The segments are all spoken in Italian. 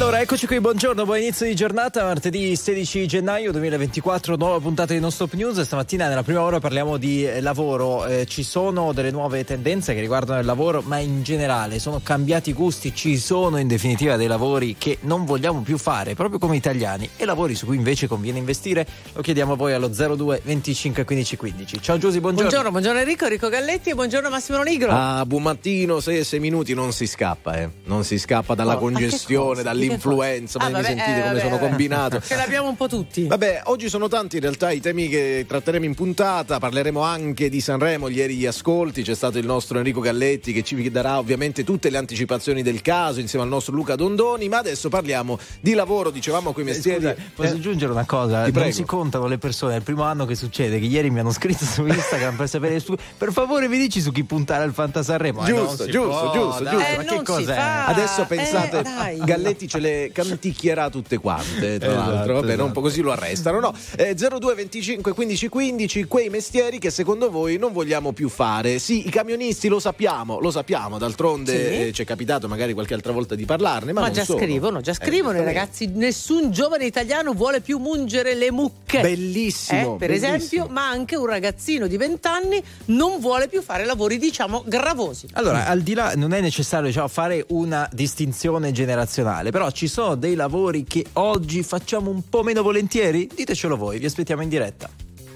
Allora, eccoci qui, buongiorno, buon inizio di giornata, martedì 16 gennaio 2024, nuova puntata di Non Stop News. Stamattina nella prima ora parliamo di lavoro, ci sono delle nuove tendenze che riguardano il lavoro, ma in generale sono cambiati i gusti, ci sono in definitiva dei lavori che non vogliamo più fare, proprio come italiani, e lavori su cui invece conviene investire. Lo chiediamo a voi allo 02 25 15 15. Ciao Giusy, buongiorno. Buongiorno Enrico Galletti e buongiorno Massimo Nigro. Buon mattino, 6 minuti non si scappa, non si scappa dalla congestione, dall'influenza, ma mi sentite come sono combinato? Ce l'abbiamo un po' tutti. Vabbè, oggi sono tanti in realtà i temi che tratteremo in puntata, parleremo anche di Sanremo, ieri gli ascolti, c'è stato il nostro Enrico Galletti che ci darà ovviamente tutte le anticipazioni del caso insieme al nostro Luca Dondoni, ma adesso parliamo di lavoro, dicevamo quei mestieri. Scusa, posso aggiungere una cosa? Non si contano le persone, è il primo anno che succede, che ieri mi hanno scritto su Instagram per sapere per favore mi dici su chi puntare al Fanta Sanremo. Giusto. Ma che cos'è? Adesso pensate, Galletti ce le canticchierà tutte quante, tra l'altro, vabbè, un po' così lo arrestano, no? 02 25 15 15, quei mestieri che secondo voi non vogliamo più fare. Sì, i camionisti lo sappiamo, d'altronde ci è capitato magari qualche altra volta di parlarne, ma già scrivono i ragazzi, nessun giovane italiano vuole più mungere le mucche. Bellissimo. Per esempio, ma anche un ragazzino di 20 anni non vuole più fare lavori, diciamo, gravosi. Allora, al di là, non è necessario fare una distinzione generazionale, però ci sono dei lavori che oggi facciamo un po' meno volentieri? Ditecelo voi, vi aspettiamo in diretta.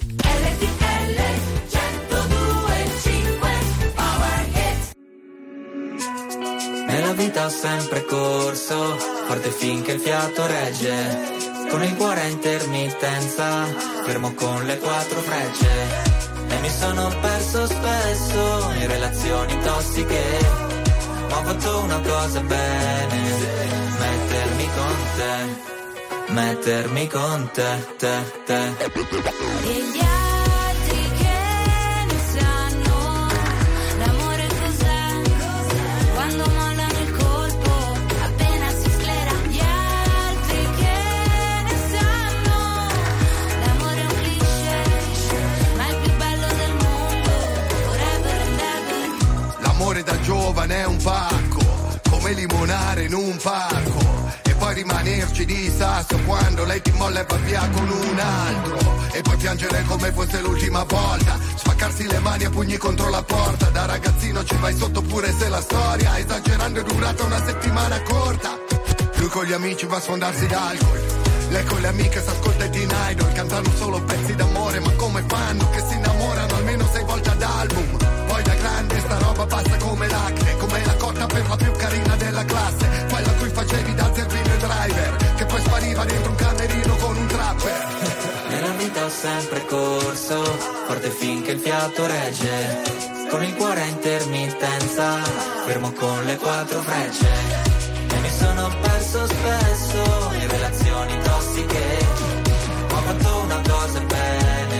Nella vita ho sempre corso, forte finché il fiato regge, con il cuore a intermittenza, fermo con le 4 frecce. E mi sono perso spesso in relazioni tossiche, ma ho fatto una cosa bene, mettermi con te. E gli altri che ne sanno, l'amore cos'è, quando mollano il colpo, appena si sclera. Gli altri che ne sanno, l'amore è un cliché, ma è il più bello del mondo, forever and ever. L'amore da giovane è un pacco, come limonare in un parco, e poi rimanerci di sasso quando lei ti molla e va via con un altro, e poi piangere come fosse l'ultima volta, spaccarsi le mani a pugni contro la porta. Da ragazzino ci vai sotto pure se la storia, esagerando, è durata una settimana corta. Lui con gli amici va a sfondarsi d'alcol, lei con le amiche s'ascolta i Teen Idol, cantano solo pezzi d'amore, ma come fanno che si innamorano almeno 6 volte ad album. Poi da grande sta roba passa come l'acne, come la cotta per la più carina della classe, quella a cui facevi da zerbino e driver, che poi spariva dentro un camerino con un trapper. Nella vita ho sempre corso, forte finché il fiato regge, con il cuore a intermittenza, fermo con le 4 frecce. E mi sono perso spesso in relazioni tossiche, ma ho fatto una cosa bene,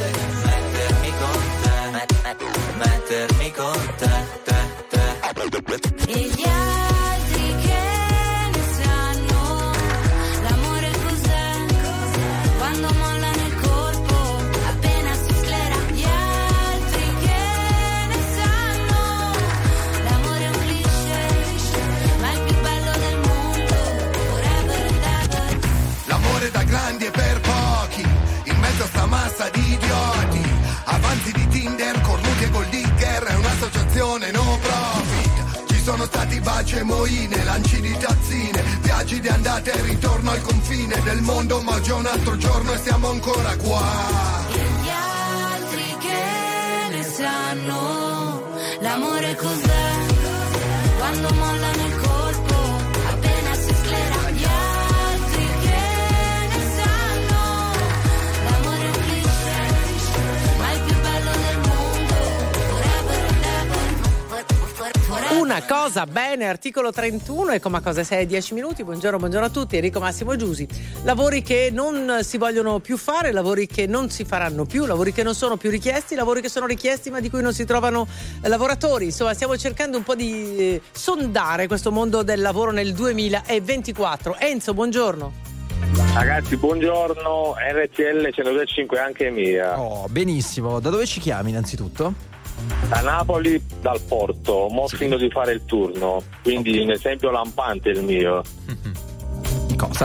mettermi con te. E gli altri che ne sanno, l'amore cos'è, quando mollano il colpo, appena si sclera. Gli altri che ne sanno, l'amore è un cliché, ma è il più bello del mondo, forever and ever. L'amore da grandi e per pochi, in mezzo a sta massa di idioti, avanti di Tinder, cornuti e gold digger, è un'associazione no profit. Ci sono stati baci e moine, lanci di tazzine, viaggi di andata e ritorno al confine del mondo, ma oggi è un altro giorno e siamo ancora qua. E gli altri che ne sanno, l'amore cos'è, quando mollano il colpo, appena si sclera. Gli altri che ne sanno, l'amore è un cliché, ma è il più bello del mondo, forever and ever. Una cosa bene, articolo 31, ecco ma cosa 6 10 minuti. Buongiorno a tutti, Enrico Massimo Giusy. Lavori che non si vogliono più fare, lavori che non si faranno più, lavori che non sono più richiesti, lavori che sono richiesti ma di cui non si trovano lavoratori. Insomma, stiamo cercando un po' di sondare questo mondo del lavoro nel 2024. Enzo, buongiorno. Ragazzi, buongiorno, RTL 102.5 anche mia. Oh, benissimo. Da dove ci chiami innanzitutto? Da Napoli, dal porto, mo' finito di fare il turno, quindi un esempio lampante il mio. Cosa?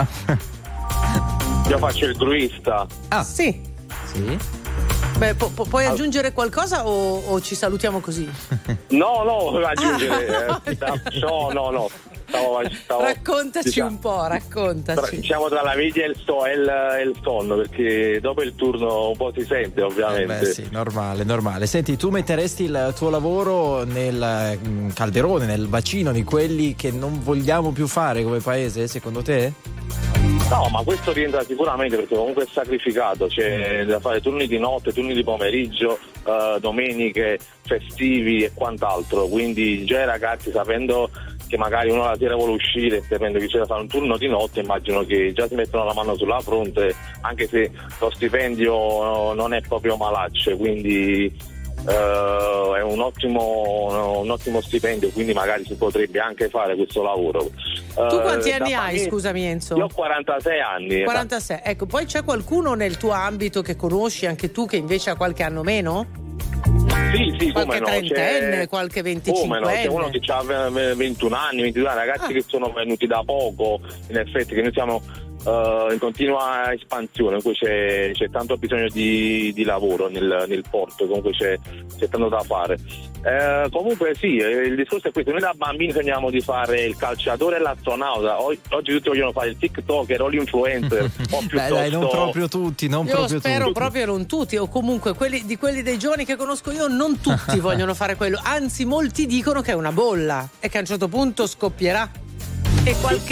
Io faccio il gruista. Ah, Sì. sì. Beh, puoi aggiungere qualcosa o ci salutiamo così? No, aggiungere. No. Stavo, Raccontaci diciamo, un po', raccontaci. Diciamo tra la media e il sonno, perché dopo il turno un po' si sente, ovviamente. Beh, sì, normale. Senti, tu metteresti il tuo lavoro nel calderone, nel bacino di quelli che non vogliamo più fare come paese, secondo te? No, ma questo rientra sicuramente, perché comunque è sacrificato, c'è da fare turni di notte, turni di pomeriggio, domeniche, festivi e quant'altro, quindi già i ragazzi, sapendo che magari uno la sera vuole uscire, sapendo che c'è da fare un turno di notte, immagino che già si mettono la mano sulla fronte, anche se lo stipendio non è proprio malaccio, quindi è un ottimo stipendio, quindi magari si potrebbe anche fare questo lavoro. Tu quanti anni hai, scusami Enzo? Io ho 46 anni. 46, ecco, poi c'è qualcuno nel tuo ambito che conosci, anche tu, che invece ha qualche anno meno? Sì, qualche come no, trentenne, qualche 25enne. C'è uno che ha 21 anni, 22 anni, ragazzi che sono venuti da poco, in effetti, che noi siamo in continua espansione, in cui c'è tanto bisogno di lavoro nel porto, comunque c'è tanto da fare. Comunque sì, il discorso è questo: noi da bambini sogniamo di fare il calciatore e l'astronauta, oggi tutti vogliono fare il TikToker o l'influencer o piuttosto... Dai, non proprio tutti, io spero proprio non tutti, o comunque quelli dei giovani che conosco io, non tutti vogliono fare quello, anzi molti dicono che è una bolla e che a un certo punto scoppierà. E qualche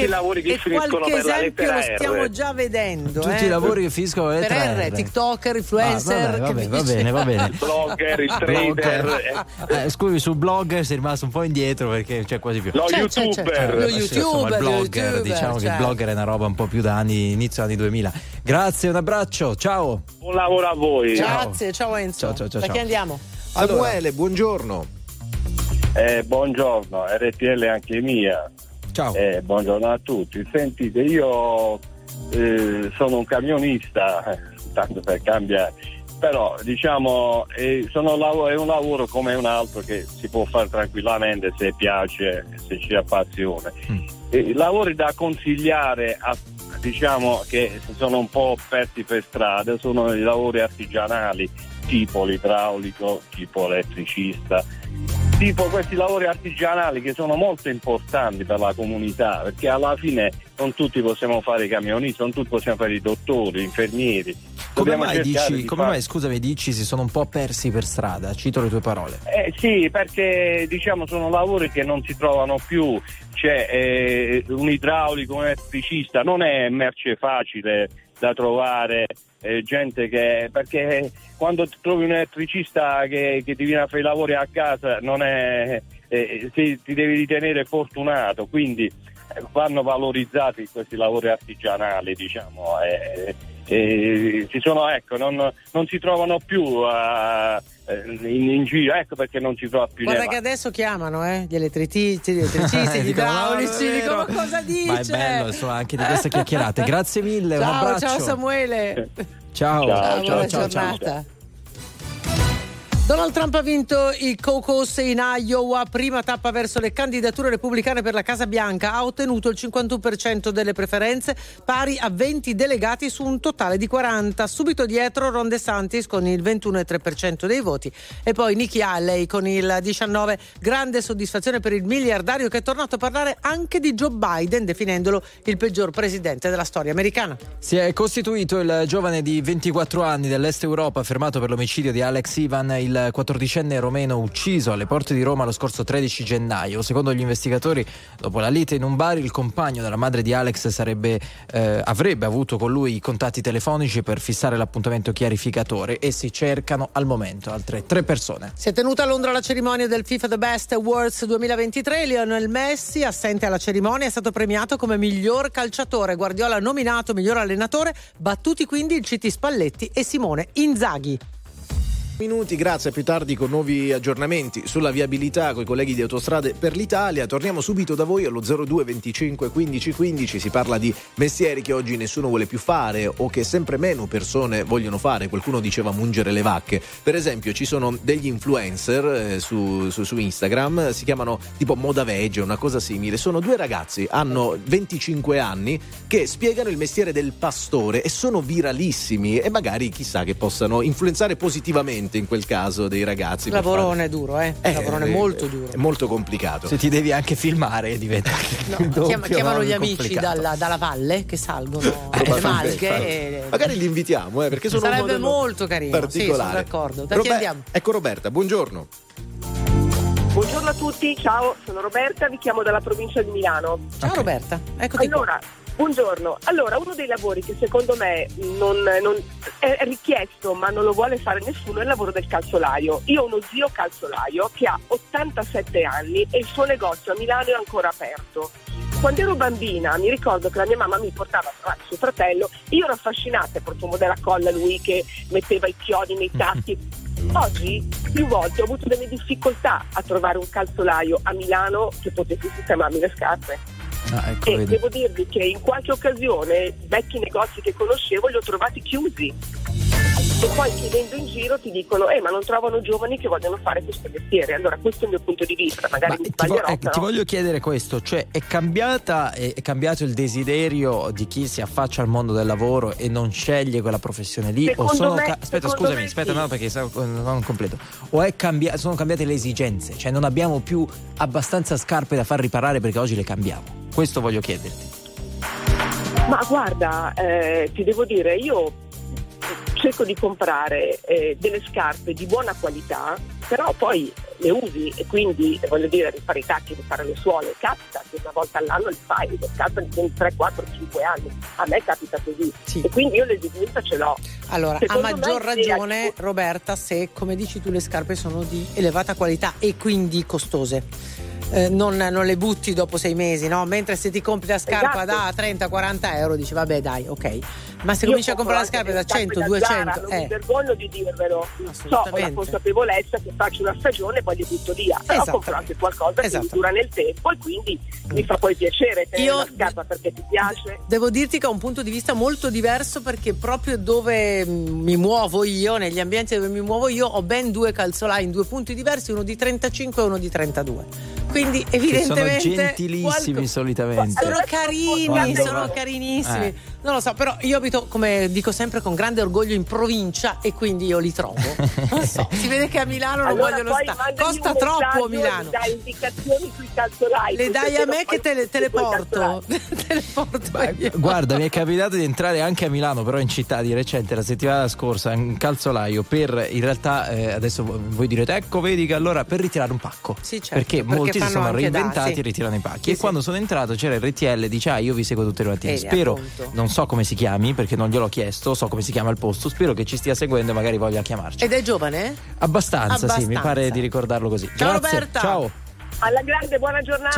esempio lo stiamo già vedendo. Tutti i lavori che finiscono le per R, TikToker, influencer. Va bene. Il blogger, il trader. Scusi, sul blogger sei rimasto un po' indietro perché c'è quasi più. Lo YouTuber. Lo YouTuber, il blogger, diciamo che il blogger è una roba un po' più da inizio anni 2000. Grazie, un abbraccio, ciao. Buon lavoro a voi. Grazie, ciao Enzo. Ciao. Da chi andiamo? Samuele, buongiorno. Buongiorno, RTL anche mia. Ciao. Buongiorno a tutti. Sentite, io sono un camionista, tanto per cambiare, però diciamo è un lavoro come un altro che si può fare tranquillamente se piace, se c'è passione. Lavori da consigliare diciamo che sono un po' persi per strada sono i lavori artigianali, tipo l'idraulico, tipo elettricista, tipo questi lavori artigianali che sono molto importanti per la comunità, perché alla fine non tutti possiamo fare i camionisti, non tutti possiamo fare i dottori, gli infermieri. Come mai, scusami, dici si sono un po' persi per strada? Cito le tue parole. Sì, perché diciamo sono lavori che non si trovano più. C'è un idraulico, un elettricista, non è merce facile da trovare, gente che, perché quando trovi un elettricista che ti viene a fare i lavori a casa non è ti devi ritenere fortunato, quindi vanno valorizzati questi lavori artigianali, diciamo, ci sono, ecco, non si trovano più in giro, ecco perché non si trova più. Guarda che adesso chiamano gli elettricisti, gli idraulici, dicono cosa dice. Ma è bello, insomma, anche di queste chiacchierate. Grazie mille, un abbraccio. Ciao Samuele. Ciao. Buona giornata. Donald Trump ha vinto il caucus in Iowa, prima tappa verso le candidature repubblicane per la Casa Bianca. Ha ottenuto il 51% delle preferenze, pari a 20 delegati su un totale di 40. Subito dietro Ron DeSantis con il 21,3% dei voti e poi Nikki Haley con il 19%. Grande soddisfazione per il miliardario che è tornato a parlare anche di Joe Biden, definendolo il peggior presidente della storia americana. Si è costituito il giovane di 24 anni dell'Est Europa fermato per l'omicidio di Alex Ivan, il 14enne romeno ucciso alle porte di Roma lo scorso 13 gennaio. Secondo gli investigatori, dopo la lite in un bar, il compagno della madre di Alex avrebbe avuto con lui i contatti telefonici per fissare l'appuntamento chiarificatore e si cercano al momento altre 3 persone. Si è tenuta a Londra la cerimonia del FIFA The Best Awards 2023. Lionel Messi, assente alla cerimonia, è stato premiato come miglior calciatore. Guardiola nominato miglior allenatore, battuti quindi il Citi Spalletti e Simone Inzaghi. Minuti, grazie, a più tardi con nuovi aggiornamenti sulla viabilità con i colleghi di Autostrade per l'Italia. Torniamo subito da voi allo 02 25 15 15. Si parla di mestieri che oggi nessuno vuole più fare o che sempre meno persone vogliono fare. Qualcuno diceva mungere le vacche. Per esempio ci sono degli influencer su Instagram, si chiamano tipo Moda Veg, una cosa simile. Sono due ragazzi, hanno 25 anni, che spiegano il mestiere del pastore e sono viralissimi e magari chissà che possano influenzare positivamente in quel caso dei ragazzi. Il lavorone è duro, lavorone molto duro. È molto complicato. Se ti devi anche filmare diventa chiamano gli amici dalla valle che salgono le malghe. Magari li invitiamo, perché sono sarebbe molto carino. Particolare. Sì, sono d'accordo. Da chi andiamo? Ecco Roberta, buongiorno. Buongiorno a tutti, ciao, sono Roberta, vi chiamo dalla provincia di Milano. Ciao Roberta, eccoti qua. Buongiorno. Allora, uno dei lavori che secondo me non è richiesto ma non lo vuole fare nessuno è il lavoro del calzolaio. Io ho uno zio calzolaio che ha 87 anni e il suo negozio a Milano è ancora aperto. Quando ero bambina mi ricordo che la mia mamma mi portava a suo fratello, io ero affascinata per il profumo della colla, lui che metteva i chiodi nei tacchi. Oggi più volte ho avuto delle difficoltà a trovare un calzolaio a Milano che potesse sistemarmi le scarpe. E vedi. Devo dirvi che in qualche occasione vecchi negozi che conoscevo li ho trovati chiusi e poi chiedendo in giro ti dicono ma non trovano giovani che vogliono fare questo mestiere. Allora questo è il mio punto di vista, magari mi sbaglierò, ti voglio chiedere questo, cioè è cambiato il desiderio di chi si affaccia al mondo del lavoro e non sceglie quella professione lì? Aspetta, no, perché non completo. O sono cambiate le esigenze, cioè non abbiamo più abbastanza scarpe da far riparare perché oggi le cambiamo? Questo voglio chiederti. Ma guarda, ti devo dire, io cerco di comprare delle scarpe di buona qualità, però poi le usi e quindi voglio dire rifare i tacchi, rifare le suole, capita che una volta all'anno le fai, le scarpe di 3, 4, 5 anni, a me capita così, sì. E quindi io l'esigenza ce l'ho. Allora, secondo a maggior ragione Roberta, se come dici tu le scarpe sono di elevata qualità e quindi costose. Non le butti dopo 6 mesi, no? Mentre se ti compri la scarpa da 30-40 euro dici vabbè dai, ok, ma se cominci a comprare la scarpa da 100-200 non mi vergogno di dirvelo, ho la consapevolezza che faccio una stagione e poi li butto via, però compro anche qualcosa che mi dura nel tempo e quindi mi fa poi piacere tenere la scarpa perché ti piace. Devo dirti che ho un punto di vista molto diverso, perché proprio dove mi muovo io, negli ambienti dove mi muovo io, ho ben 2 calzolai in 2 punti diversi, uno di 35 e uno di 32. Quindi evidentemente sono gentilissimi solitamente. Sono carini, sono carinissimi. Non lo so, però io abito, come dico sempre, con grande orgoglio in provincia e quindi io li trovo. Non so, si vede che a Milano non vogliono stare. Costa troppo Milano. Dai indicazioni sui calzolai. Le dai a me che te le porto. Te le porto io. Guarda, mi è capitato di entrare anche a Milano, però in città di recente, la settimana scorsa, in calzolaio per, in realtà adesso voi direte ecco vedi che allora per ritirare un pacco. Sì, certo, perché molti si sono reinventati e ritirano i pacchi. E quando sono entrato c'era il RTL, dice io vi seguo tutte le mattine. Spero, appunto. Non so come si chiami perché non gliel'ho chiesto, so come si chiama il posto, spero che ci stia seguendo e magari voglia chiamarci. Ed è giovane? Abbastanza, sì, mi pare di ricordarlo così. Ciao Grazie. Roberta. Ciao. Alla grande, buona giornata.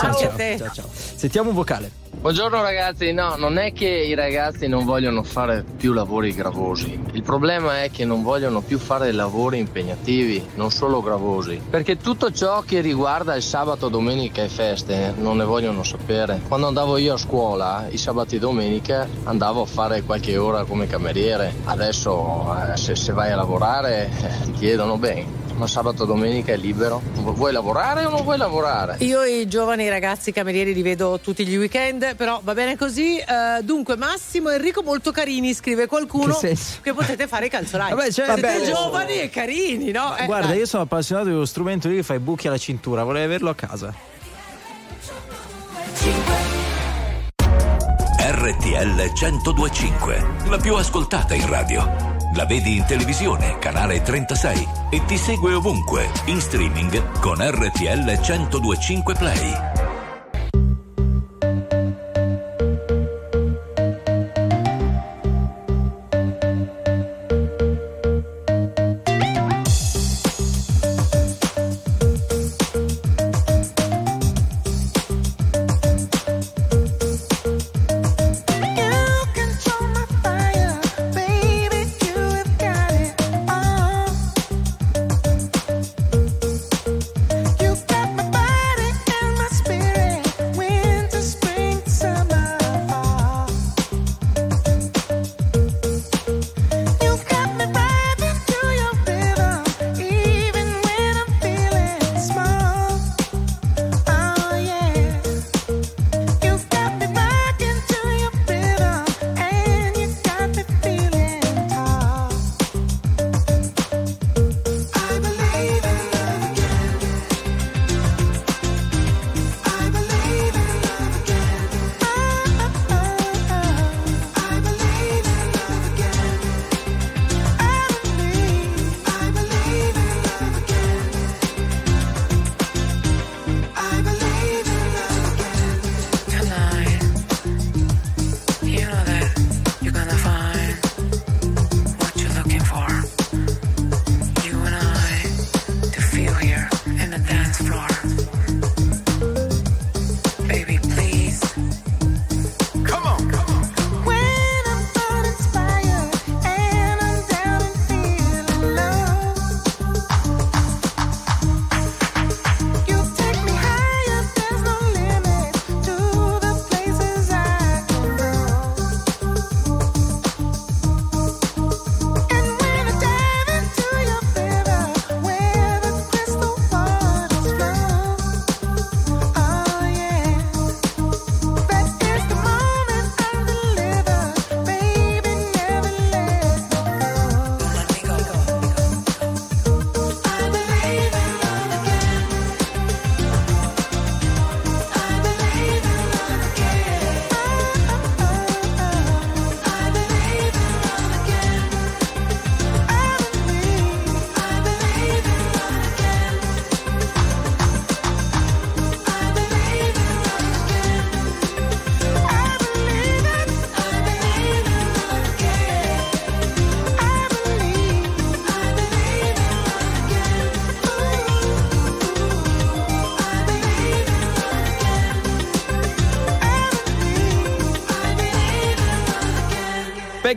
Ciao. Sentiamo un vocale. Buongiorno ragazzi, no, non è che i ragazzi non vogliono fare più lavori gravosi, il problema è che non vogliono più fare lavori impegnativi, non solo gravosi, perché tutto ciò che riguarda il sabato, domenica e feste non ne vogliono sapere. Quando andavo io a scuola, i sabati e domeniche andavo a fare qualche ora come cameriere, adesso se vai a lavorare ti chiedono bene. Ma sabato domenica è libero? Vuoi lavorare o non vuoi lavorare? Io i giovani ragazzi camerieri li vedo tutti gli weekend, però va bene così. Dunque Massimo e Enrico molto carini, scrive qualcuno, che potete fare i calzolai. Vabbè, siete giovani e carini, no? Guarda, io sono appassionato di uno strumento lì che fa i buchi alla cintura, vorrei averlo a casa. RTL 102.5, la più ascoltata in radio. La vedi in televisione, canale 36 e ti segue ovunque, in streaming con RTL 102.5 Play.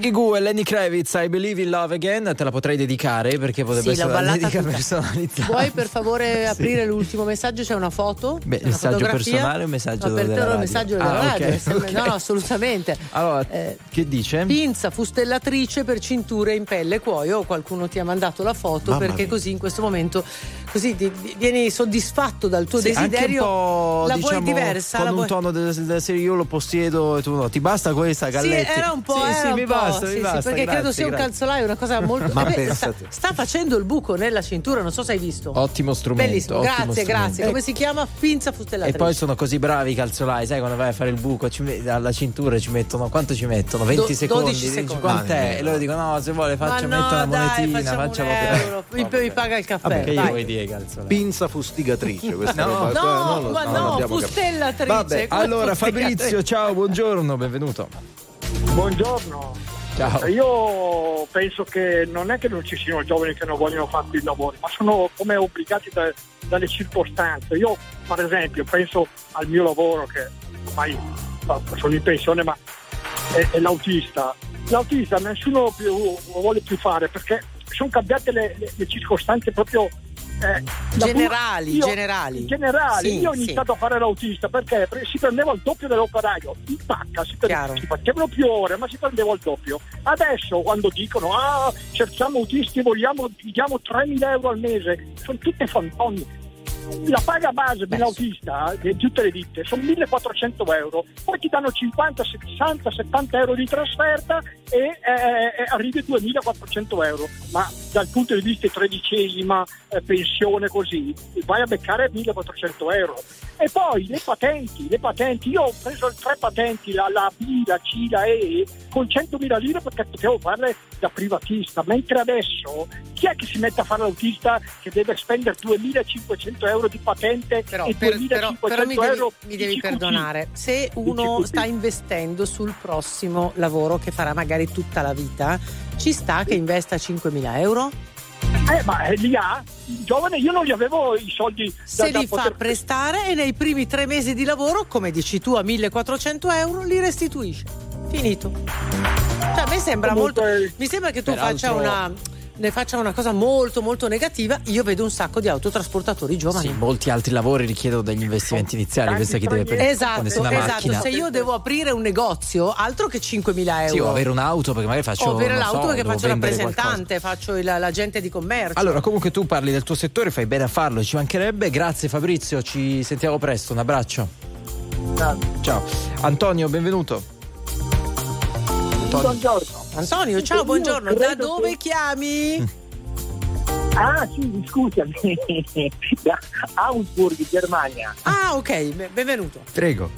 Peggy Goo e Lenny Kravitz, I Believe in Love Again, te la potrei dedicare perché potrebbe essere una dedica personalizzata. Vuoi per favore aprire l'ultimo messaggio? C'è una foto? Beh, una messaggio fotografia? personale o un messaggio della radio? Un messaggio della radio. Okay. No, assolutamente. Allora, che dice? Pinza fustellatrice per cinture in pelle e cuoio. Qualcuno ti ha mandato la foto. Mamma perché mia. Così in questo momento così vieni soddisfatto dal tuo desiderio. Anche un po', la diciamo, vuoi diversa? Con un tono della serie io lo possiedo e tu no. Ti basta questa, Galletti? Sì, era un po'. Sì, mi basta, perché grazie, credo sia un calzolaio, una cosa molto. Ma sta facendo il buco nella cintura, non so se hai visto. Ottimo strumento. Bellissimo, grazie. Come si chiama? Pinza fustellatrice. E poi sono così bravi i calzolai, sai, quando vai a fare il buco alla cintura ci mettono, quanto ci mettono? 20 secondi. 12 secondi. Quant'è? E loro dicono no, se vuole metto una monetina, facciamo mi paga il caffè. Che vuoi dire calzolai? Pinza fustigatrice, questa roba. No, fustellatrice. Vabbè, allora Fabrizio, ciao, buongiorno, benvenuto. Buongiorno. Ciao. Io penso che non è che non ci siano giovani che non vogliono fare quei lavori, ma sono come obbligati dalle circostanze. Io, per esempio, penso al mio lavoro, che ormai sono in pensione, ma è l'autista. L'autista nessuno lo vuole più fare perché sono cambiate le circostanze proprio generali. Sì, io ho iniziato a fare l'autista perché si prendeva il doppio dell'operaio in pacca, si facevano più ore, ma si prendeva il doppio. Adesso quando dicono cerchiamo autisti, diamo 3.000 euro al mese, sono tutte fantomi. La paga base dell'autista di tutte le ditte sono 1.400 euro, poi ti danno 50, 60, 70 euro di trasferta e arrivi a 2.400 euro, ma dal punto di vista tredicesima pensione così vai a beccare 1.400 euro. E poi le patenti, io ho preso 3 patenti, la B, la C, la E, con 100.000 lire perché potevo farle da privatista, mentre adesso chi è che si mette a fare l'autista che deve spendere 2.500 euro di patente e 2.500 euro mi devi perdonare, se uno sta investendo sul prossimo lavoro che farà magari tutta la vita, ci sta che investa 5.000 euro? Ma li ha, il giovane, io non gli avevo i soldi se li fa prestare e nei primi 3 mesi di lavoro, come dici tu, a 1.400 euro li restituisce, finito. Cioè a me sembra mi sembra che tu ne faccia una cosa molto molto negativa. Io vedo un sacco di autotrasportatori giovani. Sì, molti altri lavori richiedono degli investimenti iniziali, questa che deve prendere. Esatto. Macchina. Se io devo aprire un negozio, altro che 5.000 euro. Sì, o avere un'auto perché magari faccio perché faccio rappresentante, faccio l'agente di commercio. Allora, comunque tu parli del tuo settore, fai bene a farlo, ci mancherebbe. Grazie Fabrizio, ci sentiamo presto, un abbraccio. Ciao. Antonio, benvenuto. Buongiorno. Antonio, ciao, buongiorno. Da dove chiami? Sì, scusami. Da Augsburg, Germania. Ok, benvenuto. Prego.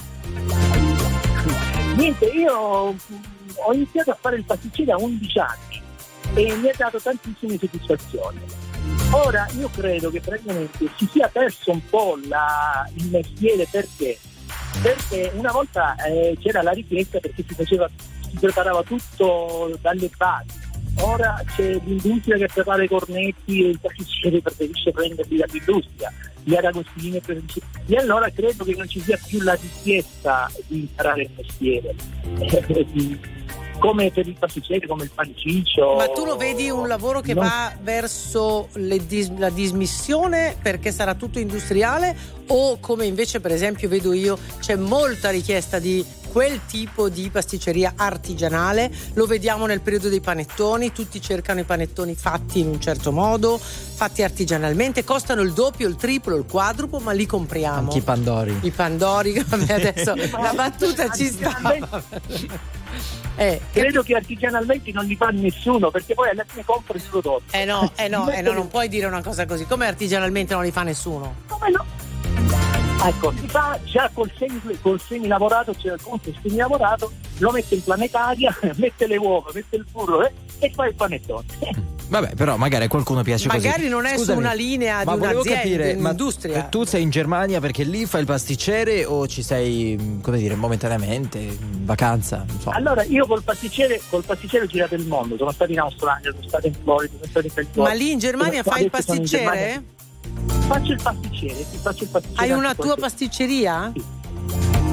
Niente, io ho iniziato a fare il pasticcere a 11 anni e mi ha dato tantissime soddisfazioni. Ora io credo che praticamente si sia perso un po' il mestiere. Perché una volta c'era la richiesta perché si preparava tutto dalle basi. Ora c'è l'industria che prepara i cornetti e il pasticcere preferisce prenderli dall'industria, gli aragostini preferisce. E allora credo che non ci sia più la richiesta di imparare il mestiere. Come per il pasticcere, come il panciccio. Ma tu lo vedi un lavoro che va verso la dismissione perché sarà tutto industriale, o come invece per esempio vedo io c'è molta richiesta di quel tipo di pasticceria artigianale? Lo vediamo nel periodo dei panettoni, tutti cercano i panettoni fatti in un certo modo, fatti artigianalmente, costano il doppio, il triplo, il quadruplo, ma li compriamo. Anche i pandori Adesso la battuta ci sta. Credo che artigianalmente non li fa nessuno, perché poi alla fine compra il prodotto. No, non puoi dire una cosa così. Come artigianalmente non li fa nessuno? Come no? Ecco, si fa già col semi lavorato, lo mette in planetaria, mette le uova, mette il burro e fa il panettone. Vabbè, però magari a qualcuno piace magari così. Magari non è su una linea di un'azienda, di un'industria. Tu sei in Germania perché lì fai il pasticcere o ci sei, come dire, momentaneamente in vacanza? Non so. Allora, io col pasticcere ho girato il mondo, sono stato in Australia, sono stato in Florida, sono stato in California. Ma lì in Germania fai il pasticcere? Faccio il pasticcere. Hai una tua pasticceria? Sì.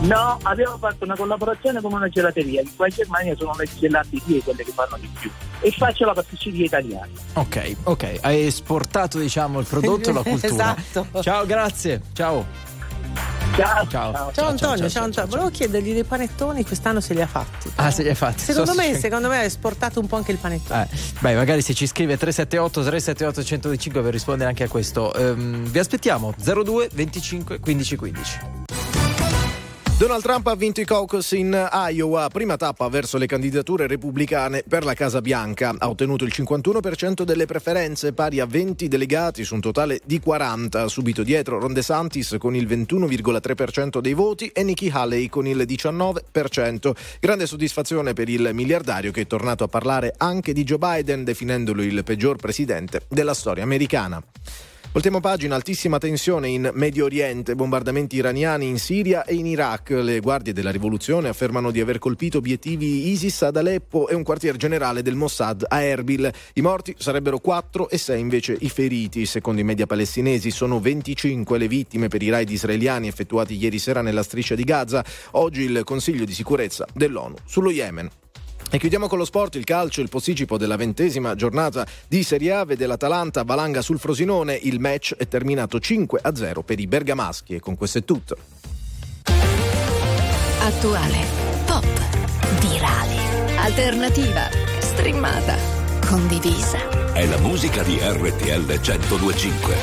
No, abbiamo fatto una collaborazione con una gelateria, che qua in Germania sono le gelaterie quelle che fanno di più, e faccio la pasticceria italiana. Ok, hai esportato, diciamo, il prodotto, la cultura. Esatto. Ciao, grazie. Ciao Antonio, volevo chiedergli dei panettoni, quest'anno se li ha fatti. Se li ha fatti. Secondo me ha esportato un po' anche il panettone. Magari se ci scrive 378 105 per rispondere anche a questo. Vi aspettiamo 02 25 15 15. Donald Trump ha vinto i caucus in Iowa, prima tappa verso le candidature repubblicane per la Casa Bianca. Ha ottenuto il 51% delle preferenze, pari a 20 delegati su un totale di 40. Subito dietro Ron DeSantis con il 21,3% dei voti e Nikki Haley con il 19%. Grande soddisfazione per il miliardario, che è tornato a parlare anche di Joe Biden, definendolo il peggior presidente della storia americana. Voltiamo pagina, altissima tensione in Medio Oriente, bombardamenti iraniani in Siria e in Iraq. Le guardie della rivoluzione affermano di aver colpito obiettivi ISIS ad Aleppo e un quartier generale del Mossad a Erbil. I morti sarebbero 4 e 6 invece i feriti. Secondo i media palestinesi sono 25 le vittime per i raid israeliani effettuati ieri sera nella striscia di Gaza. Oggi il Consiglio di sicurezza dell'ONU sullo Yemen. E chiudiamo con lo sport, il calcio, il posticipo della 20ª giornata di Serie A vede l'Atalanta valanga sul Frosinone. Il match è terminato 5-0 per i bergamaschi e con questo è tutto. Attuale, pop, virale, alternativa, streamata, condivisa. È la musica di RTL 102.5.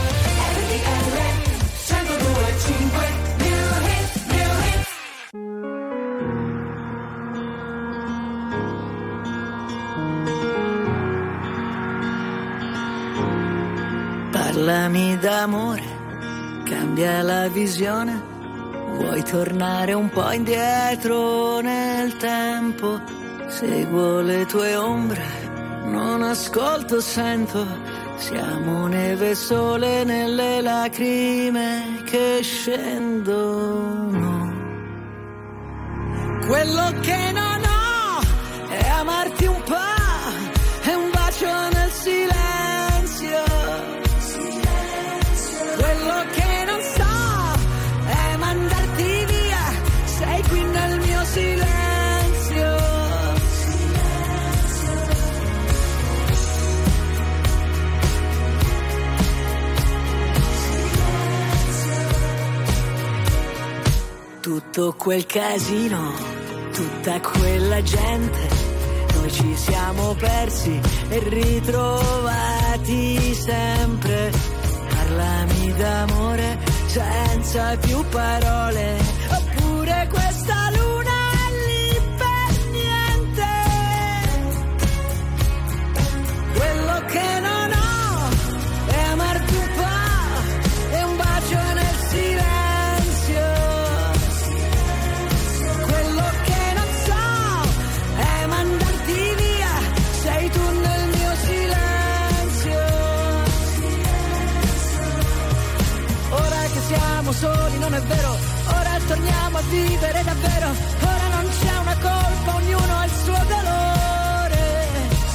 Parlami d'amore, cambia la visione, vuoi tornare un po' indietro nel tempo, seguo le tue ombre, non ascolto, sento, siamo neve e sole nelle lacrime che scendono. Quello che non ho è amarti un po', è un bacio nel silenzio. Quello che non so è mandarti via, sei qui nel mio silenzio. Tutto quel casino, tutta quella gente, noi ci siamo persi e ritrovati sempre. Parlami d'amore senza più parole, oppure questa luna è lì per niente. Quello che non ho è amarti un po', è un bacio nel silenzio. Quello che non so è mandarti via, sei tu nel mio silenzio. Siamo soli, non è vero, ora torniamo a vivere davvero, ora non c'è una colpa, ognuno ha il suo dolore.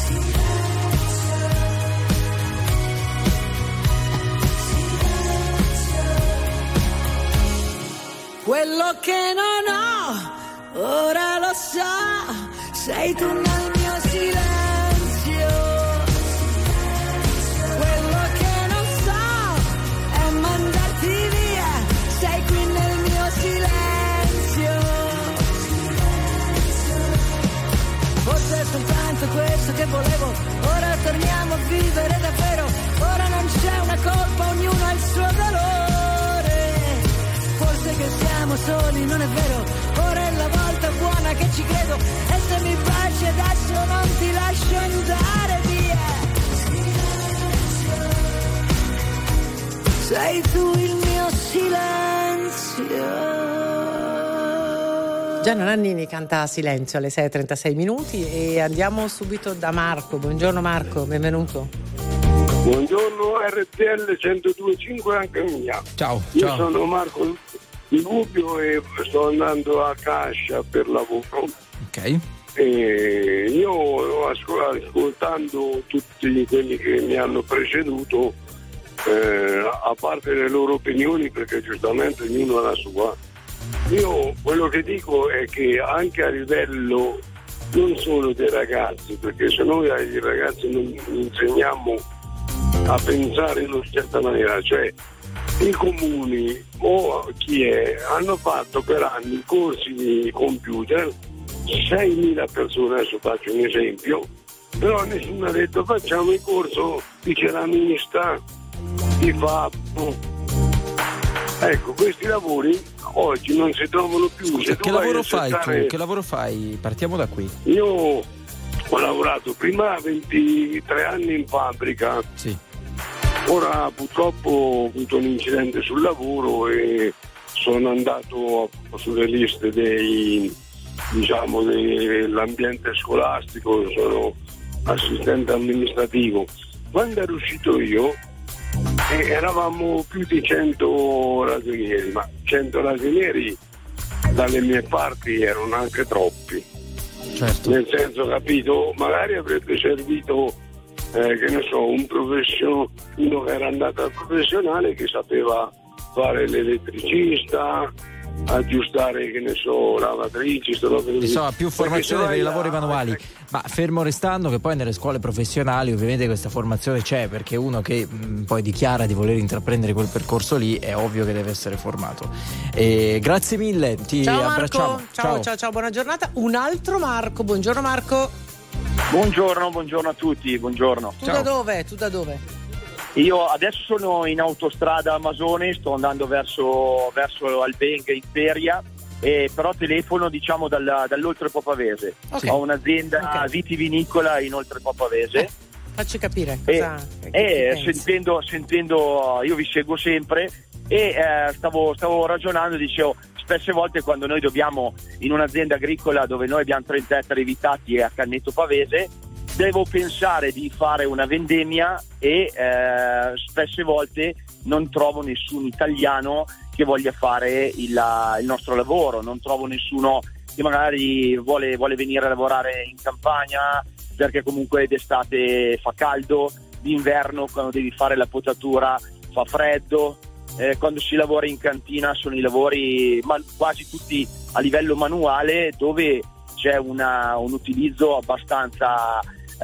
Quello che non ho, ora lo so, sei tu nel mio silenzio. Forse è soltanto questo che volevo, ora torniamo a vivere davvero, ora non c'è una colpa, ognuno ha il suo dolore. Forse che siamo soli, non è vero, ora è la volta buona che ci credo, e se mi baci adesso non ti lascio andare via. Sei tu il mio silenzio. Gianna Nannini canta Silenzio alle 6:36 e andiamo subito da Marco. Buongiorno Marco, benvenuto. Buongiorno RTL 102.5 anche mia. Ciao. Io sono Marco Di Gubbio e sto andando a Cascia per lavoro. Ok. E io ascoltando tutti quelli che mi hanno preceduto, a parte le loro opinioni, perché giustamente ognuno ha la sua, io quello che dico è che anche a livello non solo dei ragazzi, perché se noi ai ragazzi non insegniamo a pensare in una certa maniera, cioè i comuni o chi è hanno fatto per anni corsi di computer, 6.000 persone, adesso faccio un esempio, però nessuno ha detto facciamo il corso di ceramista, di fatto. Ecco, questi lavori oggi non si trovano più. Scusa, che lavoro fai tu? Che lavoro fai? Partiamo da qui. Io ho lavorato prima 23 anni in fabbrica. Sì. Ora purtroppo ho avuto un incidente sul lavoro e sono andato sulle liste dell'ambiente scolastico, sono assistente amministrativo. Quando ero uscito io eravamo più di 100 ragionieri, ma 100 ragionieri dalle mie parti erano anche troppi. Certo. Nel senso, capito, magari avrebbe servito che ne so, uno che era andato al professionale che sapeva fare l'elettricista, aggiustare, che ne so, lavatrici, insomma più formazione per i lavori manuali. Ma fermo restando che poi nelle scuole professionali ovviamente questa formazione c'è, perché uno che poi dichiara di voler intraprendere quel percorso lì è ovvio che deve essere formato. Grazie mille, ti abbracciamo. Ciao, buona giornata. Un altro Marco, buongiorno Marco. Buongiorno a tutti, buongiorno. Tu da dove? Io adesso sono in autostrada Amasone, sto andando verso Albenga in feria, però telefono diciamo dall'Oltre Popavese. Okay. Ho un'azienda vitivinicola in Oltre Popavese. Facci capire. Sentendo, io vi seguo sempre e stavo ragionando, dicevo, spesse volte quando noi dobbiamo in un'azienda agricola dove noi abbiamo 30 ettari vitati a Canneto Pavese, devo pensare di fare una vendemmia e spesse volte non trovo nessun italiano che voglia fare il nostro lavoro, non trovo nessuno che magari vuole venire a lavorare in campagna, perché comunque d'estate fa caldo, d'inverno quando devi fare la potatura fa freddo. Quando si lavora in cantina sono i lavori quasi tutti a livello manuale, dove c'è un utilizzo abbastanza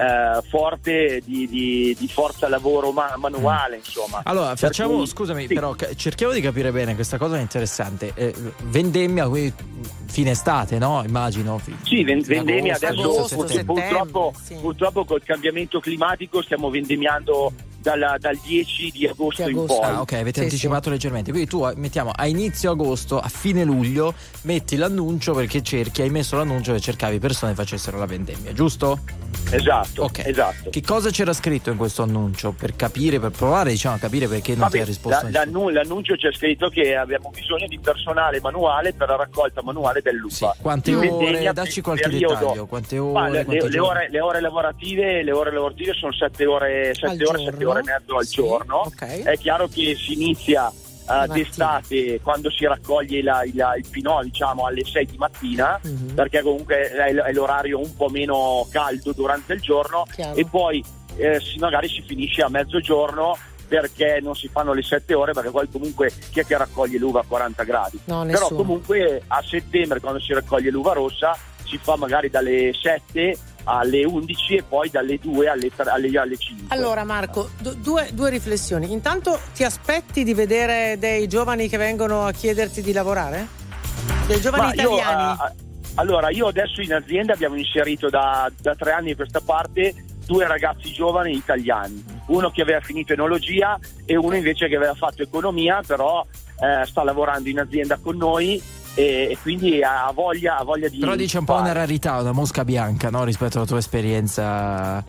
forte di forza lavoro manuale, insomma. Allora facciamo, scusami, sì. Però cerchiamo di capire bene, questa cosa è interessante. Vendemmia fine estate, no? Immagino. Sì, vendemmia adesso agosto, purtroppo col cambiamento climatico stiamo vendemmiando dal 10 di agosto in poi. Ok, avete anticipato leggermente. Quindi tu a inizio agosto, a fine luglio metti l'annuncio, perché hai messo l'annuncio che cercavi persone che facessero la vendemmia, giusto? Esatto, okay. Esatto. Che cosa c'era scritto in questo annuncio? Per provare a capire perché non ti ha risposto l'annuncio c'è scritto che abbiamo bisogno di personale manuale per la raccolta manuale dell'uva. Sì. Quante ore? Dacci qualche dettaglio. Quante ore? Le ore lavorative sono 7 ore e mezzo al giorno. Okay. È chiaro che si inizia d'estate quando si raccoglie il pinot, diciamo alle 6 di mattina, perché comunque è l'orario un po' meno caldo durante il giorno. Chiaro. E poi magari si finisce a mezzogiorno, perché non si fanno le 7 ore, perché poi comunque chi è che raccoglie l'uva a 40 gradi? No, però comunque a settembre, quando si raccoglie l'uva rossa, si fa magari dalle 7 alle 11 e poi dalle 2 alle 5. Allora Marco, due riflessioni. Intanto, ti aspetti di vedere dei giovani che vengono a chiederti di lavorare? Dei giovani italiani? Io adesso in azienda abbiamo inserito da 3 anni a questa parte 2 ragazzi giovani italiani, uno che aveva finito enologia e uno invece che aveva fatto economia, però sta lavorando in azienda con noi e quindi ha voglia di. Però dice un po' una rarità, una mosca bianca, no? Rispetto alla tua esperienza.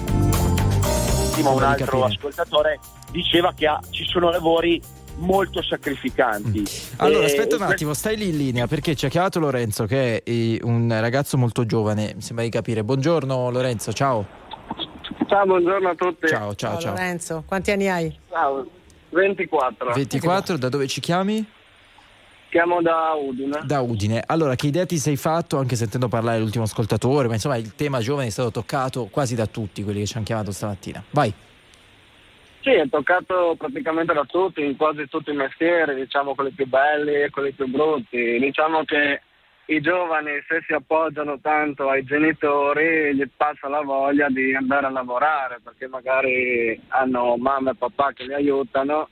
Un altro ascoltatore diceva che ci sono lavori molto sacrificanti. Allora aspetta un attimo, stai lì in linea, perché ci ha chiamato Lorenzo, che è un ragazzo molto giovane, mi sembra di capire. Buongiorno Lorenzo, ciao. Ciao, buongiorno a tutti. Ciao. Lorenzo, quanti anni hai? Ciao, 24. Da dove ci chiami? Chiamo da Udine. Da Udine. Allora, che idea ti sei fatto, anche sentendo parlare dell'ultimo ascoltatore, ma insomma il tema giovani è stato toccato quasi da tutti quelli che ci hanno chiamato stamattina. Vai. Sì, è toccato praticamente da tutti, in quasi tutti i mestieri, diciamo quelli più belli e quelli più brutti. Diciamo che i giovani, se si appoggiano tanto ai genitori, gli passa la voglia di andare a lavorare, perché magari hanno mamma e papà che li aiutano,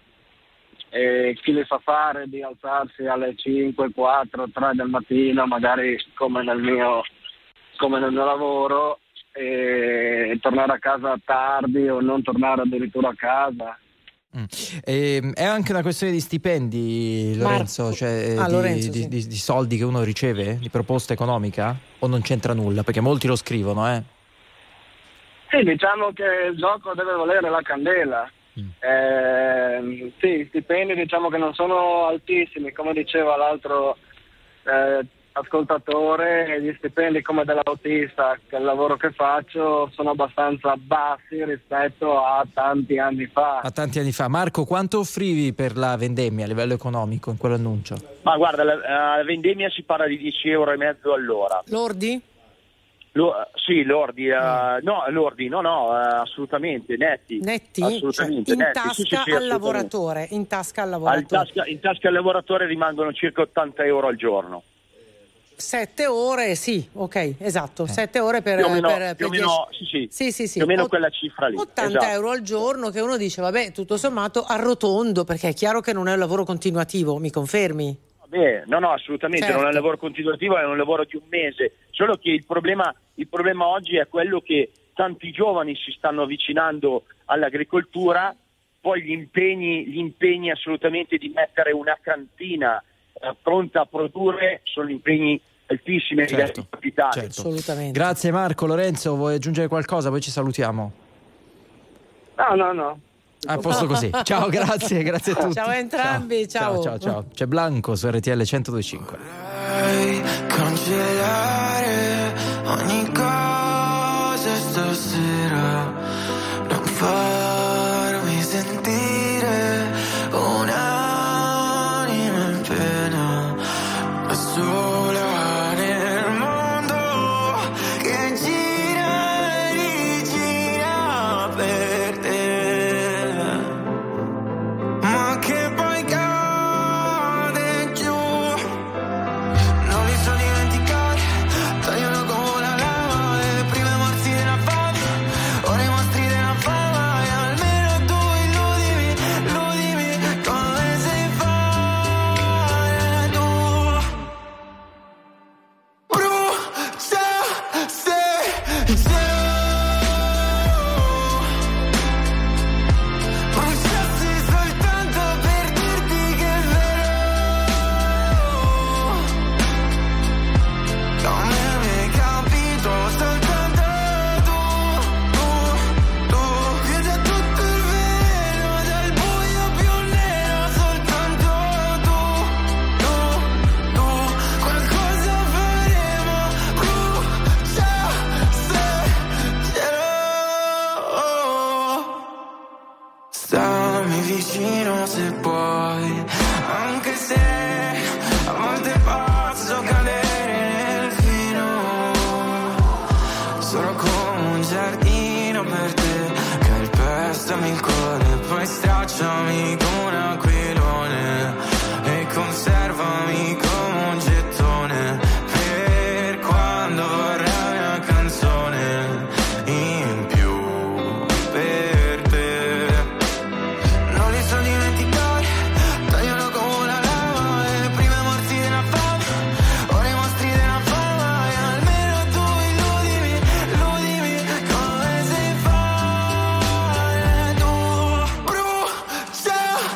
e chi li fa fare di alzarsi alle 5, 4, 3 del mattino, magari come nel mio lavoro, e tornare a casa tardi o non tornare addirittura a casa. È anche una questione di stipendi, Lorenzo, cioè Lorenzo, di soldi che uno riceve, di proposta economica, o non c'entra nulla? Perché molti lo scrivono, Sì, diciamo che il gioco deve volere la candela. Sì, i stipendi diciamo che non sono altissimi, come diceva l'altro ascoltatore, gli stipendi come dell'autista, che è il lavoro che faccio, sono abbastanza bassi rispetto a tanti anni fa. Marco, quanto offrivi per la vendemmia a livello economico in quell'annuncio? Ma guarda, la vendemmia si parla di 10,5 € all'ora. Lordi? Sì, lordi, no, assolutamente, netti? Assolutamente, cioè, in tasca al lavoratore, in tasca al lavoratore. In tasca al lavoratore rimangono circa 80 € al giorno. 7 ore, sì, ok, esatto, 7 ore per più o meno, sì, più o meno quella cifra lì. 80 € al giorno, che uno dice, vabbè, tutto sommato arrotondo, perché è chiaro che non è un lavoro continuativo, mi confermi? Beh, no, assolutamente, certo. Non è un lavoro continuativo, è un lavoro di un mese, solo che il problema oggi è quello che tanti giovani si stanno avvicinando all'agricoltura, poi gli impegni assolutamente di mettere una cantina pronta a produrre sono impegni altissimi, certo. capitali. Assolutamente. Grazie Marco. Lorenzo, vuoi aggiungere qualcosa? Poi ci salutiamo. No. A posto così. Ciao, grazie a tutti. Ciao a entrambi, ciao. C'è Blanco su RTL 102.5. Vorrei cancellare ogni cosa stasera, non farmi sentire un'anima in pena, da sola nel mondo che gira e rigira per te, ma che poi cade giù. Non li so dimenticare, tagliano come la lava, le prime morsi della fame, ora i mostri della fama, e almeno tu illudimi come sai fare tu. Brucia se bruciassi soltanto per dirti che è vero, come avevi capito soltanto tu, chiudi a tutto il velo dal buio più nero, soltanto tu, qualcosa faremo, brucia se cielo. Stammi vicino se puoi, anche se a volte posso cadere nel fino. Sono come un giardino per te, calpestami il cuore, poi stracciami come un aquilone e conservami come un gettone per quando vorrai una canzone in più per te. Non li so dimenticare, tagliano come una lava, le prime morsi della fame, ora i mostri della fama, e almeno tu illudimi come sai fare tu. Brucia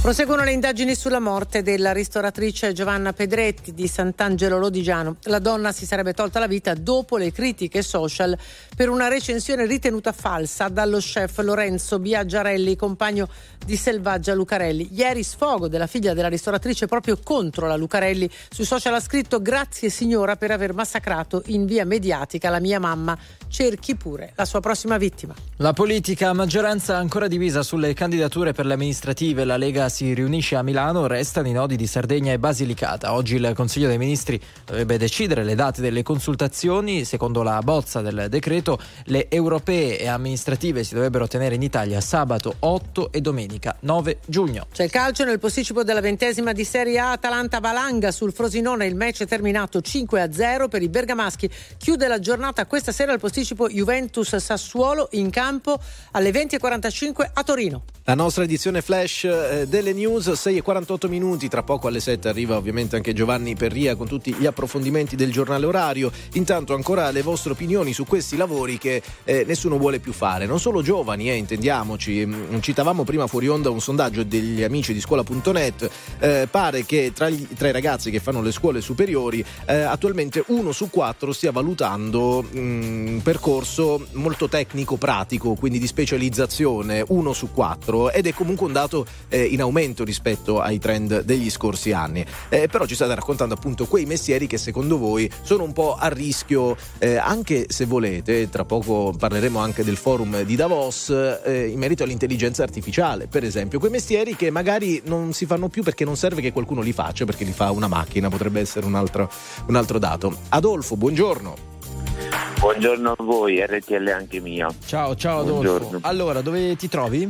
Proseguono le indagini sulla morte della ristoratrice Giovanna Pedretti di Sant'Angelo Lodigiano. La donna si sarebbe tolta la vita dopo le critiche social per una recensione ritenuta falsa dallo chef Lorenzo Biaggiarelli, compagno di Selvaggia Lucarelli. Ieri sfogo della figlia della ristoratrice proprio contro la Lucarelli. Sui social ha scritto: grazie signora per aver massacrato in via mediatica la mia mamma, cerchi pure la sua prossima vittima. La politica a maggioranza ancora divisa sulle candidature per le amministrative. La Lega si riunisce a Milano, restano i nodi di Sardegna e Basilicata. Oggi il Consiglio dei Ministri dovrebbe decidere le date delle consultazioni. Secondo la bozza del decreto, le europee e amministrative si dovrebbero tenere in Italia sabato 8 e domenica 9 giugno. C'è il calcio nel posticipo della 20ª di Serie A. Atalanta-Valanga sul Frosinone, il match è terminato 5-0 per i bergamaschi. Chiude la giornata questa sera il posticipo Juventus-Sassuolo, in campo alle 20:45 a Torino. La nostra edizione flash delle news, 6:48 minuti, tra poco alle 7 arriva ovviamente anche Giovanni Perria con tutti gli approfondimenti del giornale orario. Intanto ancora le vostre opinioni su questi lavori che nessuno vuole più fare, non solo giovani, intendiamoci. Citavamo prima fuori onda un sondaggio degli amici di scuola.net, pare che tra i ragazzi che fanno le scuole superiori attualmente 1 su 4 stia valutando un percorso molto tecnico pratico, quindi di specializzazione, 1 su 4, ed è comunque un dato in aumento rispetto ai trend degli scorsi anni. Però ci state raccontando appunto quei mestieri che secondo voi sono un po' a rischio, anche se volete. Tra poco parleremo anche del forum di Davos in merito all'intelligenza artificiale, per esempio, quei mestieri che magari non si fanno più perché non serve che qualcuno li faccia, perché li fa una macchina, potrebbe essere un altro dato. Adolfo, buongiorno. Buongiorno a voi, RTL anche mia. Ciao Adolfo. Buongiorno. Allora, dove ti trovi?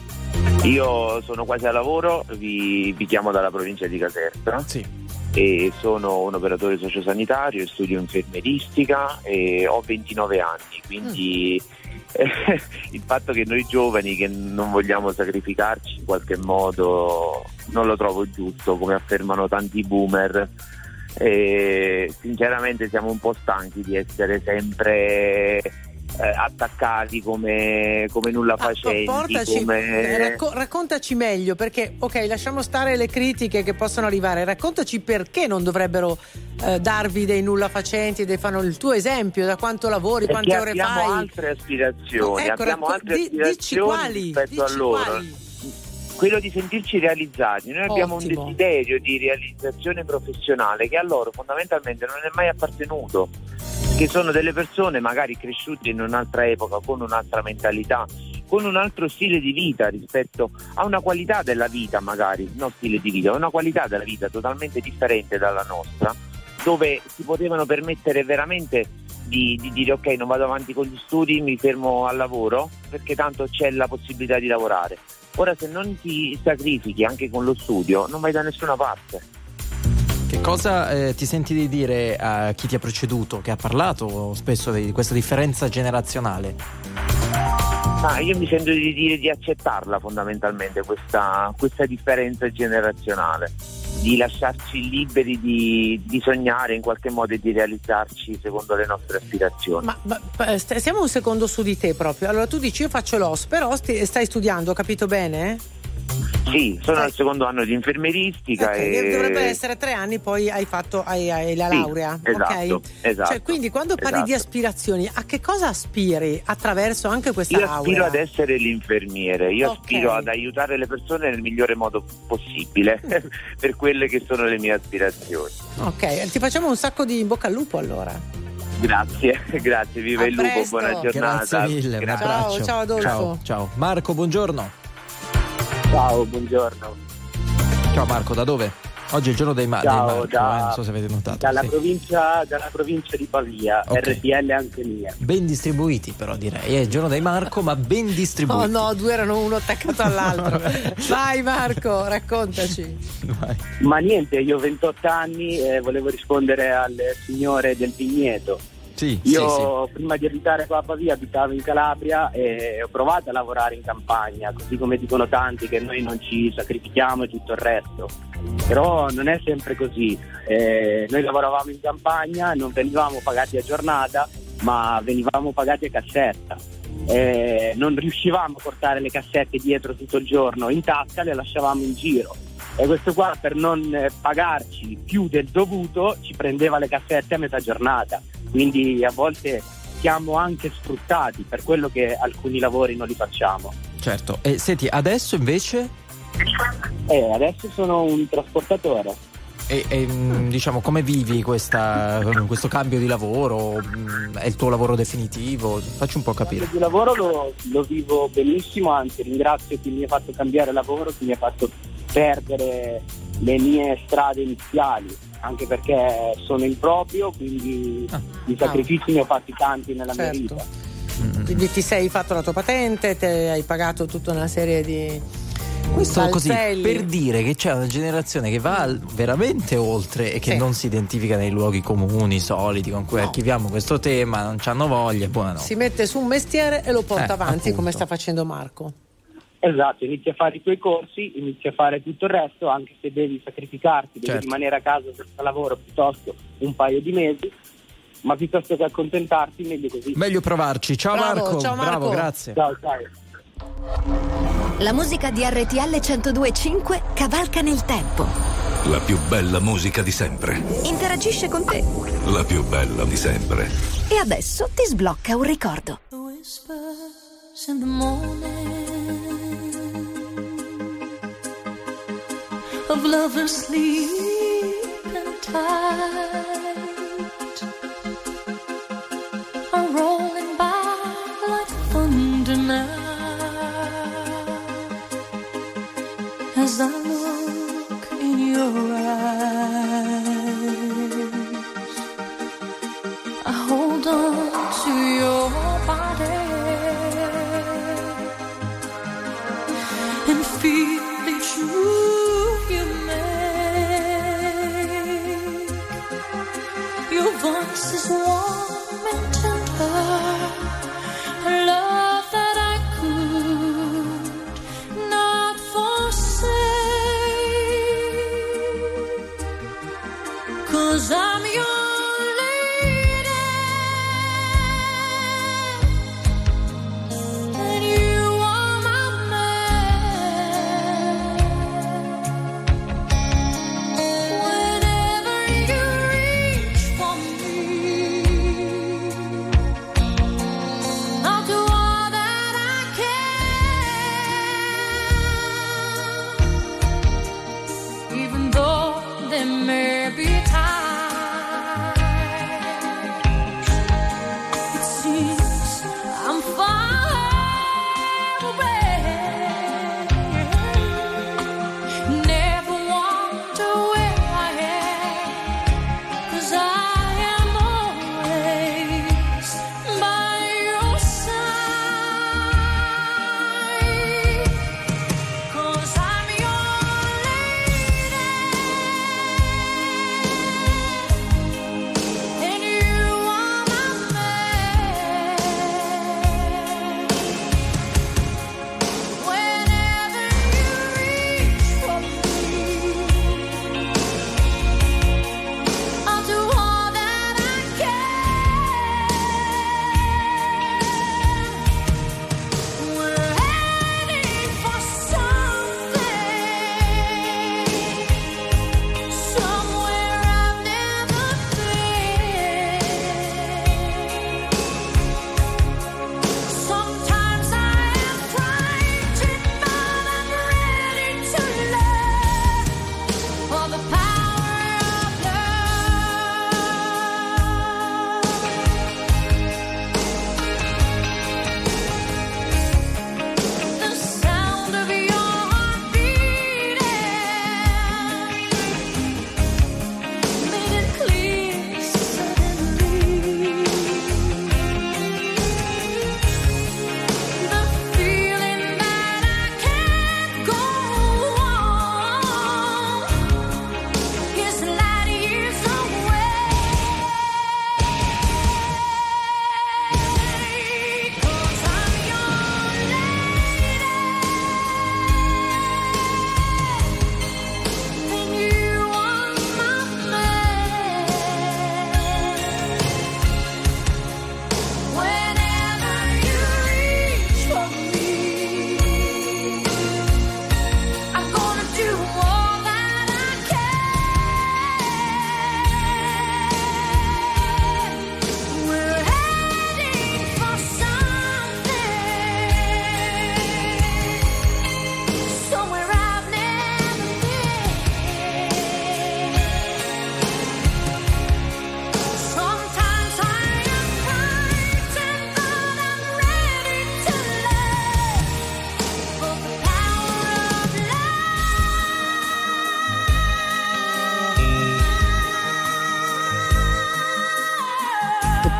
Io sono quasi a lavoro, vi chiamo dalla provincia di Caserta. Sì. E sono un operatore sociosanitario, studio infermieristica e ho 29 anni, quindi il fatto che noi giovani che non vogliamo sacrificarci in qualche modo non lo trovo giusto, come affermano tanti boomer. E sinceramente siamo un po' stanchi di essere sempre attaccati come nulla facenti. Raccontaci meglio, perché ok, lasciamo stare le critiche che possono arrivare, raccontaci perché non dovrebbero darvi dei nulla facenti, fanno il tuo esempio, da quanto lavori, perché quante ore fai. Abbiamo altre aspirazioni, abbiamo altre aspirazioni rispetto a loro. Quali? Quello di sentirci realizzati. Noi abbiamo un desiderio di realizzazione professionale che a loro fondamentalmente non è mai appartenuto, che sono delle persone magari cresciute in un'altra epoca, con un'altra mentalità, con un altro stile di vita rispetto a una qualità della vita, magari non stile di vita, una qualità della vita totalmente differente dalla nostra, dove si potevano permettere veramente di dire ok, non vado avanti con gli studi, mi fermo al lavoro perché tanto c'è la possibilità di lavorare. Ora, se non ti sacrifichi anche con lo studio, non vai da nessuna parte. Che cosa ti senti di dire a chi ti ha preceduto, che ha parlato spesso di questa differenza generazionale? Io mi sento di dire di accettarla fondamentalmente, questa differenza generazionale, di lasciarci liberi di sognare in qualche modo e di realizzarci secondo le nostre aspirazioni. Ma stiamo un secondo su di te proprio. Allora tu dici io faccio l'OS, però stai studiando, ho capito bene? Sì, sono al secondo anno di infermieristica. Okay, dovrebbe essere 3 anni, poi hai la laurea. Esatto, ok? esatto. Cioè, quindi quando parli di aspirazioni, a che cosa aspiri attraverso anche questa laurea? Io aspiro ad essere l'infermiere, aspiro ad aiutare le persone nel migliore modo possibile per quelle che sono le mie aspirazioni. Ok, ti facciamo un sacco di in bocca al lupo allora. Grazie, viva il lupo, buona giornata. Grazie mille, un abbraccio. Ciao Adolfo. Ciao. Marco, buongiorno. Ciao, buongiorno. Ciao Marco, da dove? Oggi è il giorno dei Marco, non so se avete notato. Dalla provincia di Pavia, okay. RTL anche mia. Ben distribuiti però direi, è il giorno dei Marco ma ben distribuiti. Oh no, 2 erano uno attaccato all'altro. Vai Marco, raccontaci. Vai. Ma niente, io ho 28 anni e volevo rispondere al signore del vigneto. Io prima di abitare qua a Pavia abitavo in Calabria e ho provato a lavorare in campagna, così come dicono tanti che noi non ci sacrifichiamo e tutto il resto, però non è sempre così. Noi lavoravamo in campagna, non venivamo pagati a giornata ma venivamo pagati a cassetta, non riuscivamo a portare le cassette dietro tutto il giorno in tasca, le lasciavamo in giro, e questo qua, per non pagarci più del dovuto, ci prendeva le cassette a metà giornata, quindi a volte siamo anche sfruttati, per quello che alcuni lavori non li facciamo. Certo. E senti, adesso invece? Adesso sono un trasportatore. E diciamo, come vivi questo cambio di lavoro? È il tuo lavoro definitivo? Facci un po' capire. Il cambio di lavoro lo vivo benissimo, anzi ringrazio chi mi ha fatto cambiare lavoro, chi mi ha fatto perdere le mie strade iniziali, anche perché sono improprio, quindi i sacrifici ne ho fatti tanti nella mia vita. Quindi ti sei fatto la tua patente, hai pagato tutta una serie di... Questo così per dire che c'è una generazione che va veramente oltre e che non si identifica nei luoghi comuni, soliti, con cui archiviamo questo tema, non c'hanno voglia, buonanotte. Si mette su un mestiere e lo porta avanti, appunto, come sta facendo Marco. Esatto, inizi a fare i tuoi corsi, inizi a fare tutto il resto, anche se devi sacrificarti, devi rimanere a casa senza lavoro piuttosto un paio di mesi, ma piuttosto che accontentarti, meglio così. Meglio provarci. Ciao Marco. Ciao Marco. Bravo, grazie. Ciao. La musica di RTL 102.5 cavalca nel tempo. La più bella musica di sempre. Interagisce con te. La più bella di sempre. E adesso ti sblocca un ricordo. The whispers in the morning of lovers sleeping tight are rolling by like thunder now. As I look in your eyes, I hold on to your body and feel each move you make. Your voice is warm and tender, a love that I could not forsake. 'Cause I'm your lady and you are my man. Whenever you reach for me, I'll do all that I can, even though there may be times it seems I'm far away. Never wonder where I am, 'cause I am always by your side. 'Cause I'm your lady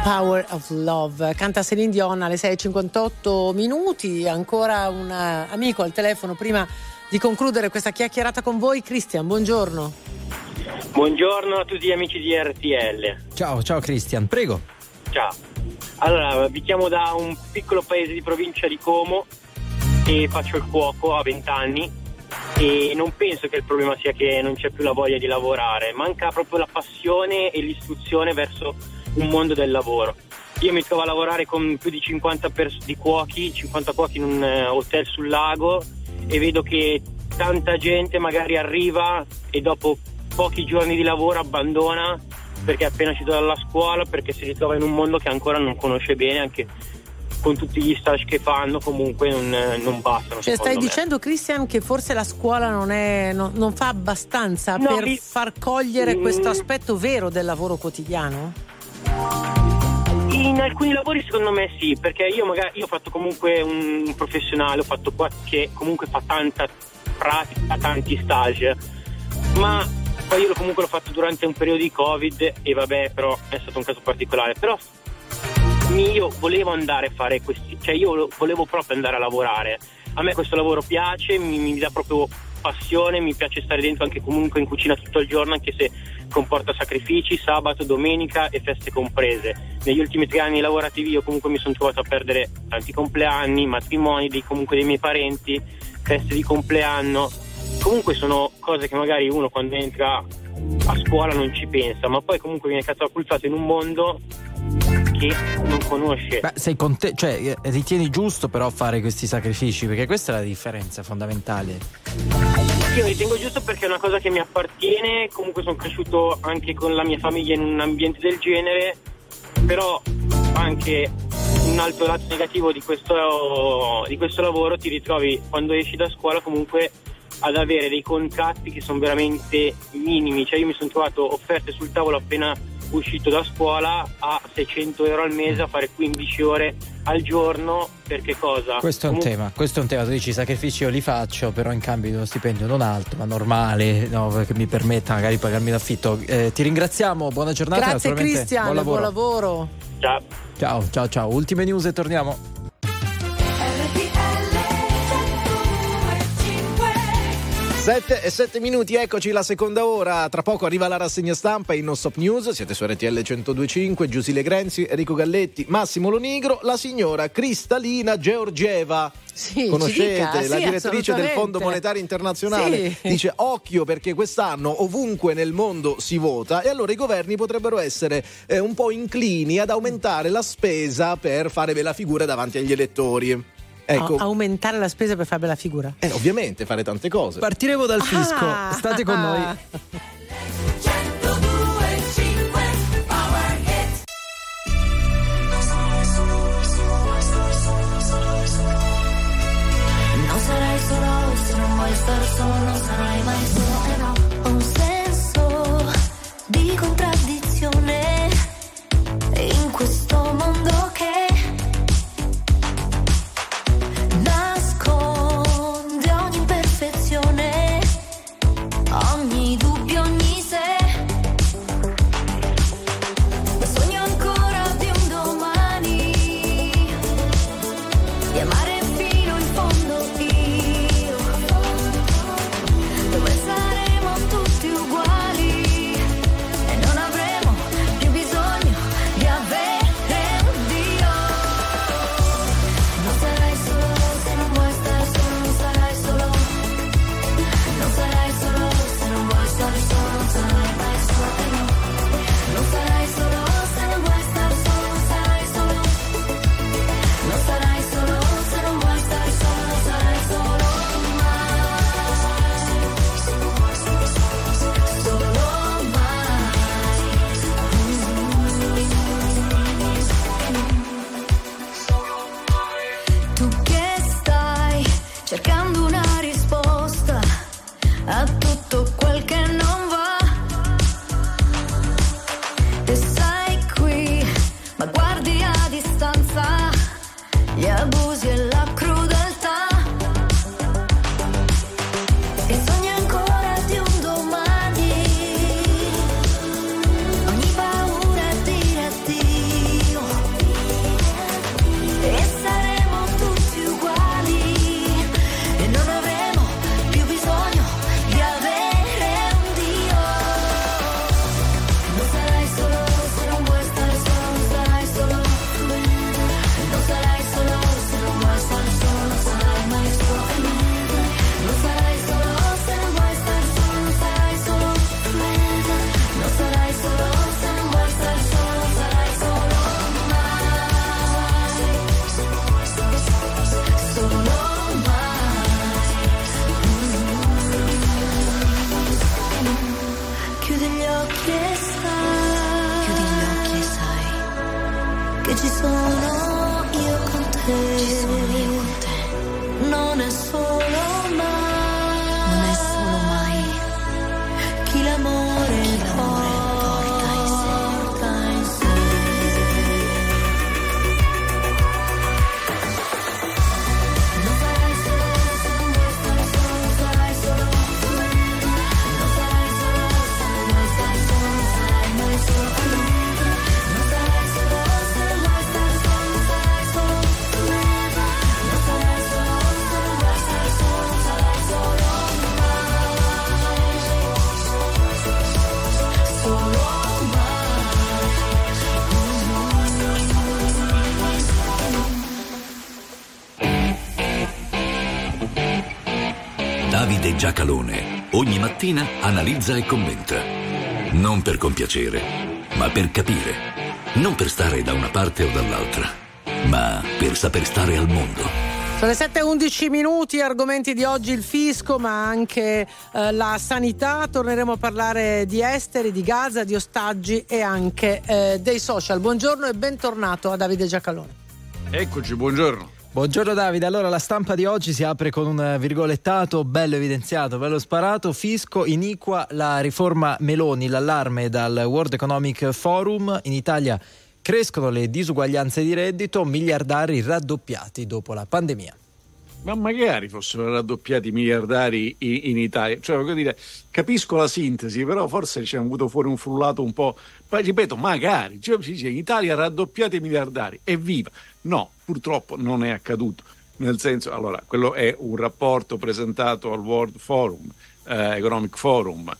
Power of Love, canta Celine Dion alle 6:58. Ancora un amico al telefono prima di concludere questa chiacchierata con voi. Christian, buongiorno. Buongiorno a tutti gli amici di RTL. Ciao Christian, prego. Ciao. Allora, vi chiamo da un piccolo paese di provincia di Como e faccio il cuoco a 20 anni e non penso che il problema sia che non c'è più la voglia di lavorare, manca proprio la passione e l'istruzione verso un mondo del lavoro. Io mi trovo a lavorare con più di 50 cuochi in un hotel sul lago e vedo che tanta gente magari arriva e dopo pochi giorni di lavoro abbandona perché è appena uscito dalla scuola, perché si ritrova in un mondo che ancora non conosce bene, anche con tutti gli stage che fanno comunque non bastano. Cioè stai dicendo, Christian, che forse la scuola non fa abbastanza per far cogliere questo aspetto vero del lavoro quotidiano? In alcuni lavori secondo me sì, perché io ho fatto comunque un professionale, ho fatto qua che comunque fa tanta pratica, tanti stage, ma poi io comunque l'ho fatto durante un periodo di Covid e vabbè, però è stato un caso particolare. Però io volevo andare a fare io volevo proprio andare a lavorare. A me questo lavoro piace, mi dà proprio passione, mi piace stare dentro anche comunque in cucina tutto il giorno, anche se comporta sacrifici, sabato, domenica e feste comprese. Negli ultimi 3 anni lavorativi io comunque mi sono trovato a perdere tanti compleanni, matrimoni, comunque dei miei parenti, feste di compleanno. Comunque sono cose che magari uno quando entra a scuola non ci pensa, ma poi comunque viene catapultato in un mondo che non conosce. Beh, ritieni giusto però fare questi sacrifici, perché questa è la differenza fondamentale. Io ritengo giusto perché è una cosa che mi appartiene, comunque sono cresciuto anche con la mia famiglia in un ambiente del genere, però anche un altro lato negativo di questo lavoro, ti ritrovi quando esci da scuola comunque ad avere dei contratti che sono veramente minimi. Cioè io mi sono trovato offerte sul tavolo appena uscito da scuola a 600 euro al mese a fare 15 ore al giorno. Perché cosa? Questo è un tema, tu dici i sacrifici io li faccio, però in cambio di uno stipendio non alto ma normale, no, che mi permetta magari di pagarmi l'affitto. Ti ringraziamo, buona giornata. Grazie Cristian, buon lavoro. Ciao. Ultime news e torniamo. 7:07, eccoci la seconda ora. Tra poco arriva la rassegna stampa e il Non Stop News. Siete su RTL 102.5, Giusile Grenzi, Enrico Galletti, Massimo Lonigro, la signora Cristalina Georgieva. Sì, conoscete, la direttrice del Fondo Monetario Internazionale, dice occhio perché quest'anno ovunque nel mondo si vota e allora i governi potrebbero essere un po' inclini ad aumentare la spesa per fare bella figura davanti agli elettori. Ecco. Aumentare la spesa per fare bella figura. Ovviamente fare tante cose. Partiremo dal fisco. State con noi. Non sarai solo se non vuoi star solo, non sarai mai solo, no. Ho un senso di contraddizione in questo mondo che ogni dubbio, ogni Chiudi gli occhi e sai che ci sono io con te. Non è solo mai chi l'amore porta in sé. Non sarai solo se non vuoi stare solo, sarai solo tu. Non sarai solo se non vuoi stare solo, sarai mai solo tu. Non sarai solo se non vuoi stare solo, sarai solo tu. Non sarai solo se non vuoi stare solo, sarai solo Davide Giacalone ogni mattina analizza e commenta. Non per compiacere, ma per capire. Non per stare da una parte o dall'altra, ma per saper stare al mondo. Sono le 7:11, argomenti di oggi il fisco ma anche la sanità. Torneremo a parlare di esteri, di Gaza, di ostaggi e anche dei social. Buongiorno e bentornato a Davide Giacalone. Eccoci, buongiorno. Buongiorno Davide, allora la stampa di oggi si apre con un virgolettato bello evidenziato, bello sparato: fisco iniqua la riforma Meloni, l'allarme dal World Economic Forum, in Italia crescono le disuguaglianze di reddito, miliardari raddoppiati dopo la pandemia. Ma magari fossero raddoppiati i miliardari in Italia, cioè voglio dire, capisco la sintesi, però forse ci hanno avuto fuori un frullato un po', poi ripeto, magari, cioè, in Italia raddoppiati i miliardari, evviva! No, purtroppo non è accaduto, nel senso, allora, quello è un rapporto presentato al World Forum, Economic Forum.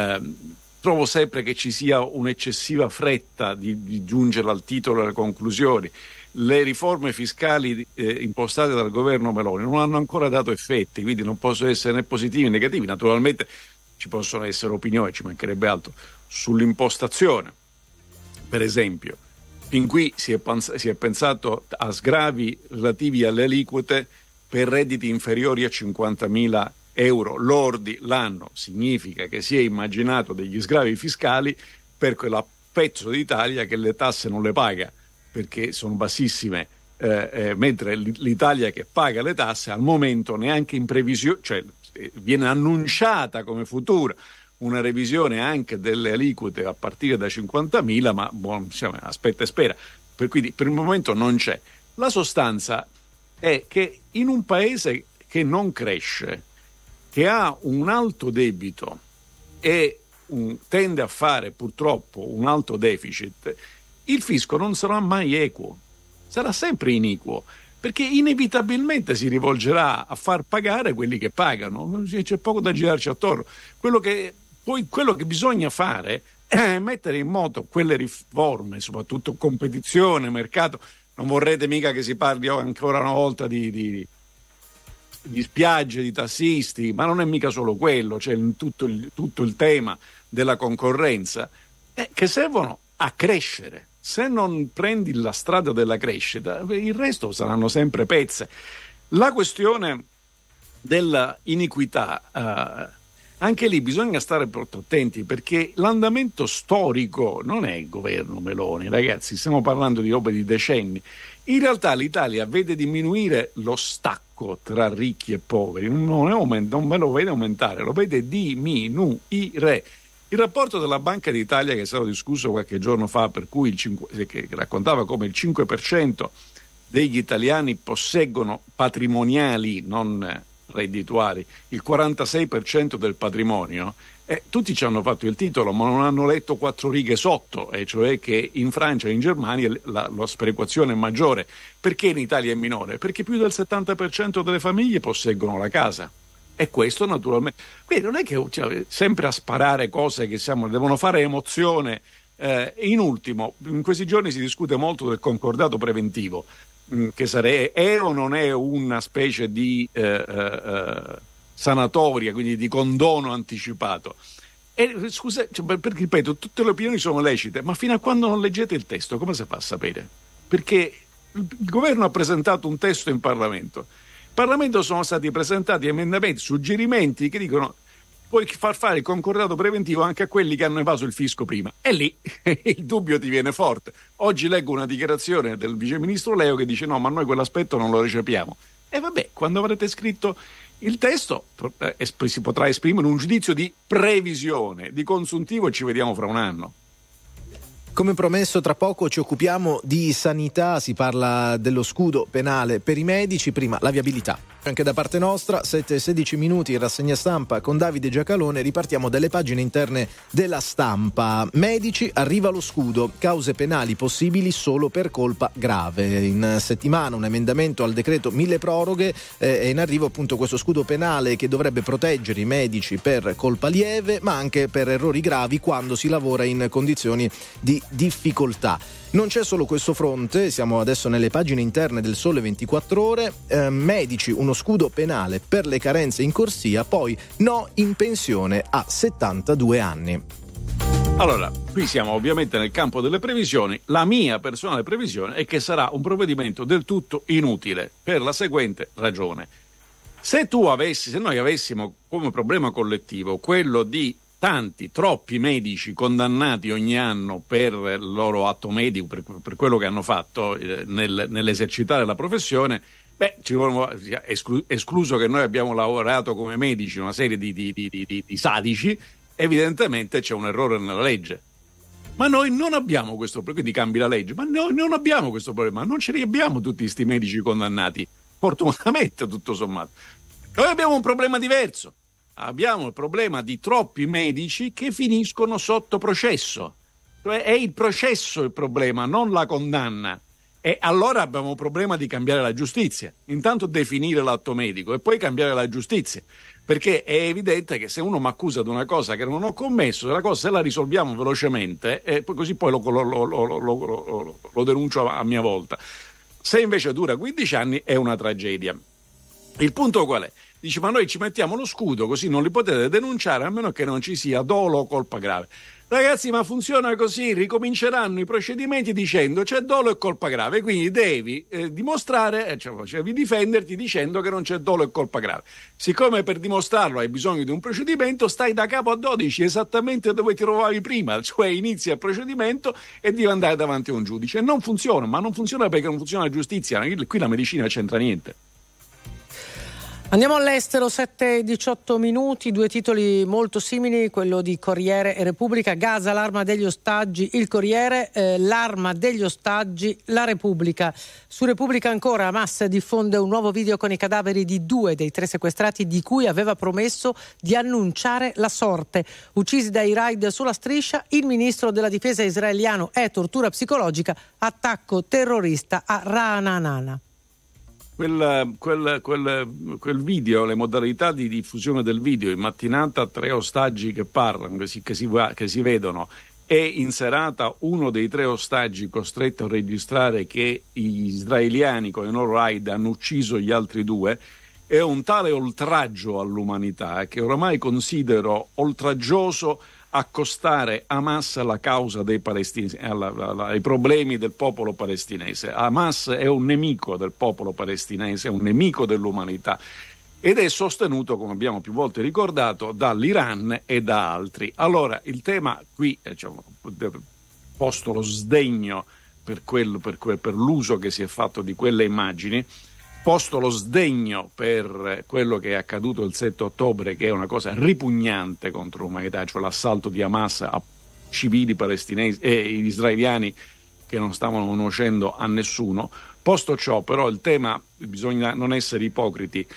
Trovo sempre che ci sia un'eccessiva fretta di giungere al titolo e alle conclusioni. Le riforme fiscali impostate dal governo Meloni non hanno ancora dato effetti, quindi non possono essere né positivi né negativi. Naturalmente ci possono essere opinioni, ci mancherebbe altro, sull'impostazione. Per esempio, fin qui si è pensato a sgravi relativi alle aliquote per redditi inferiori a 50.000 euro lordi l'anno. Significa che si è immaginato degli sgravi fiscali per quel pezzo d'Italia che le tasse non le paga, perché sono bassissime, mentre l'Italia che paga le tasse al momento neanche in previsione, cioè viene annunciata come futura una revisione anche delle aliquote a partire da 50.000, ma insomma, aspetta e spera, quindi per il momento non c'è. La sostanza è che in un paese che non cresce, che ha un alto debito e tende a fare purtroppo un alto deficit, il fisco non sarà mai equo, sarà sempre iniquo, perché inevitabilmente si rivolgerà a far pagare quelli che pagano. C'è poco da girarci attorno. Quello che bisogna fare è mettere in moto quelle riforme, soprattutto competizione, mercato. Non vorrete mica che si parli ancora una volta di spiagge, di tassisti, ma non è mica solo quello, c'è tutto il tema della concorrenza, che servono a crescere. Se non prendi la strada della crescita, il resto saranno sempre pezze. La questione della iniquità, anche lì bisogna stare molto attenti, perché l'andamento storico non è il governo Meloni, ragazzi, stiamo parlando di robe di decenni. In realtà l'Italia vede diminuire lo stacco tra ricchi e poveri, non ve lo vede aumentare, lo vede diminuire. Il rapporto della Banca d'Italia, che è stato discusso qualche giorno fa, per cui che raccontava come il 5% degli italiani posseggono patrimoniali, non reddituali, il 46% del patrimonio, tutti ci hanno fatto il titolo, ma non hanno letto 4 righe sotto, e cioè che in Francia e in Germania la sperequazione è maggiore. Perché in Italia è minore? Perché più del 70% delle famiglie posseggono la casa. E questo naturalmente, quindi non è che sempre a sparare cose che devono fare emozione. In ultimo, in questi giorni si discute molto del concordato preventivo, che è o non è una specie di sanatoria, quindi di condono anticipato. E scusa, perché ripeto, tutte le opinioni sono lecite, ma fino a quando non leggete il testo come si fa a sapere? Perché il governo ha presentato un testo in Parlamento. In Parlamento sono stati presentati emendamenti, suggerimenti che dicono puoi far fare il concordato preventivo anche a quelli che hanno evaso il fisco prima. E lì il dubbio ti viene forte. Oggi leggo una dichiarazione del viceministro Leo che dice no, ma noi quell'aspetto non lo recepiamo. E vabbè, quando avrete scritto il testo si potrà esprimere un giudizio di previsione, di consuntivo, e ci vediamo fra un anno. Come promesso, tra poco ci occupiamo di sanità, si parla dello scudo penale per i medici, prima la viabilità. Anche da parte nostra, 7-16 minuti in rassegna stampa con Davide Giacalone, ripartiamo dalle pagine interne della Stampa. Medici, arriva lo scudo, cause penali possibili solo per colpa grave. In settimana un emendamento al decreto mille proroghe, è in arrivo appunto questo scudo penale che dovrebbe proteggere i medici per colpa lieve ma anche per errori gravi quando si lavora in condizioni di difficoltà. Non c'è solo questo fronte, siamo adesso nelle pagine interne del Sole 24 Ore, medici, uno scudo penale per le carenze in corsia, poi no in pensione a 72 anni. Allora, qui siamo ovviamente nel campo delle previsioni. La mia personale previsione è che sarà un provvedimento del tutto inutile per la seguente ragione. Se noi avessimo come problema collettivo quello di troppi medici condannati ogni anno per il loro atto medico, per quello che hanno fatto nell'esercitare la professione, escluso che noi abbiamo lavorato come medici una serie di sadici, evidentemente c'è un errore nella legge. Ma noi non abbiamo questo problema, quindi cambi la legge, ma noi non abbiamo questo problema, non ce li abbiamo tutti questi medici condannati, fortunatamente tutto sommato. Noi abbiamo un problema diverso. Abbiamo il problema di troppi medici che finiscono sotto processo. Cioè è il processo il problema, non la condanna. E allora abbiamo un problema di cambiare la giustizia. Intanto definire l'atto medico e poi cambiare la giustizia. Perché è evidente che se uno mi accusa di una cosa che non ho commesso, se la risolviamo velocemente, così poi lo denuncio a mia volta. Se invece dura 15 anni è una tragedia. Il punto qual è? Dice, ma noi ci mettiamo lo scudo così non li potete denunciare a meno che non ci sia dolo o colpa grave. Ragazzi, ma funziona così, ricominceranno i procedimenti dicendo c'è dolo e colpa grave, quindi devi dimostrare, devi difenderti dicendo che non c'è dolo e colpa grave. Siccome per dimostrarlo hai bisogno di un procedimento, stai da capo a 12 esattamente dove ti trovavi prima, cioè inizi il procedimento e devi andare davanti a un giudice. Non funziona, ma non funziona perché non funziona la giustizia, qui la medicina c'entra niente. Andiamo all'estero, 7-18 minuti, due titoli molto simili, quello di Corriere e Repubblica. Gaza, l'arma degli ostaggi, il Corriere, l'arma degli ostaggi, la Repubblica. Su Repubblica ancora, Hamas diffonde un nuovo video con i cadaveri di 2 dei 3 sequestrati di cui aveva promesso di annunciare la sorte. Uccisi dai raid sulla striscia, il ministro della difesa israeliano è tortura psicologica, attacco terrorista a Ra'anana. Quel video, le modalità di diffusione del video, in mattinata 3 ostaggi che parlano, che si vedono, e in serata uno dei 3 ostaggi costretto a registrare che gli israeliani con i loro raid hanno ucciso gli altri 2, è un tale oltraggio all'umanità che oramai considero oltraggioso accostare Hamas alla causa dei palestinesi, ai problemi del popolo palestinese. Hamas è un nemico del popolo palestinese, è un nemico dell'umanità ed è sostenuto, come abbiamo più volte ricordato, dall'Iran e da altri. Allora il tema qui, posto lo sdegno per l'uso che si è fatto di quelle immagini, posto lo sdegno per quello che è accaduto il 7 ottobre, che è una cosa ripugnante contro l'umanità, cioè l'assalto di Hamas a civili palestinesi e israeliani che non stavano nuocendo a nessuno. Posto ciò, però, il tema, bisogna non essere ipocriti,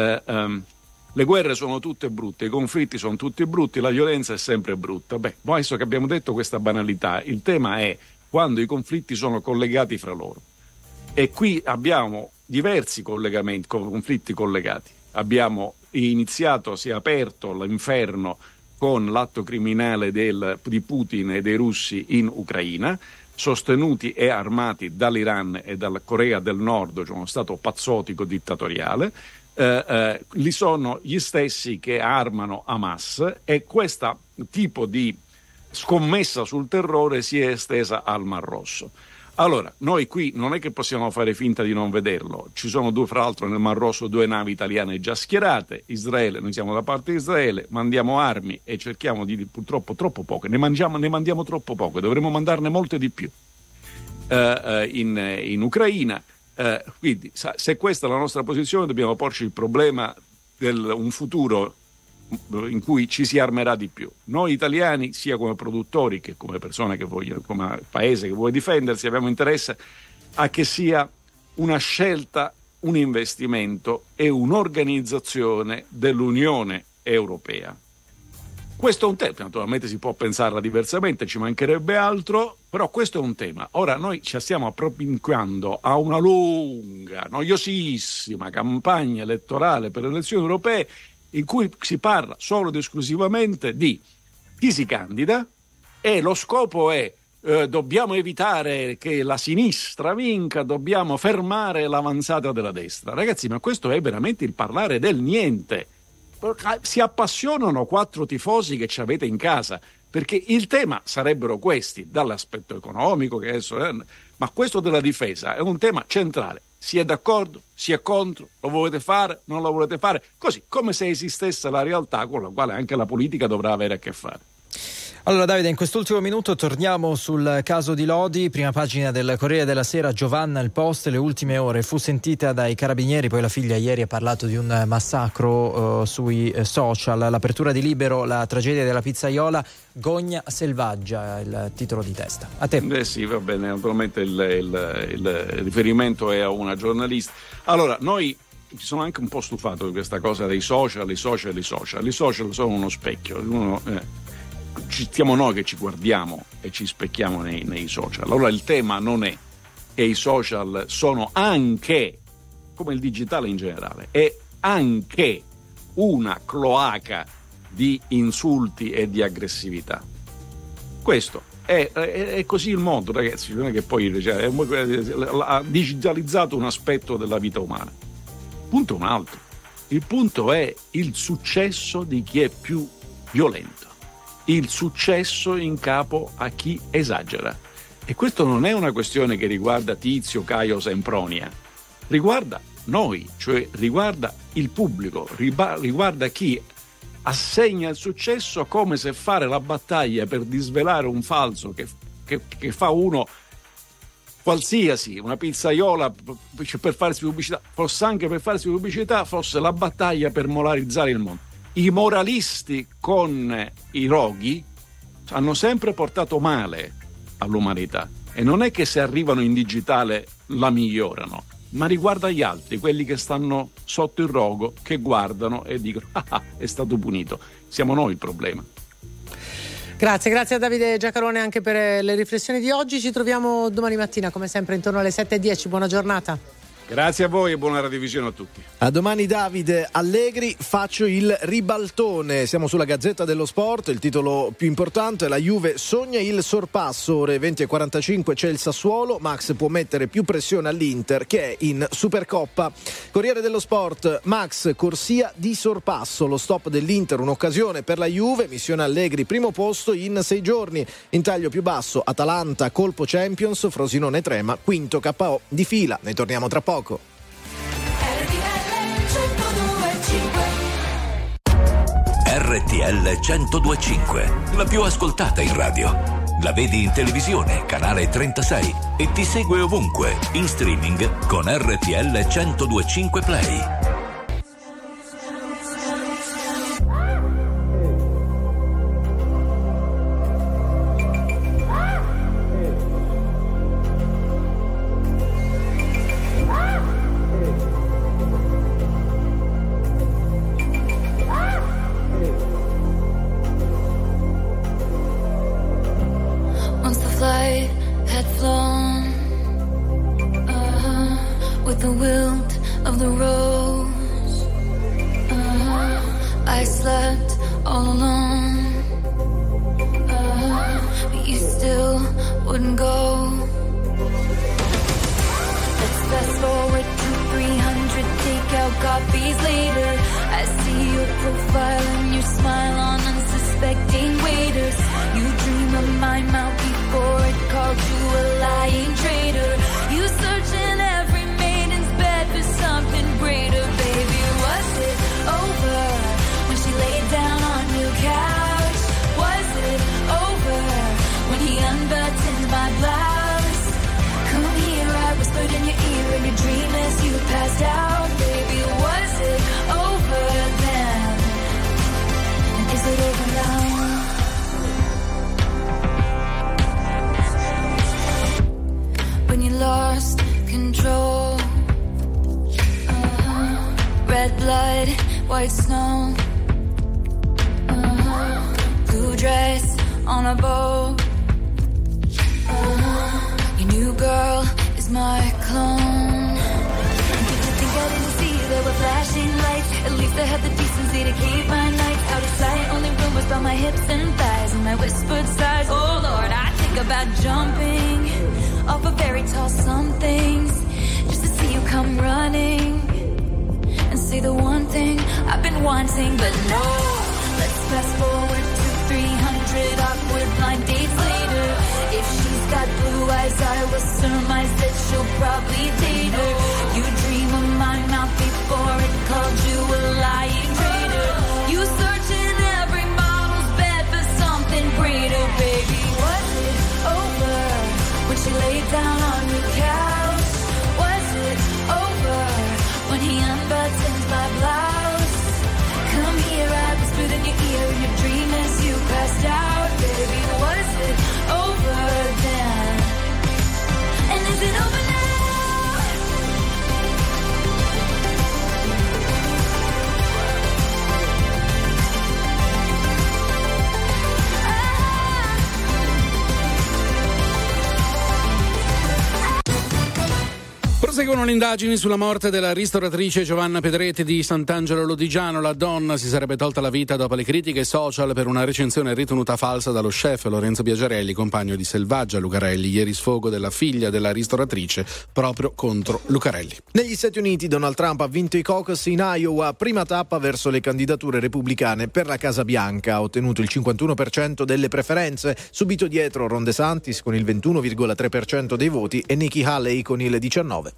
le guerre sono tutte brutte, i conflitti sono tutti brutti, la violenza è sempre brutta. Adesso che abbiamo detto questa banalità, il tema è quando i conflitti sono collegati fra loro. E qui abbiamo diversi conflitti collegati. Abbiamo iniziato, si è aperto l'inferno con l'atto criminale di Putin e dei russi in Ucraina, sostenuti e armati dall'Iran e dalla Corea del Nord, cioè uno stato pazzotico dittatoriale. Li sono gli stessi che armano Hamas, e questo tipo di scommessa sul terrore si è estesa al Mar Rosso. Allora, noi qui non è che possiamo fare finta di non vederlo. Ci sono fra l'altro nel Mar Rosso 2 navi italiane già schierate. Israele, noi siamo da parte di Israele, mandiamo armi e cerchiamo di, purtroppo troppo poche, ne mandiamo troppo poche, dovremmo mandarne molte di più in Ucraina. Quindi se questa è la nostra posizione, dobbiamo porci il problema un futuro in cui ci si armerà di più. Noi italiani, sia come produttori che come persone che vogliono, come paese che vuole difendersi, abbiamo interesse a che sia una scelta, un investimento e un'organizzazione dell'Unione Europea. Questo è un tema, naturalmente si può pensarla diversamente, ci mancherebbe altro, però questo è un tema. Ora noi ci stiamo appropinquando a una lunga, noiosissima campagna elettorale per le elezioni europee in cui si parla solo ed esclusivamente di chi si candida e lo scopo è dobbiamo evitare che la sinistra vinca, dobbiamo fermare l'avanzata della destra. Ragazzi, ma questo è veramente il parlare del niente. Si appassionano 4 tifosi che ci avete in casa, perché il tema sarebbero questi, dall'aspetto economico che adesso ma questo della difesa è un tema centrale. Si è d'accordo, si è contro, lo volete fare, non lo volete fare, così come se esistesse la realtà con la quale anche la politica dovrà avere a che fare. Allora Davide, in quest'ultimo minuto torniamo sul caso di Lodi, prima pagina del Corriere della Sera, Giovanna il post, le ultime ore, fu sentita dai carabinieri, poi la figlia ieri ha parlato di un massacro sui social, l'apertura di Libero, la tragedia della pizzaiola, gogna selvaggia, il titolo di testa. A te. Sì, va bene, naturalmente il riferimento è a una giornalista. Allora, noi ci sono anche un po' stufato di questa cosa dei social, i social sono uno specchio, siamo noi che ci guardiamo e ci specchiamo nei social. Allora il tema non è che i social sono anche, come il digitale in generale, è anche una cloaca di insulti e di aggressività. Questo è così il mondo, ragazzi, non è che poi ha digitalizzato un aspetto della vita umana. Il punto è un altro. Il punto è il successo di chi è più violento, il successo in capo a chi esagera. E questo non è una questione che riguarda Tizio, Caio, Sempronia, riguarda noi, cioè riguarda il pubblico, riguarda chi assegna il successo come se fare la battaglia per disvelare un falso che fa uno qualsiasi, una pizzaiola per farsi pubblicità, fosse anche per farsi pubblicità, fosse la battaglia per moralizzare il mondo. I moralisti con i roghi hanno sempre portato male all'umanità, e non è che se arrivano in digitale la migliorano, ma riguarda gli altri, quelli che stanno sotto il rogo, che guardano e dicono è stato punito. Siamo noi il problema. Grazie a Davide Giacarone anche per le riflessioni di oggi. Ci troviamo domani mattina come sempre intorno alle 7:10. Buona giornata. Grazie a voi e buona radiovisione a tutti. A domani Davide Allegri, faccio il ribaltone. Siamo sulla Gazzetta dello Sport, il titolo più importante, la Juve sogna il sorpasso, ore 20:45 c'è il Sassuolo, Max può mettere più pressione all'Inter che è in Supercoppa. Corriere dello Sport, Max corsia di sorpasso, lo stop dell'Inter un'occasione per la Juve, missione Allegri primo posto in 6 giorni, in taglio più basso Atalanta, colpo Champions, Frosinone trema, quinto KO di fila, ne torniamo tra poco. RTL 102.5, la più ascoltata in radio. La vedi in televisione, canale 36 e ti segue ovunque, in streaming con RTL 102.5 Play. My mouth before it called you a lying traitor. passed out, baby, was it over then? And is it over now? When you lost control, red blood, white snow, blue dress on a boat, your new girl is my clone. And did you think I didn't see there were flashing lights? At least I had the decency to keep my nights out of sight. Only rumors about my hips and thighs and my whispered sighs. Oh Lord, I think about jumping off a very tall somethings just to see you come running and say the one thing I've been wanting. But no, let's fast forward to 300 awkward blind dates later. If she's got blue eyes, I will surmise that she'll probably date her. You dream of my mouth before it called you a lying traitor. You search in every model's bed for something greater, baby. Was it over when she laid down on your couch? Was it over when he unbuttoned my blouse? Come here, I whispered in your ear in your dream as you passed out, baby. Was it over then? And is it over now? Proseguono le indagini sulla morte della ristoratrice Giovanna Pedretti di Sant'Angelo Lodigiano. La donna si sarebbe tolta la vita dopo le critiche social per una recensione ritenuta falsa dallo chef Lorenzo Biagiarelli, compagno di Selvaggia Lucarelli. Ieri sfogo della figlia della ristoratrice proprio contro Lucarelli. Negli Stati Uniti Donald Trump ha vinto i caucus in Iowa, prima tappa verso le candidature repubblicane per la Casa Bianca. Ha ottenuto il 51% delle preferenze, subito dietro Ron DeSantis con il 21,3% dei voti e Nikki Haley con il 19%.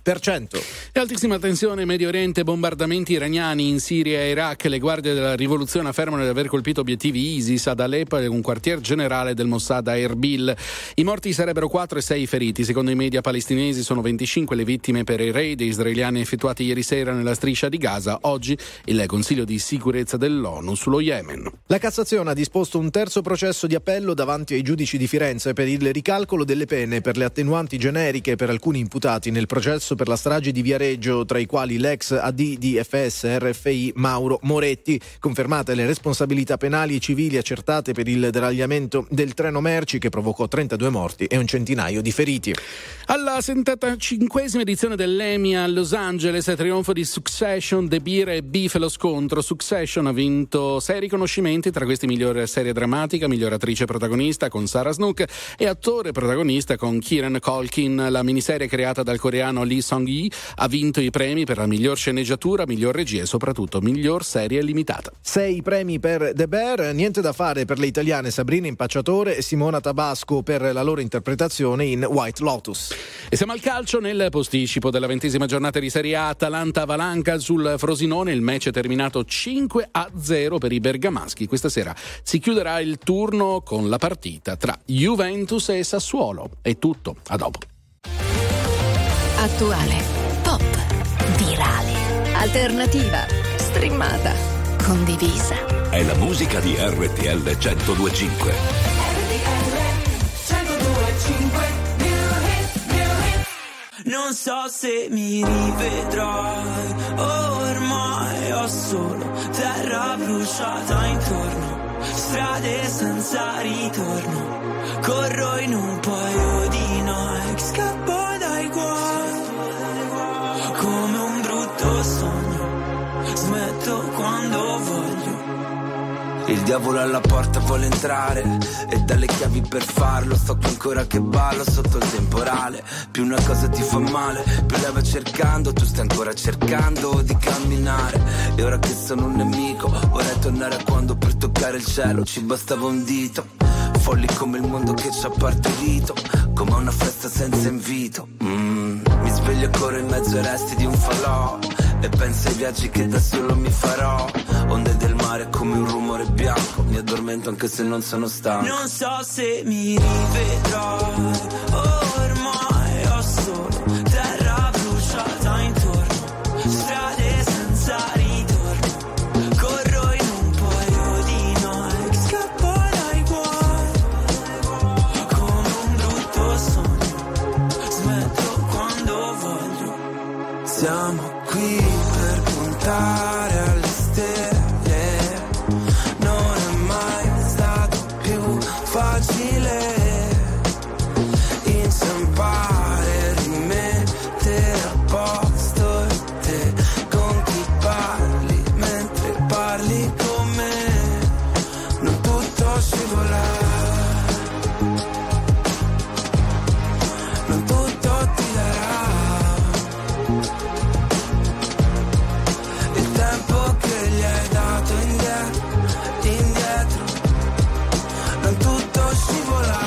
E altissima tensione in Medio Oriente, bombardamenti iraniani in Siria e Iraq. Le guardie della rivoluzione affermano di aver colpito obiettivi ISIS ad Aleppo e un quartier generale del Mossad a Erbil. I morti sarebbero 4 e 6 feriti. Secondo i media palestinesi sono 25 le vittime per i raid israeliani effettuati ieri sera nella striscia di Gaza. Oggi il Consiglio di sicurezza dell'ONU sullo Yemen. La Cassazione ha disposto un terzo processo di appello davanti ai giudici di Firenze per il ricalcolo delle pene per le attenuanti generiche per alcuni imputati nel processo per la strage di Viareggio, tra i quali l'ex AD di FS RFI Mauro Moretti. Confermate le responsabilità penali e civili accertate per il deragliamento del treno merci che provocò 32 morti e un centinaio di feriti. Alla 75esima edizione dell'Emmy a Los Angeles, trionfo di Succession, The Bear e Beef lo scontro. Succession ha vinto 6 riconoscimenti, tra questi miglior serie drammatica, miglior attrice protagonista con Sarah Snook e attore protagonista con Kieran Culkin. La miniserie creata dal coreano Lee Song-hee ha vinto i premi per la miglior sceneggiatura, miglior regia e soprattutto miglior serie limitata. 6 premi per The Bear, niente da fare per le italiane Sabrina Impacciatore e Simona Tabasco per la loro interpretazione in White Lotus. E siamo al calcio. Nel posticipo della 20ª giornata di Serie A, Atalanta-Valanca sul Frosinone, il match è terminato 5-0 per i bergamaschi. Questa sera si chiuderà il turno con la partita tra Juventus e Sassuolo. È tutto, a dopo. Attuale, pop, virale, alternativa, streamata, condivisa. È la musica di RTL 102.5. Non so se mi rivedrai, ormai ho solo terra bruciata intorno, strade senza ritorno, corro in un paio di Nike, scappo dai guai, come un brutto sogno, smetto quando voglio. Il diavolo alla porta vuole entrare e dalle chiavi per farlo. Sto qui ancora che ballo sotto il temporale. Più una cosa ti fa male, più la vai cercando. Tu stai ancora cercando di camminare. E ora che sono un nemico vorrei tornare a quando per toccare il cielo ci bastava un dito. Folli come il mondo che ci ha partorito, come una festa senza invito. Mi sveglio e corro in mezzo ai resti di un falò e penso ai viaggi che da solo mi farò. Onde del mare come un rumore bianco, mi addormento anche se non sono stanco. Non so se mi rivedrai, ormai ho solo terra bruciata intorno, Siamo qui per puntare alle stelle. Non è mai stato più facile inciampare, rimettere a posto te con chi parli mentre parli con me. Non tutto scivola, non tutto ti darà il tempo che gli hai dato indietro, non tutto scivola.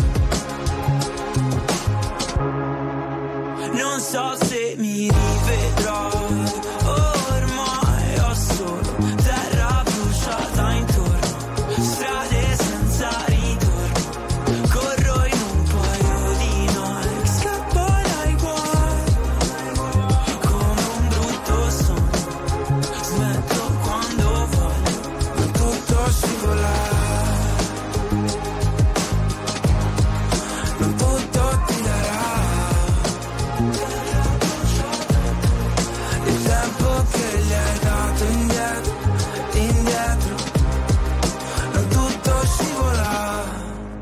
Non so se mi rivedrò, ormai ho solo terra bruciata intorno, strade senza ritorno, corro in un paio di noi, scappo dai guai, come un brutto sogno, smetto quando voglio, non tutto scivola, non tutto ti darà il tempo che gli hai dato indietro, non tutto scivola.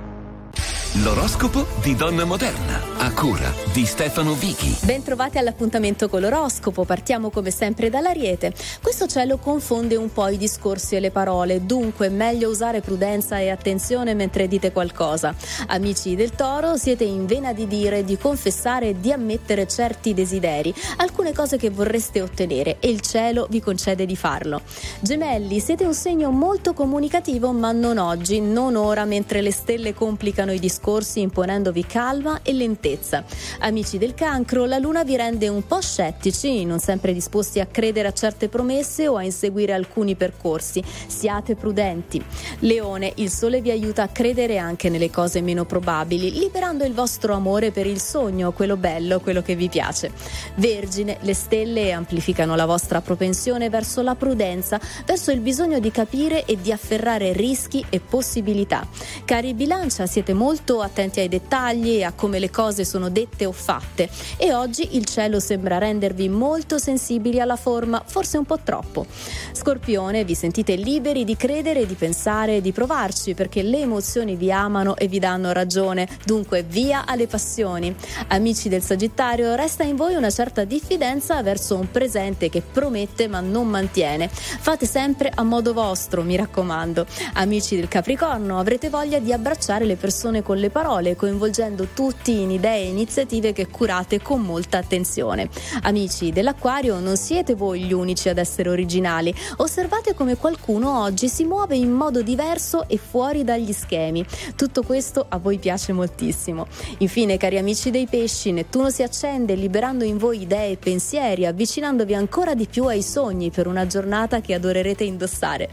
L'oroscopo di Donna Moderna, a cura di Stefano Vichi. Bentrovati all'appuntamento con l'oroscopo. Partiamo come sempre dall'Ariete. Questo cielo confonde un po' i discorsi e le parole, dunque meglio usare prudenza e attenzione mentre dite qualcosa. Amici del Toro, siete in vena di dire, di confessare e di ammettere certi desideri, alcune cose che vorreste ottenere, e il cielo vi concede di farlo. Gemelli, siete un segno molto comunicativo, ma non oggi, non ora, mentre le stelle complicano i discorsi imponendovi calma e lentezza. Amici del Cancro, la luna vi rende un po' scettici, non sempre disposti a credere a certe promesse o a inseguire alcuni percorsi. Siate prudenti. Leone, il sole vi aiuta a credere anche nelle cose meno probabili, liberando il vostro amore per il sogno, quello bello, quello che vi piace. Vergine, le stelle amplificano la vostra propensione verso la prudenza, verso il bisogno di capire e di afferrare rischi e possibilità. Cari Bilancia, siete molto attenti ai dettagli e a come le cose sono dette o fatte, e oggi il cielo sembra rendervi molto sensibili alla forma, forse un po' troppo. Scorpione, vi sentite liberi di credere, di pensare e di provarci, perché le emozioni vi amano e vi danno ragione, dunque via alle passioni. Amici del Sagittario, resta in voi una certa diffidenza verso un presente che promette ma non mantiene. Fate sempre a modo vostro, mi raccomando. Amici del Capricorno, avrete voglia di abbracciare le persone con le parole, coinvolgendo tutti in idee e iniziative che curate con molta attenzione. Amici dell'Acquario, non siete voi gli unici ad essere originali. Osservate come qualcuno oggi si muove in modo diverso e fuori dagli schemi. Tutto questo a voi piace moltissimo. Infine, cari amici dei Pesci, Nettuno si accende liberando in voi idee e pensieri, avvicinandovi ancora di più ai sogni per una giornata che adorerete indossare.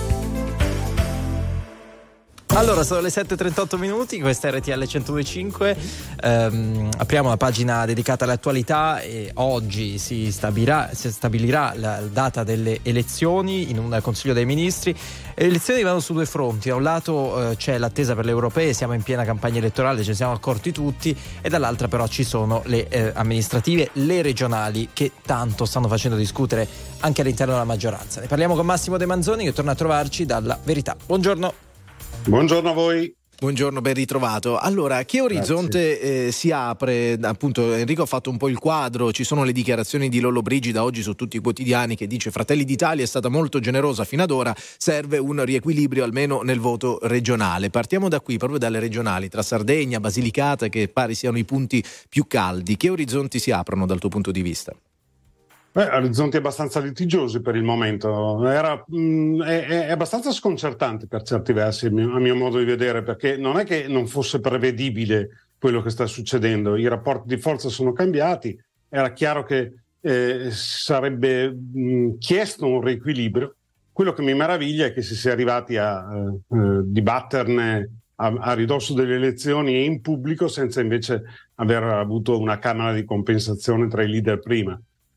Allora, sono le 7:38 minuti, questa è RTL 102.5. Apriamo la pagina dedicata all'attualità e oggi si stabilirà la data delle elezioni in un Consiglio dei Ministri. Le elezioni vanno su due fronti: da un lato c'è l'attesa per le europee, siamo in piena campagna elettorale, ce ne siamo accorti tutti, e dall'altra però ci sono le amministrative, le regionali, che tanto stanno facendo discutere anche all'interno della maggioranza. Ne parliamo con Massimo De Manzoni, che torna a trovarci dalla Verità. Buongiorno. Buongiorno a voi. Buongiorno, ben ritrovato. Allora, che orizzonte si apre? Appunto, Enrico ha fatto un po' il quadro, ci sono le dichiarazioni di Lollobrigida oggi su tutti i quotidiani che dice: Fratelli d'Italia è stata molto generosa fino ad ora, serve un riequilibrio almeno nel voto regionale. Partiamo da qui, proprio dalle regionali, tra Sardegna, Basilicata, che pare siano i punti più caldi. Che orizzonti si aprono dal tuo punto di vista? Orizzonti abbastanza litigiosi per il momento. È abbastanza sconcertante per certi versi, a mio modo di vedere, perché non è che non fosse prevedibile quello che sta succedendo. I rapporti di forza sono cambiati, era chiaro che sarebbe chiesto un riequilibrio. Quello che mi meraviglia è che si sia arrivati a dibatterne a ridosso delle elezioni e in pubblico, senza invece aver avuto una camera di compensazione tra i leader prima.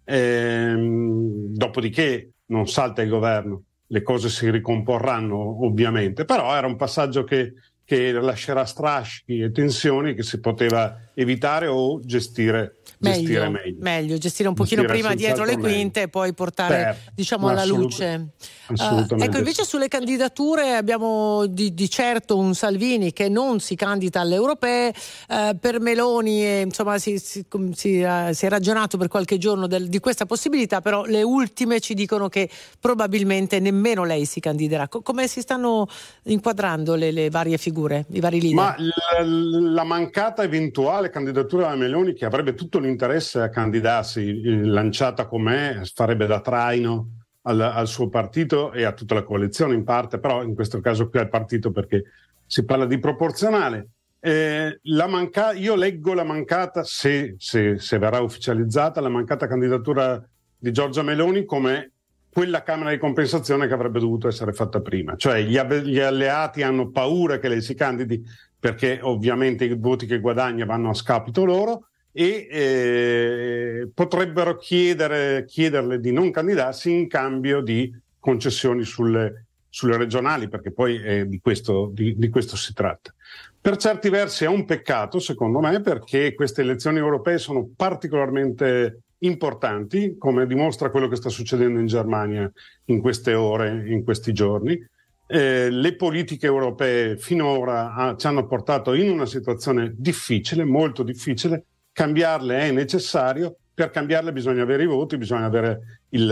Dopodiché non salta il governo, le cose si ricomporranno ovviamente, però era un passaggio che che lascerà strascichi e tensioni che si poteva evitare o gestire meglio. Gestire un pochino prima dietro le quinte e poi portare alla luce. Ecco, invece sulle candidature abbiamo di certo un Salvini che non si candida alle europee, per Meloni insomma si è ragionato per qualche giorno di questa possibilità, però le ultime ci dicono che probabilmente nemmeno lei si candiderà. Come si stanno inquadrando le varie figure, i vari leader? Ma la mancata eventuale candidatura della Meloni, che avrebbe tutto l'interesse a candidarsi, lanciata com'è, farebbe da traino al suo partito e a tutta la coalizione in parte, però in questo caso qui al partito perché si parla di proporzionale. Io leggo la mancata, se verrà ufficializzata, la mancata candidatura di Giorgia Meloni come quella Camera di compensazione che avrebbe dovuto essere fatta prima. Cioè gli alleati hanno paura che lei si candidi perché ovviamente i voti che guadagna vanno a scapito loro e potrebbero chiederle di non candidarsi in cambio di concessioni sulle regionali, perché poi di questo si tratta. Per certi versi è un peccato, secondo me, perché queste elezioni europee sono particolarmente importanti, come dimostra quello che sta succedendo in Germania in queste ore, in questi giorni. Le politiche europee finora ci hanno portato in una situazione difficile, molto difficile. Cambiarle è necessario, per cambiarle bisogna avere i voti, bisogna avere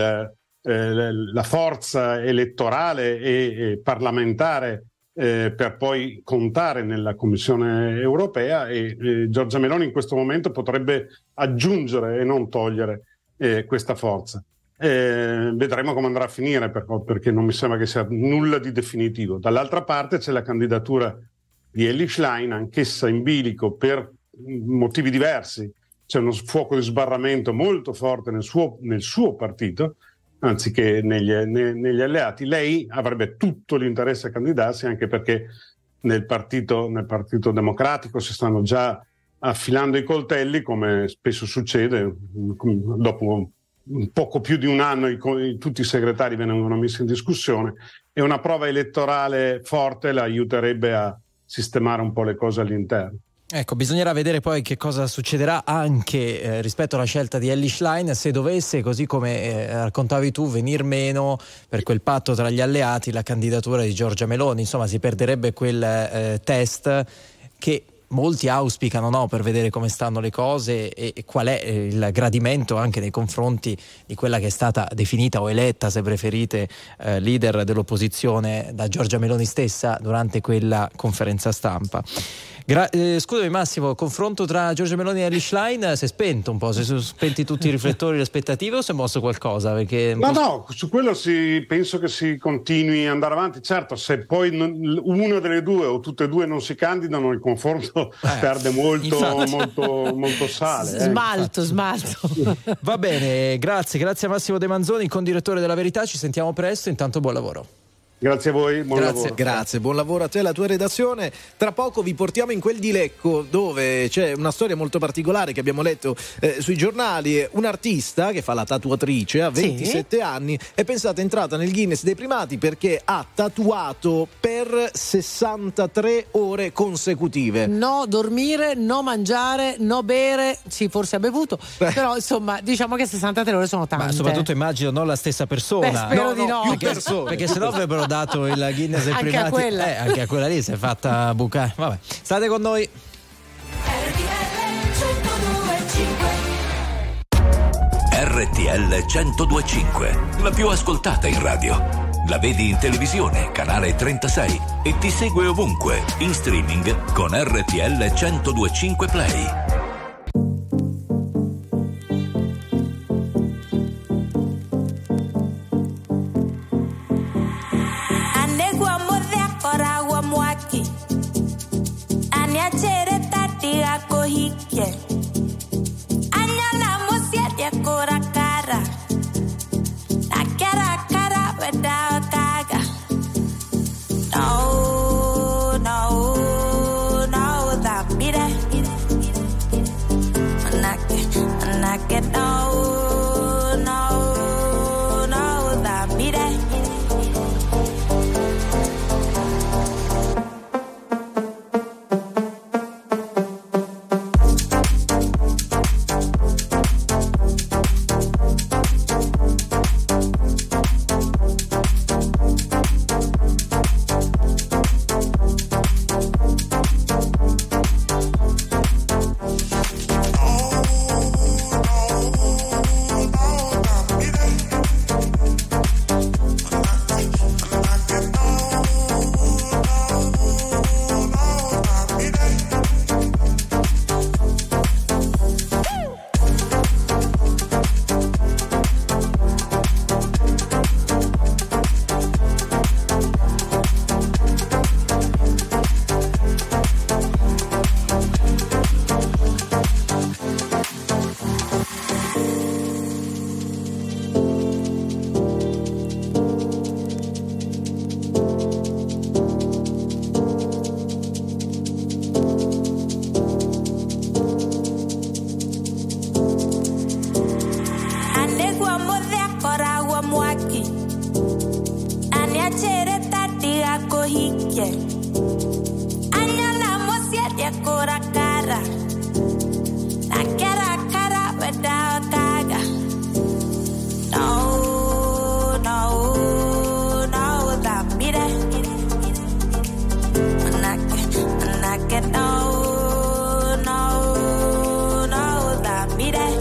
la forza elettorale e parlamentare per poi contare nella Commissione europea e Giorgia Meloni in questo momento potrebbe aggiungere e non togliere questa forza. Vedremo come andrà a finire perché non mi sembra che sia nulla di definitivo. Dall'altra parte c'è la candidatura di Elly Schlein, anch'essa in bilico per motivi diversi. C'è uno fuoco di sbarramento molto forte nel suo partito anziché negli alleati. Lei avrebbe tutto l'interesse a candidarsi, anche perché nel partito democratico si stanno già affilando i coltelli, come spesso succede. Dopo poco più di un anno tutti i segretari vengono messi in discussione e una prova elettorale forte la aiuterebbe a sistemare un po' le cose all'interno. Ecco, bisognerà vedere poi che cosa succederà anche rispetto alla scelta di Elly Schlein, se dovesse, così come raccontavi tu, venir meno per quel patto tra gli alleati la candidatura di Giorgia Meloni. Insomma, si perderebbe quel test che molti auspicano, no, per vedere come stanno le cose e qual è il gradimento anche nei confronti di quella che è stata definita o eletta, se preferite, leader dell'opposizione da Giorgia Meloni stessa durante quella conferenza stampa. Scusami Massimo, confronto tra Giorgia Meloni e Elly Schlein si è spento un po', si sono spenti tutti i riflettori, le aspettative, o si è mosso qualcosa? Perché no, su quello penso che si continui ad andare avanti. Certo, se poi una delle due o tutte e due non si candidano, il confronto perde molto sale. Smalto. Va bene, grazie a Massimo De Manzoni, condirettore della Verità, ci sentiamo presto, intanto buon lavoro. Grazie a voi, buon lavoro. Grazie, buon lavoro a te e alla tua redazione. Tra poco vi portiamo in quel di Lecco, dove c'è una storia molto particolare che abbiamo letto sui giornali. Un artista che fa la tatuatrice, ha 27 anni, è pensata entrata nel Guinness dei primati perché ha tatuato per 63 ore consecutive. No dormire, no mangiare, no bere, sì, forse ha bevuto, però insomma diciamo che 63 ore sono tante. Ma soprattutto immagino non la stessa persona. Spero di no. Più persone, perché sennò avrebbero dato il Guinness dei primati anche a quella lì, si è fatta bucare. Vabbè, state con noi. RTL 102.5, la più ascoltata in radio. La vedi in televisione, canale 36, e ti segue ovunque, in streaming con RTL 102.5 Play. vida. La quiero cara without tiger. No, no, no, la mire. When I get no, no, no, la mire.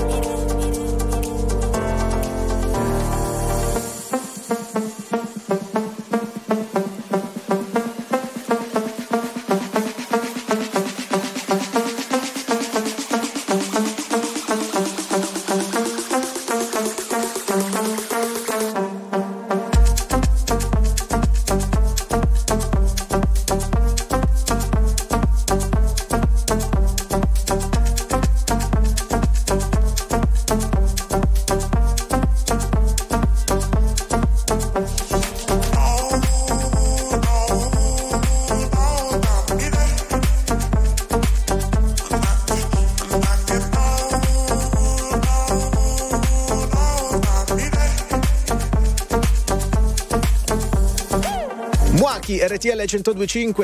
RTL 102.5,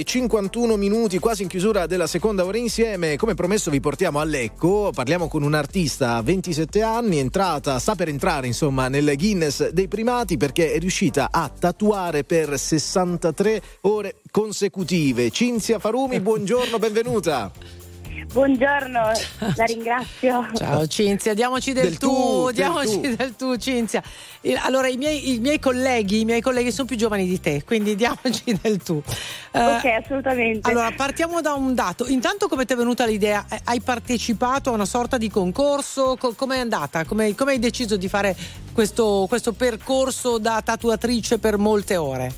7:51 minuti, quasi in chiusura della seconda ora insieme. Come promesso vi portiamo a Lecco, parliamo con un'artista a 27 anni, sta per entrare insomma nel Guinness dei primati perché è riuscita a tatuare per 63 ore consecutive. Cinzia Farumi, buongiorno, benvenuta. Buongiorno, la ringrazio. Ciao Cinzia, diamoci del tu, Cinzia. Allora i miei colleghi sono più giovani di te, quindi diamoci del tu. Ok, assolutamente. Allora, partiamo da un dato. Intanto, come ti è venuta l'idea? Hai partecipato a una sorta di concorso? Come è andata? Come hai deciso di fare questo percorso da tatuatrice per molte ore?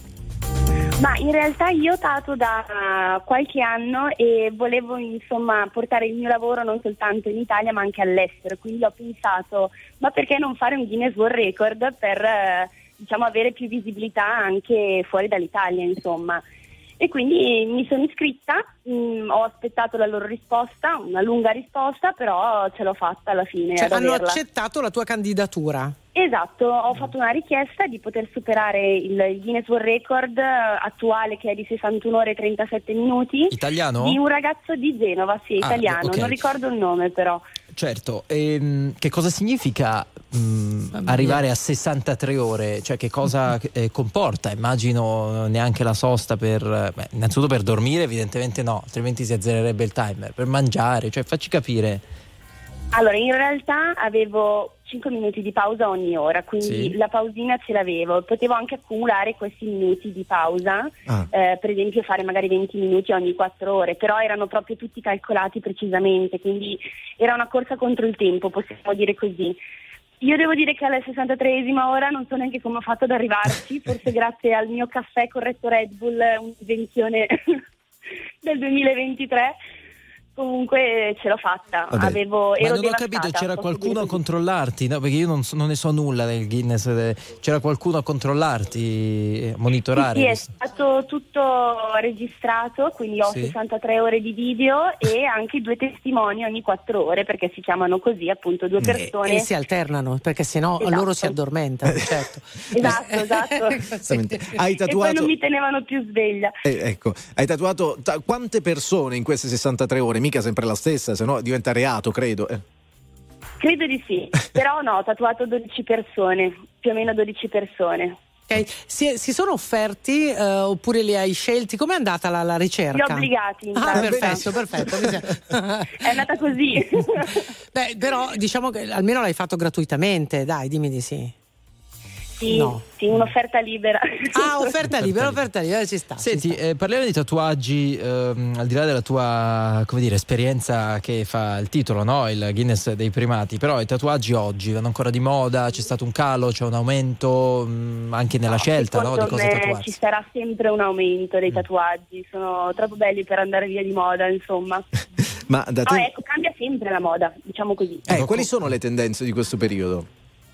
Ma in realtà io tatuo da qualche anno e volevo insomma portare il mio lavoro non soltanto in Italia ma anche all'estero, quindi ho pensato ma perché non fare un Guinness World Record per diciamo avere più visibilità anche fuori dall'Italia insomma. E quindi mi sono iscritta, ho aspettato la loro risposta, una lunga risposta, però ce l'ho fatta alla fine. Cioè hanno accettato la tua candidatura? Esatto, ho fatto una richiesta di poter superare il Guinness World Record attuale che è di 61 ore e 37 minuti. Italiano? Di un ragazzo di Genova, sì, italiano, okay. Non ricordo il nome però. Certo, che cosa significa arrivare a 63 ore? Cioè che cosa comporta? Immagino neanche la sosta innanzitutto per dormire evidentemente no, altrimenti si azzererebbe il timer, per mangiare, cioè facci capire. Allora, in realtà avevo 5 minuti di pausa ogni ora, quindi sì. La pausina ce l'avevo, potevo anche accumulare questi minuti di pausa, per esempio fare magari 20 minuti ogni 4 ore, però erano proprio tutti calcolati precisamente, quindi era una corsa contro il tempo, possiamo dire così. Io devo dire che alla 63esima ora non so neanche come ho fatto ad arrivarci, forse grazie al mio caffè corretto Red Bull, un'invenzione del 2023. Comunque ce l'ho fatta. Ma non ho capito, c'era qualcuno a controllarti? No, perché io non ne so nulla del Guinness. C'era qualcuno a controllarti, a monitorare? Sì, è stato tutto registrato, quindi ho 63 ore di video e anche 2 testimoni ogni 4 ore, perché si chiamano così appunto 2 persone. E si alternano, perché sennò loro si addormentano, certo. Esatto. Hai tatuato... E poi non mi tenevano più sveglia. Ecco, hai tatuato quante persone in queste 63 ore? Mica sempre la stessa, se no diventa reato, credo. Credo di sì, però no, ho tatuato 12 persone, più o meno 12 persone. Okay. Si sono offerti oppure li hai scelti? Com'è andata la ricerca? Li ho obbligati. Perfetto. È andata così. Beh, però diciamo che almeno l'hai fatto gratuitamente, dai, dimmi di sì. Sì, sì, un'offerta libera. Offerta libera, ci sta. Senti, ci sta. parliamo di tatuaggi, al di là della tua, come dire, esperienza che fa il titolo, no? Il Guinness dei primati, però i tatuaggi oggi vanno ancora di moda, c'è stato un calo, c'è un aumento anche nella scelta, no? Di cosa tatuarsi. Ci sarà sempre un aumento dei tatuaggi, sono troppo belli per andare via di moda, insomma. Ma da te... ecco, cambia sempre la moda, diciamo così. Quali sono le tendenze di questo periodo?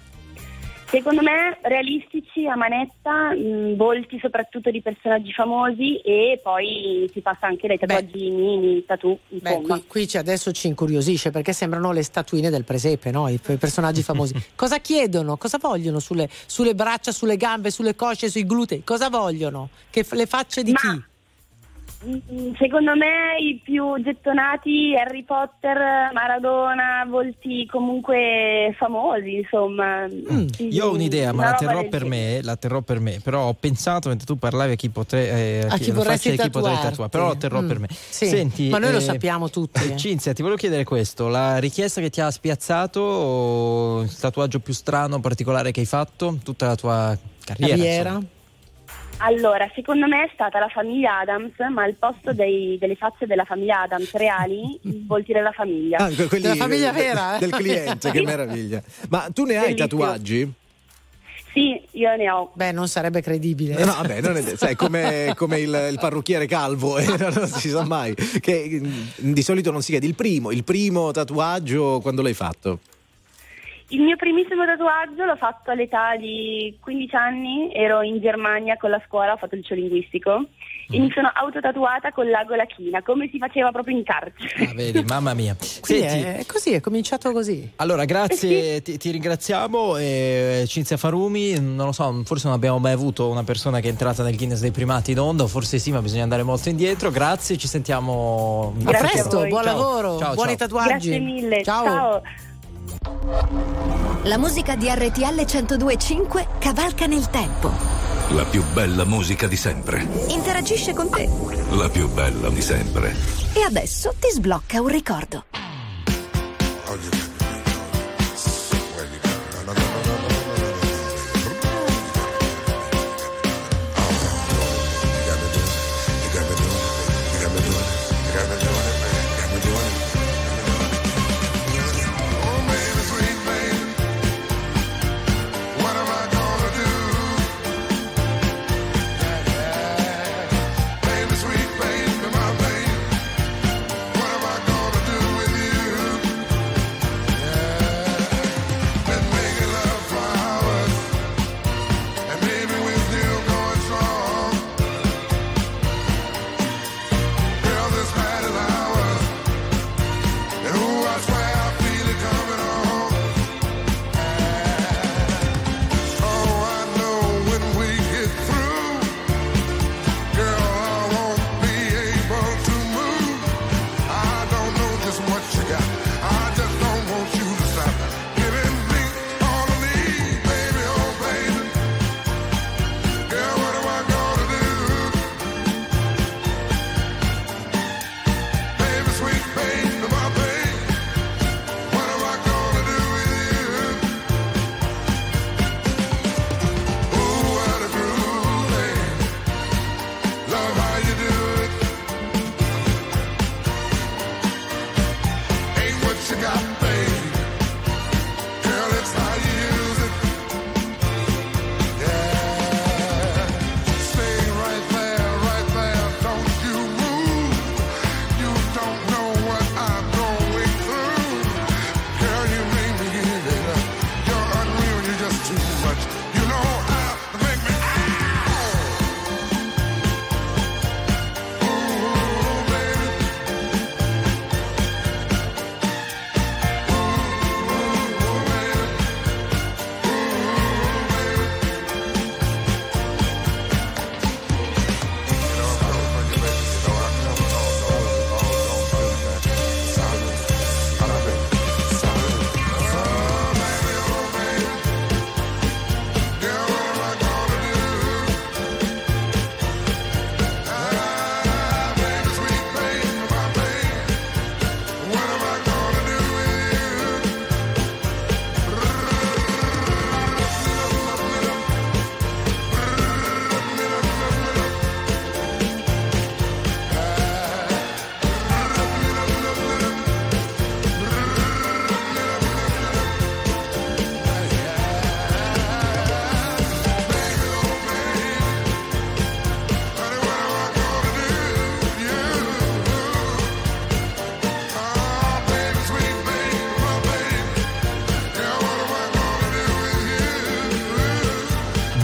Secondo me realistici a manetta, volti soprattutto di personaggi famosi e poi si passa anche dai tatuaggi mini, tatu, insomma. Qui adesso ci incuriosisce perché sembrano le statuine del presepe, no? I personaggi famosi. Cosa chiedono? Cosa vogliono sulle braccia, sulle gambe, sulle cosce, sui glutei? Cosa vogliono? Le facce di chi? Secondo me i più gettonati Harry Potter, Maradona, volti comunque famosi, insomma. Sì, io ho un'idea, ma la terrò per me, però ho pensato mentre tu parlavi a chi potrei tatuare, però lo terrò per me. Sì, senti, ma noi lo sappiamo tutti. Cinzia, ti volevo chiedere questo, la richiesta che ti ha spiazzato, o il tatuaggio più strano, particolare che hai fatto tutta la tua carriera? Allora, secondo me è stata la famiglia Adams, ma al posto delle facce della famiglia Adams reali, i volti della famiglia. Quelli della famiglia vera, del cliente, che meraviglia. Ma tu ne hai tatuaggi? Sì, io ne ho. Beh, non sarebbe credibile. No, vabbè, non è, sai, come il parrucchiere calvo, non si sa mai. Che di solito non si chiede il primo tatuaggio, quando l'hai fatto? Il mio primissimo tatuaggio l'ho fatto all'età di 15 anni, ero in Germania con la scuola, ho fatto il liceo linguistico e mi sono autotatuata con l'ago e la china, come si faceva proprio in carcere. Ah, vedi, mamma mia. Senti, è così, è cominciato così. Allora, grazie, ti ringraziamo. Cinzia Farumi, non lo so, forse non abbiamo mai avuto una persona che è entrata nel Guinness dei primati in onda, o forse sì, ma bisogna andare molto indietro. Grazie, ci sentiamo a presto, buon lavoro, buoni tatuaggi. Grazie mille, ciao. La musica di RTL 102.5 cavalca nel tempo. La più bella musica di sempre. Interagisce con te. La più bella di sempre. E adesso ti sblocca un ricordo. Sweet baby, my babe, what am I gonna do with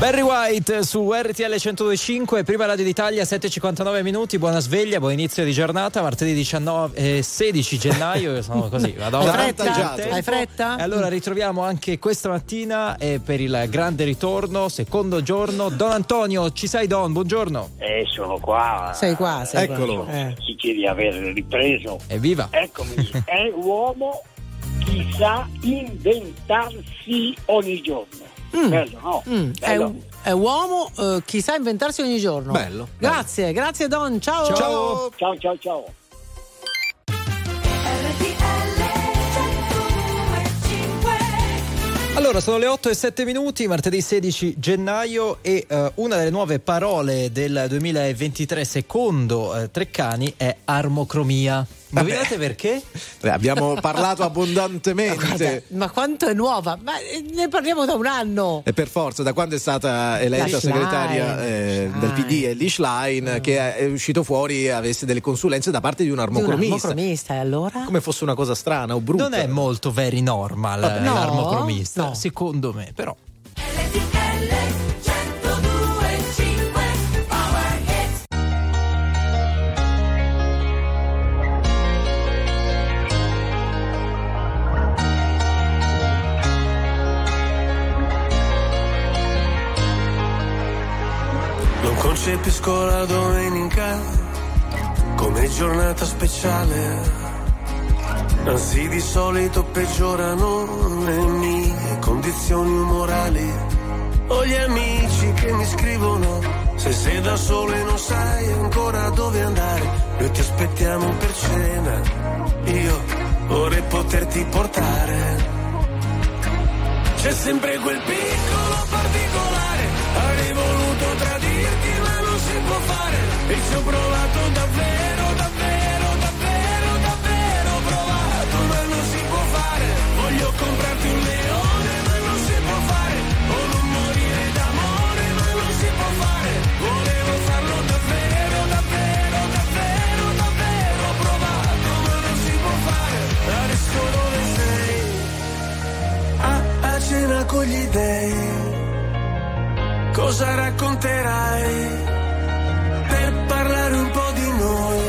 Barry White su RTL 102.5, prima radio d'Italia, 7:59 minuti. Buona sveglia, buon inizio di giornata, martedì 16 gennaio. Sono così, vado Hai fretta? E allora ritroviamo anche questa mattina per il grande ritorno, secondo giorno, Don Antonio. Ci sei, Don? Buongiorno. Sono qua. Sei qua. Eccolo. Si chiede di aver ripreso. Evviva. Eccomi. È uomo chi sa inventarsi ogni giorno. Bello, no? Bello. È uomo chi sa inventarsi ogni giorno. Bello. Grazie Don. Ciao. Ciao. Allora, sono le 8:07, martedì 16 gennaio e una delle nuove parole del 2023 secondo Treccani è armocromia. Indovinate perché? Abbiamo parlato abbondantemente. Ma quanto è nuova? Ma ne parliamo da un anno. E per forza, da quando è stata eletta segretaria del PD Elly Schlein, che è uscito fuori avesse delle consulenze da parte di un armocromista. E allora? Come fosse una cosa strana o brutta. Non è molto very normal l'armocromista, secondo me, però. Concepisco la domenica come giornata speciale, anzi di solito peggiorano le mie condizioni umorali. Ho gli amici che mi scrivono: se sei da solo e non sai ancora dove andare, noi ti aspettiamo per cena, io vorrei poterti portare. C'è sempre quel piccolo particolare, avrei voluto tradirti ma non si può fare, e ci ho provato davvero provato, ma non si può fare. Voglio comprarti un leone ma non si può fare, o non morire d'amore ma non si può fare. Volevo farlo davvero provato, ma non si può fare. Adesso dove sei? A cena con gli dèi, cosa racconterai per parlare un po' di noi?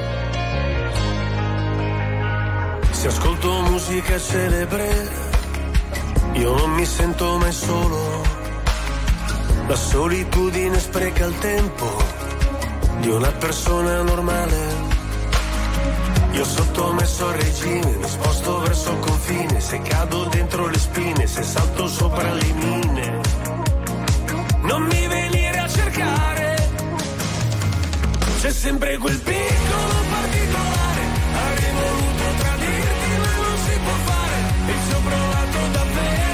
Se ascolto musica celebre, io non mi sento mai solo. La solitudine spreca il tempo di una persona normale. Io sottomesso al regime, mi sposto verso il confine, se cado dentro le spine, se salto sopra le mine. Non mi venire a cercare, c'è sempre quel piccolo particolare, avrei voluto tradirti ma non si può fare, e ci ho provato davvero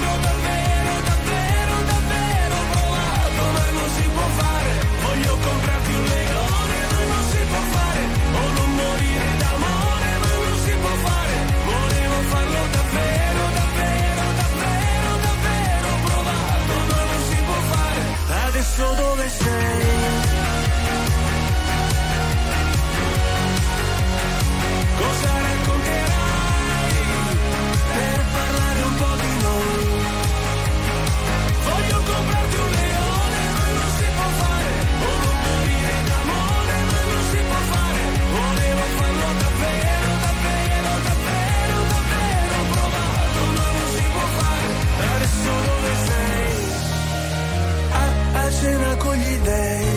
provato, ma non si può fare. Voglio comprarti un leone ma non si può fare, o non morire d'amore ma non si può fare. Volevo farlo davvero provato, ma non si può fare. Adesso dove sei? Cosa racconterai per parlare un po' di noi? Voglio comprarti un leone ma non si può fare, o non morire d'amore ma non si può fare. Volevo farlo davvero provato, ma non si può fare. Adesso dove sei? A cena con gli dèi,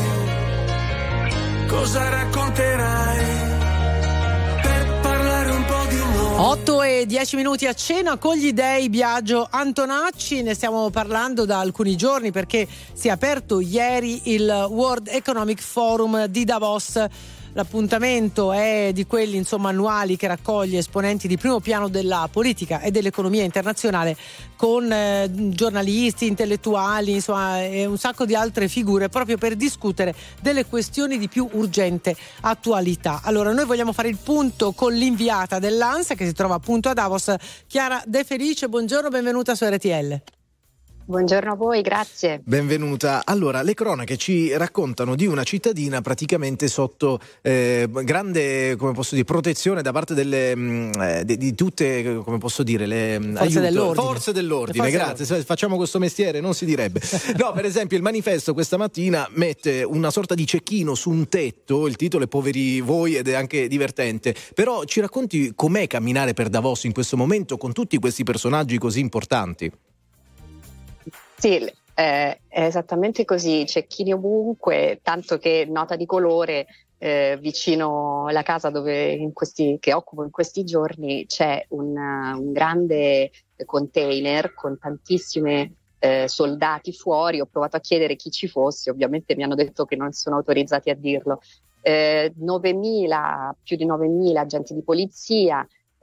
cosa racconterai per parlare un po' di noi? 8:10 a cena con gli dèi. Biagio Antonacci, ne stiamo parlando da alcuni giorni perché si è aperto ieri il World Economic Forum di Davos. L'appuntamento è di quelli annuali che raccoglie esponenti di primo piano della politica e dell'economia internazionale, con giornalisti, intellettuali, insomma, e un sacco di altre figure, proprio per discutere delle questioni di più urgente attualità. Allora, noi vogliamo fare il punto con l'inviata dell'ANSA che si trova appunto a Davos, Chiara De Felice. Buongiorno, benvenuta su RTL. Buongiorno a voi, grazie. Benvenuta. Allora, le cronache ci raccontano di una cittadina praticamente sotto grande, come posso dire, protezione da parte di tutte, come posso dire, le forze dell'ordine. Grazie. Facciamo questo mestiere, non si direbbe. No, per esempio il manifesto questa mattina mette una sorta di cecchino su un tetto, il titolo è Poveri voi ed è anche divertente. Però ci racconti com'è camminare per Davos in questo momento con tutti questi personaggi così importanti? Sì, è esattamente così, cecchini ovunque, tanto che nota di colore vicino alla casa che occupo in questi giorni c'è un grande container con tantissime soldati fuori. Ho provato a chiedere chi ci fosse, ovviamente mi hanno detto che non sono autorizzati a dirlo. 9.000, più di 9.000 agenti di polizia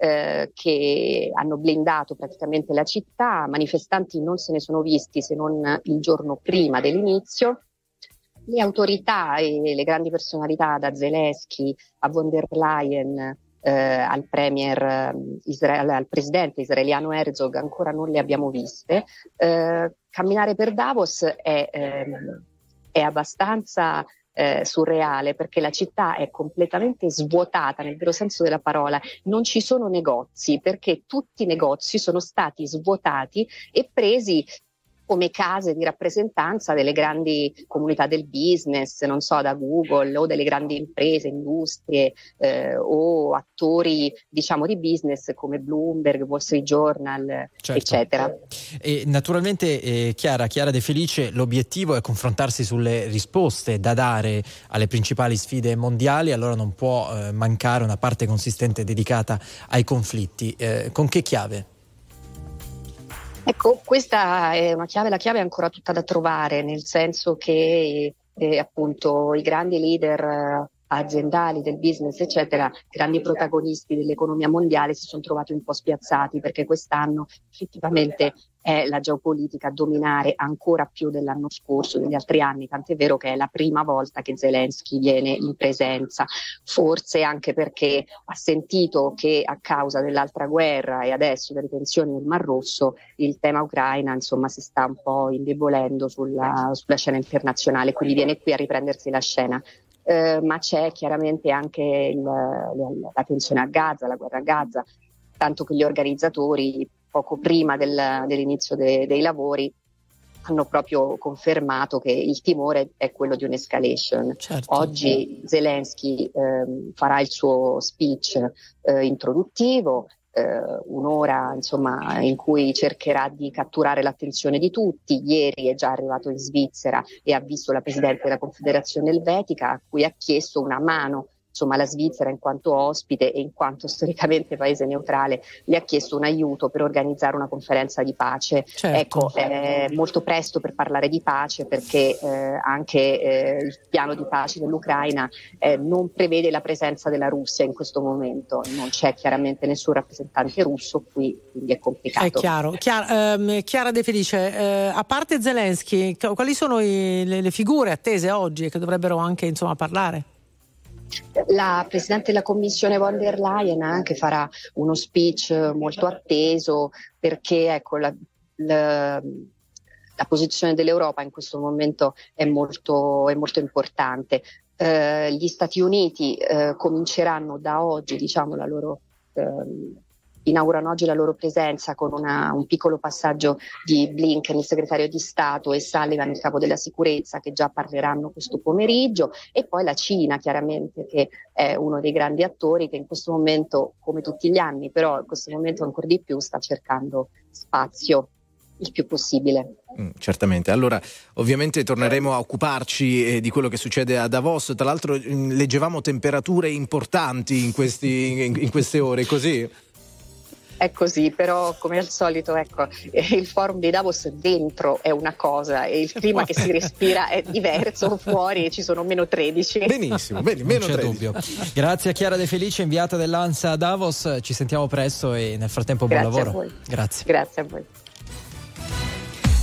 che hanno blindato praticamente la città. Manifestanti non se ne sono visti se non il giorno prima dell'inizio. Le autorità e le grandi personalità, da Zelensky a von der Leyen al al presidente israeliano Herzog, ancora non le abbiamo viste. Camminare per Davos è abbastanza surreale, perché la città è completamente svuotata nel vero senso della parola. Non ci sono negozi, perché tutti i negozi sono stati svuotati e presi come case di rappresentanza delle grandi comunità del business, non so, da Google o delle grandi imprese, industrie o attori, diciamo, di business come Bloomberg, Wall Street Journal, certo, eccetera. E naturalmente Chiara De Felice, l'obiettivo è confrontarsi sulle risposte da dare alle principali sfide mondiali, allora non può mancare una parte consistente dedicata ai conflitti. Con che chiave? Ecco, questa è una chiave, la chiave è ancora tutta da trovare, nel senso che appunto i grandi leader aziendali del business, eccetera, grandi protagonisti dell'economia mondiale si sono trovati un po' spiazzati, perché quest'anno effettivamente è la geopolitica a dominare ancora più dell'anno scorso, degli altri anni, tant'è vero che è la prima volta che Zelensky viene in presenza, forse anche perché ha sentito che a causa dell'altra guerra e adesso delle tensioni nel Mar Rosso il tema Ucraina, insomma, si sta un po' indebolendo sulla scena internazionale, quindi viene qui a riprendersi la scena. Ma c'è chiaramente anche la tensione a Gaza, la guerra a Gaza, tanto che gli organizzatori poco prima dell'inizio dei lavori hanno proprio confermato che il timore è quello di un'escalation. Certo. Oggi Zelensky farà il suo speech introduttivo, un'ora insomma in cui cercherà di catturare l'attenzione di tutti. Ieri è già arrivato in Svizzera e ha visto la Presidente della Confederazione Elvetica, a cui ha chiesto una mano. Insomma, la Svizzera, in quanto ospite e in quanto storicamente paese neutrale, gli ha chiesto un aiuto per organizzare una conferenza di pace. Certo. Ecco, è molto presto per parlare di pace, perché anche il piano di pace dell'Ucraina non prevede la presenza della Russia in questo momento. Non c'è chiaramente nessun rappresentante russo qui, quindi è complicato. È chiaro. Chiara De Felice, a parte Zelensky, quali sono le figure attese oggi che dovrebbero anche, insomma, parlare? La Presidente della Commissione von der Leyen anche farà uno speech molto atteso, perché ecco la posizione dell'Europa in questo momento è molto importante. Gli Stati Uniti cominceranno da oggi, diciamo, inaugurano oggi la loro presenza con un piccolo passaggio di Blinken, il segretario di Stato, e Sullivan, il capo della sicurezza, che già parleranno questo pomeriggio, e poi la Cina, chiaramente, che è uno dei grandi attori che in questo momento, come tutti gli anni, però in questo momento ancora di più, sta cercando spazio il più possibile. Certamente. Allora, ovviamente torneremo a occuparci di quello che succede a Davos. Tra l'altro leggevamo temperature importanti in queste ore, così? È così, però come al solito, ecco, il forum di Davos dentro è una cosa e il clima che si respira è diverso, fuori ci sono meno 13. Benissimo, meno 13. Dubbio. Grazie a Chiara De Felice, inviata dell'ANSA a Davos, ci sentiamo presto e nel frattempo buon lavoro. A voi. Grazie. Grazie a voi.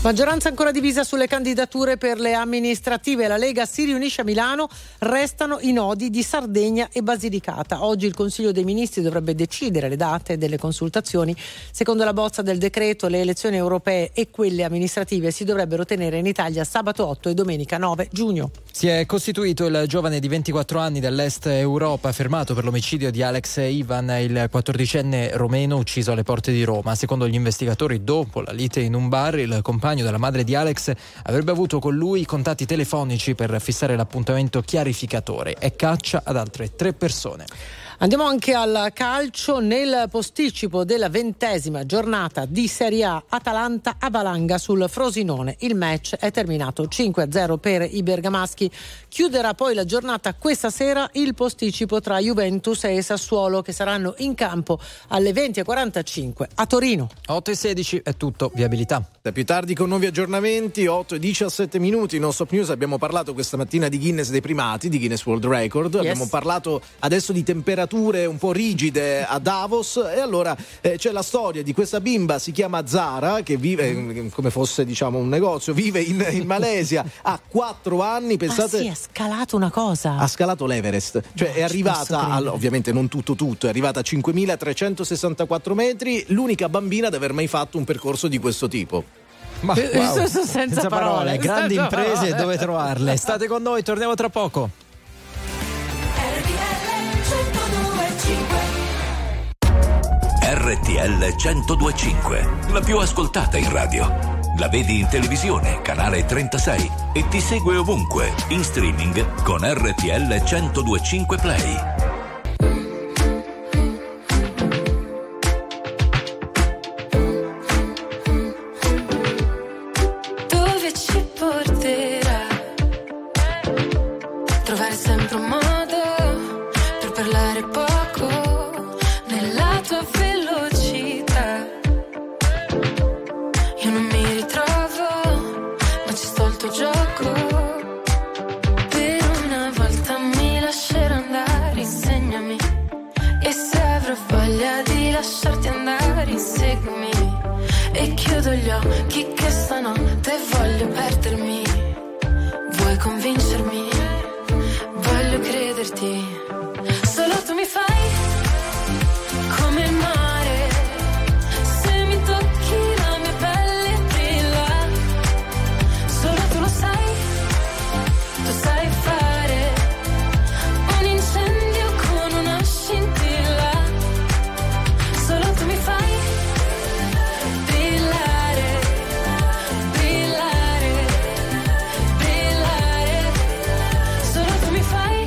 Maggioranza ancora divisa sulle candidature per le amministrative. La Lega si riunisce a Milano, restano i nodi di Sardegna e Basilicata. Oggi il Consiglio dei Ministri dovrebbe decidere le date delle consultazioni. Secondo la bozza del decreto, le elezioni europee e quelle amministrative si dovrebbero tenere in Italia sabato 8 e domenica 9 giugno. Si è costituito il giovane di 24 anni dell'Est Europa fermato per l'omicidio di Alex Ivan, il 14enne romeno ucciso alle porte di Roma. Secondo gli investigatori, dopo la lite in un bar, il compagno della madre di Alex avrebbe avuto con lui contatti telefonici per fissare l'appuntamento chiarificatore e caccia ad altre 3 persone. Andiamo anche al calcio. Nel posticipo della 20ª giornata di Serie A, Atalanta a Valanga sul Frosinone. Il match è terminato 5-0 per i bergamaschi. Chiuderà poi la giornata questa sera il posticipo tra Juventus e Sassuolo, che saranno in campo alle 20:45 a Torino. 8:16 è tutto, viabilità. Da più tardi con nuovi aggiornamenti, 8:17 minuti. In Stop News abbiamo parlato questa mattina di Guinness dei primati, di Guinness World Record. Yes. Abbiamo parlato adesso di temperature un po' rigide a Davos, e allora c'è la storia di questa bimba, si chiama Zara, che vive come fosse, diciamo, un negozio, vive in Malesia, ha 4 anni, pensate. Sì, ha scalato una cosa. Ha scalato l'Everest, cioè è arrivata ovviamente non tutto, è arrivata a 5.364 metri, l'unica bambina ad aver mai fatto un percorso di questo tipo. Ma wow. senza parole, grandi imprese, dove trovarle? State con noi, torniamo tra poco. RTL 102.5, la più ascoltata in radio. La vedi in televisione, canale 36, e ti segue ovunque, in streaming con RTL 102.5 Play. Dove ci porterà? Trovare sempre un modo per parlare poco nella tua velocità. Io non mi ritrovo, ma ci sto al tuo gioco. Per una volta mi lascerò andare, insegnami. E se avrò voglia di lasciarti andare, inseguimi. E chiudo gli occhi che stanotte voglio perdermi. Vuoi convincermi? Voglio crederti. Solo tu mi fai come il mare. Se mi tocchi la mia pelle brilla. Solo tu lo sai. Tu sai fare un incendio con una scintilla. Solo tu mi fai brillare, brillare, brillare. Solo tu mi fai.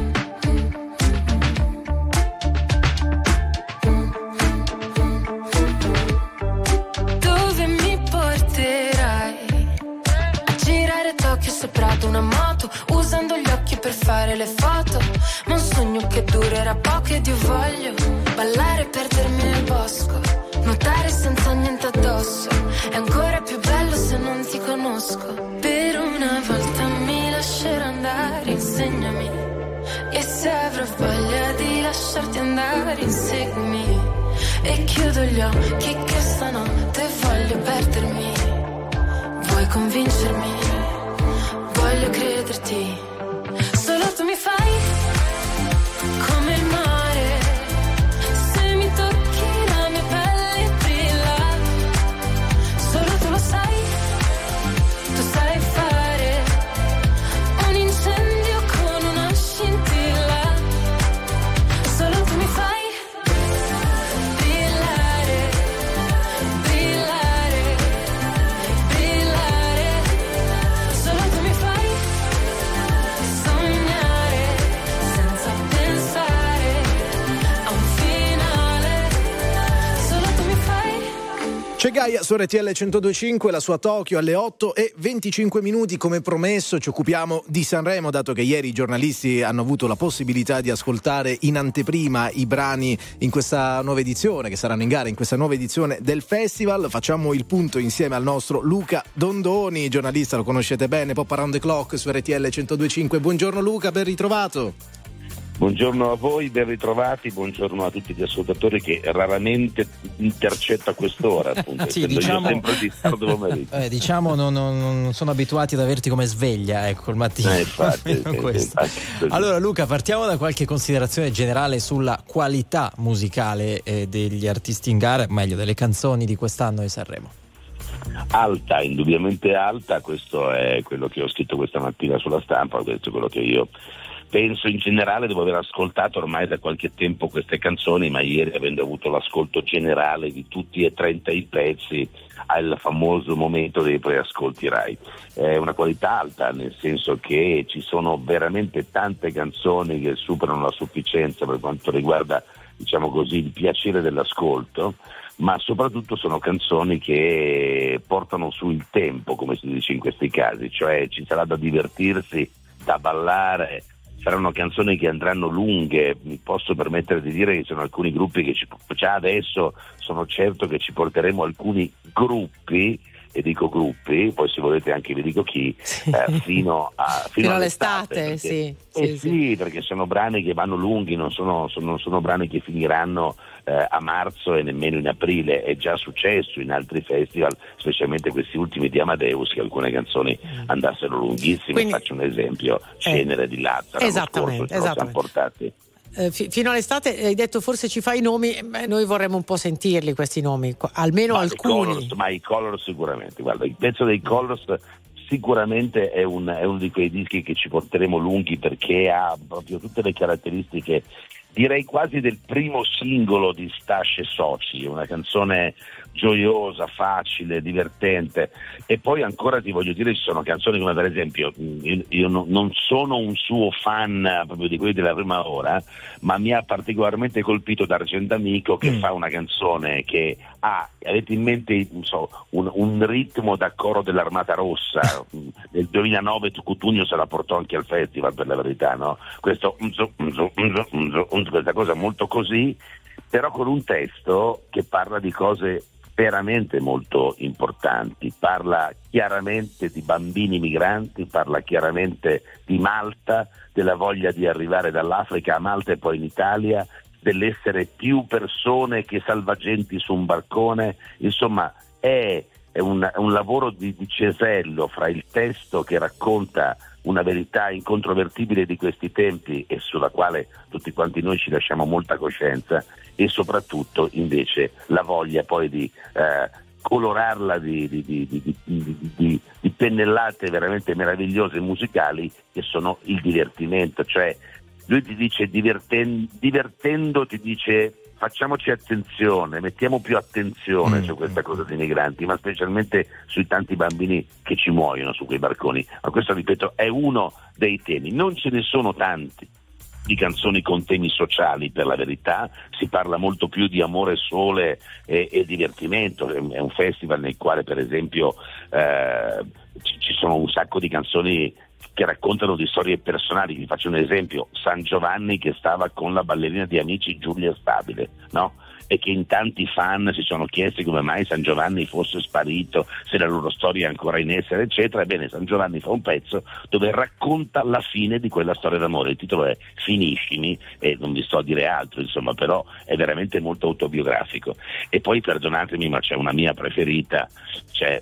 Dove mi porterai? A girare Tokyo sopra ad una moto, usando gli occhi per fare le foto. Ma un sogno che durerà poco ed io voglio ballare e perdermi nel bosco, nuotare senza niente addosso. È ancora più bello se non ti conosco. Per una volta mi lascerò andare, insegnami. E se avrò voglia di lasciarti andare, inseguimi. E chiudo gli occhi che stanotte voglio perdermi. Vuoi convincermi? Voglio crederti. Solo tu mi fai come il mare. Se mi tocchi la mia pelle brilla. Solo tu lo sai. Tu sai fare un incendio con una scintilla. Solo tu mi fai brillare, brillare, brillare. Solo tu mi fai sognare senza pensare a un finale. Solo tu mi fai. C'è Gaia su RTL 102.5, la sua Tokyo alle 8:25. Come promesso ci occupiamo di Sanremo, dato che ieri i giornalisti hanno avuto la possibilità di ascoltare in anteprima i brani in questa nuova edizione, che saranno in gara in questa nuova edizione del festival. Facciamo il punto insieme al nostro Luca Dondoni, giornalista, lo conoscete bene, Pop Around the Clock su RTL 102.5. Buongiorno Luca, ben ritrovato. Buongiorno a voi, ben ritrovati, buongiorno a tutti gli ascoltatori che raramente intercetto a quest'ora, appunto. Sì, diciamo, io sempre di tardo pomeriggio. Diciamo non sono abituati ad averti come sveglia, ecco, il mattino. Infatti. Allora Luca, partiamo da qualche considerazione generale sulla qualità musicale degli artisti in gara, meglio delle canzoni di quest'anno di Sanremo. Alta, indubbiamente alta, questo è quello che ho scritto questa mattina sulla Stampa, questo è quello che io penso in generale. Devo aver ascoltato ormai da qualche tempo queste canzoni, ma ieri, avendo avuto l'ascolto generale di tutti e 30 i pezzi al famoso momento dei preascolti Rai, è una qualità alta, nel senso che ci sono veramente tante canzoni che superano la sufficienza per quanto riguarda, diciamo così, il piacere dell'ascolto, ma soprattutto sono canzoni che portano su il tempo, come si dice in questi casi, cioè ci sarà da divertirsi, da ballare. Saranno canzoni che andranno lunghe, mi posso permettere di dire che ci sono alcuni gruppi che già adesso sono certo che ci porteremo alcuni gruppi, e dico gruppi, poi se volete anche vi dico chi, fino all'estate. Sì, perché sono brani che vanno lunghi, non sono brani che finiranno a marzo e nemmeno in aprile. È già successo in altri festival, specialmente questi ultimi di Amadeus, che alcune canzoni andassero lunghissime. Quindi, faccio un esempio, Cenere di Lazzaro, esattamente. Siamo portati. Fino all'estate hai detto forse ci fai i nomi, noi vorremmo un po' sentirli questi nomi, almeno alcuni. I Colors sicuramente, guarda, il pezzo dei Colors sicuramente è uno di quei dischi che ci porteremo lunghi, perché ha proprio tutte le caratteristiche, direi quasi del primo singolo di Stash e Soci, una canzone gioiosa, facile, divertente. E poi ancora ti voglio dire, ci sono canzoni come per esempio, io non sono un suo fan proprio di quelli della prima ora, ma mi ha particolarmente colpito D'Argentamico, che fa una canzone che avete in mente, non so, un ritmo da coro dell'Armata Rossa. Nel 2009 Cutugno se la portò anche al festival, per la verità, no? Questa cosa molto così, però con un testo che parla di cose veramente molto importanti, parla chiaramente di bambini migranti, parla chiaramente di Malta, della voglia di arrivare dall'Africa a Malta e poi in Italia, dell'essere più persone che salvagenti su un barcone. Insomma, è un lavoro di cesello fra il testo che racconta una verità incontrovertibile di questi tempi e sulla quale tutti quanti noi ci lasciamo molta coscienza, e soprattutto invece la voglia poi di colorarla di pennellate veramente meravigliose musicali, che sono il divertimento. Cioè lui ti dice divertendo ti dice facciamoci attenzione, mettiamo più attenzione su questa cosa dei migranti, ma specialmente sui tanti bambini che ci muoiono su quei barconi. Ma questo, ripeto, è uno dei temi. Non ce ne sono tanti di canzoni con temi sociali, per la verità. Si parla molto più di amore, sole e divertimento. È un festival nel quale, per esempio, ci sono un sacco di canzoni che raccontano di storie personali. Vi faccio un esempio: San Giovanni che stava con la ballerina di Amici Giulia Stabile, no? E che in tanti fan si sono chiesti come mai San Giovanni fosse sparito, se la loro storia è ancora in essere, eccetera. Ebbene, San Giovanni fa un pezzo dove racconta la fine di quella storia d'amore. Il titolo è Finiscimi, e non vi sto a dire altro, insomma, però è veramente molto autobiografico. E poi, perdonatemi, ma c'è una mia preferita, c'è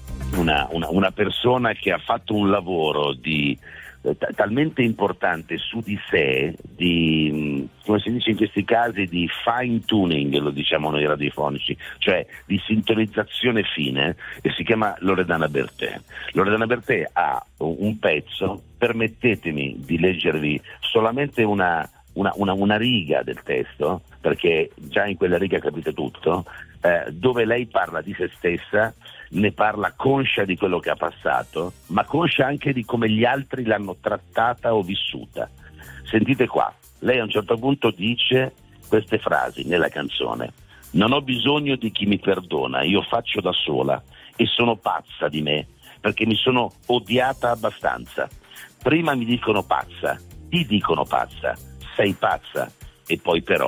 una persona che ha fatto un lavoro talmente importante su di sé, di, come si dice in questi casi, di fine tuning, lo diciamo noi radiofonici, cioè di sintonizzazione fine, e si chiama Loredana Bertè. Loredana Bertè ha un pezzo, permettetemi di leggervi solamente una riga del testo, perché già in quella riga capite tutto, dove lei parla di se stessa, ne parla conscia di quello che ha passato, ma conscia anche di come gli altri l'hanno trattata o vissuta. Sentite qua, lei a un certo punto dice queste frasi nella canzone: non ho bisogno di chi mi perdona, io faccio da sola e sono pazza di me, perché mi sono odiata abbastanza. Prima mi dicono pazza, ti dicono pazza, sei pazza, e poi però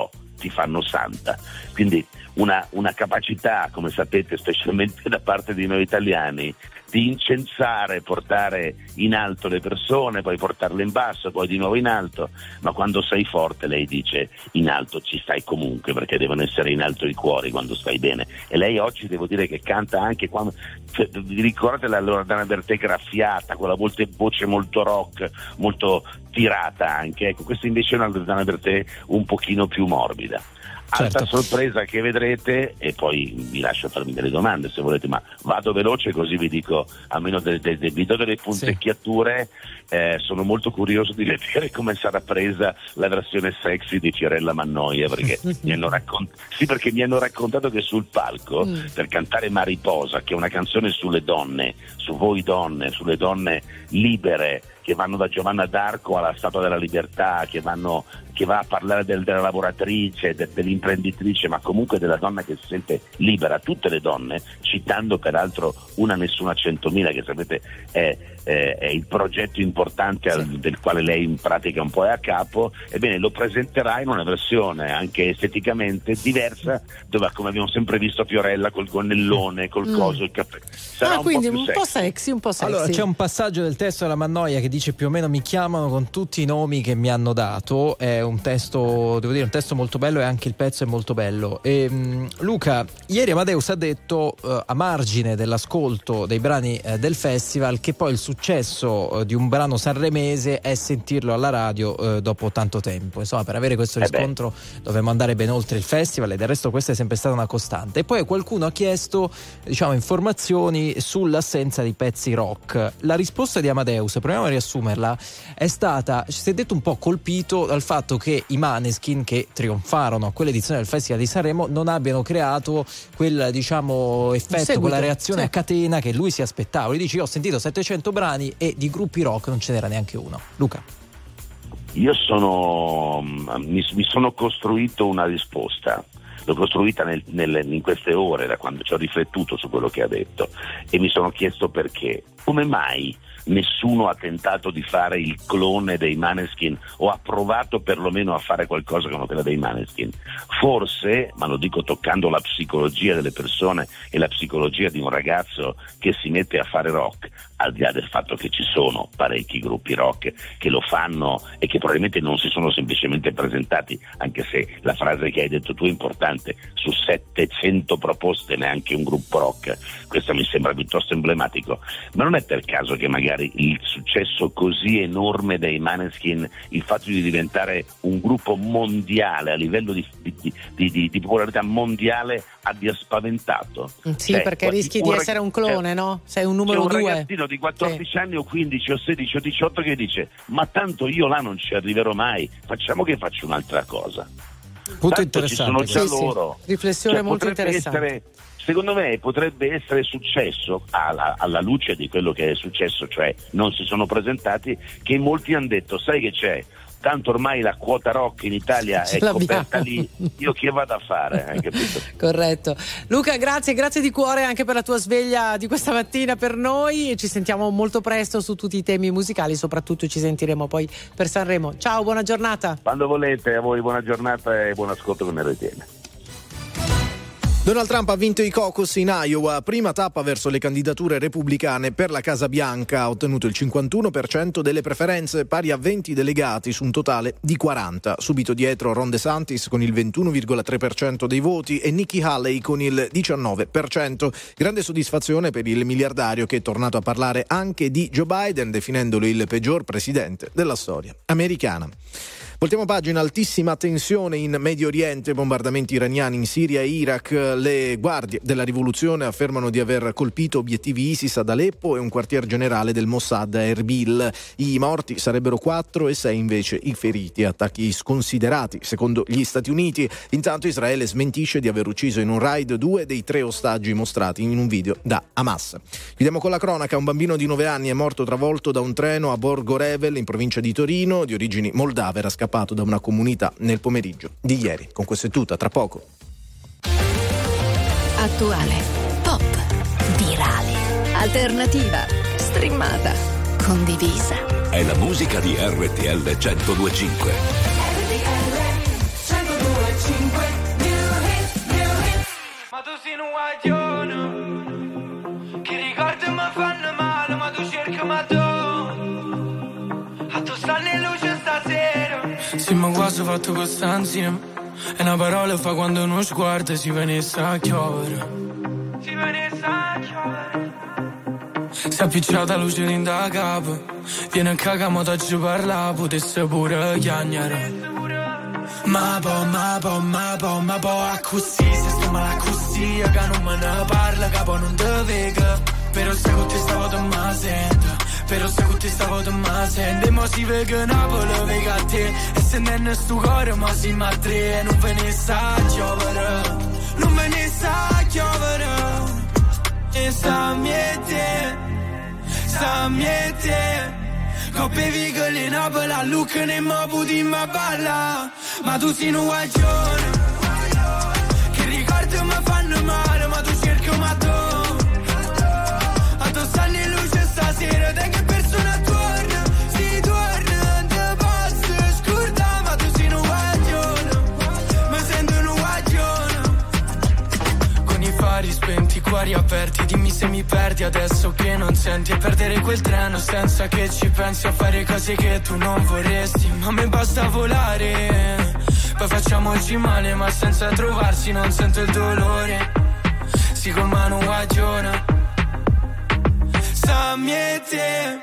ti fanno santa. Quindi una capacità, come sapete, specialmente da parte di noi italiani, di incensare, portare in alto le persone, poi portarle in basso, poi di nuovo in alto, ma quando sei forte, lei dice, in alto ci stai comunque, perché devono essere in alto i cuori quando stai bene. E lei oggi devo dire che canta anche quando, vi ricordate la Loredana Bertè graffiata, quella voce molto rock, molto tirata anche, ecco, questa invece è una Loredana Bertè un pochino più morbida. Altra sorpresa che vedrete, e poi vi lascio farmi delle domande se volete, ma vado veloce così vi dico almeno vi do delle punzecchiature. Sono molto curioso di vedere come sarà presa la versione sexy di Fiorella Mannoia, perché mi hanno raccontato che sul palco per cantare Mariposa, che è una canzone sulle donne, su voi donne, sulle donne libere che vanno da Giovanna d'Arco alla Statua della Libertà, che va a parlare della lavoratrice, dell'imprenditrice, ma comunque della donna che si sente libera, tutte le donne, citando peraltro Una Nessuna 100.000, che sapete è il progetto importante del quale lei in pratica un po' è a capo. Ebbene, lo presenterà in una versione anche esteticamente diversa, dove, come abbiamo sempre visto, Fiorella col gonnellone, col coso, il cappello. Sarà quindi un po' sexy. Allora, c'è un passaggio del testo della Mannoia che dice più o meno: mi chiamano con tutti i nomi che mi hanno dato. È un testo, devo dire, un testo molto bello, e anche il pezzo è molto bello. E Luca, ieri Amadeus ha detto, a margine dell'ascolto dei brani del festival, che poi il successo di un brano sanremese è sentirlo alla radio dopo tanto tempo. Insomma, per avere questo riscontro dovremmo andare ben oltre il festival, e del resto questa è sempre stata una costante. E poi qualcuno ha chiesto, diciamo, informazioni sull'assenza di pezzi rock. La risposta di Amadeus, proviamo a riassumerla, è stata: si è detto un po' colpito dal fatto che i Maneskin, che trionfarono a quell'edizione del Festival di Sanremo, non abbiano creato quel, diciamo, effetto, quella reazione a catena che lui si aspettava. Lui dice: io ho sentito 700 brani e di gruppi rock non ce n'era neanche uno. Luca? Io mi sono costruito una risposta. L'ho costruita in queste ore, da quando ci ho riflettuto su quello che ha detto, e mi sono chiesto perché. Come mai nessuno ha tentato di fare il clone dei Maneskin, o ha provato perlomeno a fare qualcosa come quella dei Maneskin? Forse, ma lo dico toccando la psicologia delle persone e la psicologia di un ragazzo che si mette a fare rock, al di là del fatto che ci sono parecchi gruppi rock che lo fanno e che probabilmente non si sono semplicemente presentati, anche se la frase che hai detto tu è importante: su 700 proposte neanche un gruppo rock. Questo mi sembra piuttosto emblematico. Ma non è per caso che magari il successo così enorme dei Maneskin, il fatto di diventare un gruppo mondiale a livello di popolarità mondiale, abbia spaventato? Sì, perché rischi di essere un clone, no? Sei un numero 2. C'è un ragazzino di 14 anni o 15 o 16 o 18 che dice: ma tanto io là non ci arriverò mai, faccio un'altra cosa. Punto tanto interessante. Ci sono già loro. Riflessione molto interessante. Secondo me potrebbe essere successo, alla luce di quello che è successo, cioè non si sono presentati, che molti hanno detto: sai che c'è? Tanto ormai la quota rock in Italia è coperta lì, io che vado a fare? Hai capito? Corretto. Luca, grazie di cuore anche per la tua sveglia di questa mattina per noi, e ci sentiamo molto presto su tutti i temi musicali, soprattutto ci sentiremo poi per Sanremo. Ciao, buona giornata. Quando volete, a voi buona giornata e buon ascolto con RTL. Donald Trump ha vinto i caucus in Iowa, prima tappa verso le candidature repubblicane per la Casa Bianca. Ha ottenuto il 51% delle preferenze, pari a 20 delegati su un totale di 40. Subito dietro Ron DeSantis con il 21,3% dei voti e Nikki Haley con il 19%. Grande soddisfazione per il miliardario, che è tornato a parlare anche di Joe Biden, definendolo il peggior presidente della storia americana. Voltiamo pagina. Altissima tensione in Medio Oriente, bombardamenti iraniani in Siria e Iraq. Le guardie della rivoluzione affermano di aver colpito obiettivi ISIS ad Aleppo e un quartier generale del Mossad a Erbil. I morti sarebbero 4 e 6 invece i feriti. Attacchi sconsiderati secondo gli Stati Uniti. Intanto Israele smentisce di aver ucciso in un raid 2 dei 3 ostaggi mostrati in un video da Hamas. Chiudiamo con la cronaca. Un bambino di 9 anni è morto travolto da un treno a Borgo Revel in provincia di Torino, di origini moldave. Era scappato da una comunità nel pomeriggio di ieri. Con questo è tutto, a tra poco. Attuale, pop, virale, alternativa, streamata, condivisa. È la musica di RTL 102.5. RTL 102.5. tu sei un guaglione, che ricordi mi fanno male, ma tu cerchi ma tu, a tu stanno in luce stasera. Sì, ma quasi fatto questa insieme, e una parola fa quando uno sguardo si venisse a chiovere. Si venisse a chiovere. Si è appicciata luce in da capo, viene a cagamo da giù parla, potesse pure chiagnare. Ma po, a così, se sto male così, che non me ne parla, capo non te vega. Però se con te stavo da ma sento, però se con te stavo da ma sento. E mo si vega Napoli, vega a te, e se non sto cuore, ma si ma tre. E non ve ne sa chiovere, non ve ne sa chiovere. E sta miete, coppe vigole in Napoli, a Lucca ne mo puti ma balla. Ma tu sei un guaglione, che ricordi mi fanno male, ma tu cerchi ma tu, a tu stanno in luce stasera, da che persona torna, si torna, te posso scordare, ma tu sei un guaglione, mi sento un guaglione. Con i fari spenti, cuori aperti, dimmi se mi perdi adesso che non senti, e perdere quel treno senza che ci pensi, a fare cose che tu non vorresti, ma a me basta volare. Poi facciamoci male, ma senza trovarsi non sento il dolore. Si con mano guagiona. Sammiete,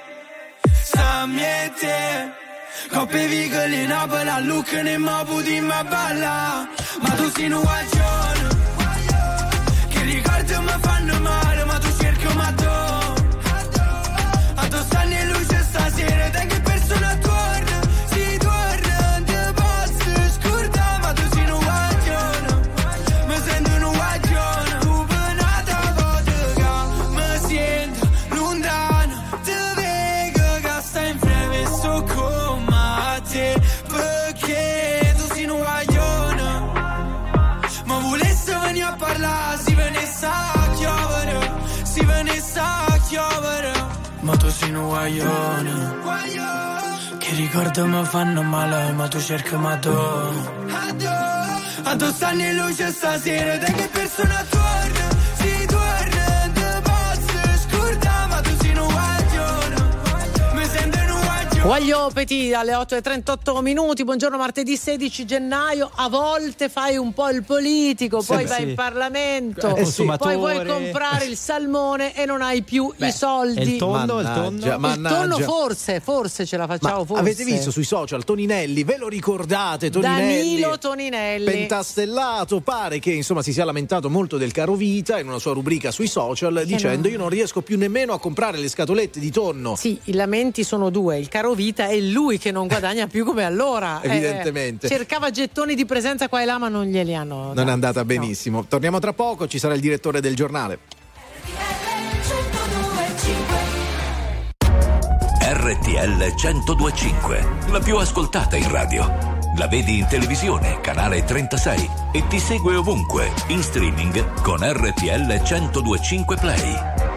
coppe vigole in Napoli, a Lucca ne mo puti ma balla. Ma tu sei un guagione, che ricordi mi fanno male, ma tu cerchi ma tu, a tu stanno in luce stasera, da che persona torna, si torna, te posso scordare, ma tu sei un guaglione, mi sento un guaglione, tu penata vodka, mi sento lontano, te vedo che stai in breve, sto come te, perché tu sei un guaglione, ma volesse venire a parlare, si venisse a chiovere, si venisse a chiovere. Ma tu sei un guaglione, che ricordi mi fanno male, ma tu cerchi ma tu, a tu stanno in luce stasera, da che persona torna, si torna, te posso scordare, ma tu sei un guaglione, mi sento un guaglione. Guaglio Petit alle 8:38. Buongiorno, martedì 16 gennaio. A volte fai un po' il politico, poi vai in Parlamento, poi vuoi comprare il salmone e non hai più i soldi. E il tonno? Il tonno forse ce la facciamo. Forse. Avete visto sui social Toninelli? Ve lo ricordate? Danilo Toninelli, pentastellato, pare che insomma si sia lamentato molto del caro vita in una sua rubrica sui social, dicendo io non riesco più nemmeno a comprare le scatolette di tonno. Sì, i lamenti sono due, il caro vita e lui che non guadagna più come allora. Evidentemente. Cercava gettoni di presenza qua e là, ma non glieli hanno. Non è andata benissimo. Torniamo tra poco, ci sarà il direttore del giornale. RTL 102.5, la più ascoltata in radio. La vedi in televisione, canale 36, e ti segue ovunque, in streaming con RTL 102.5 Play.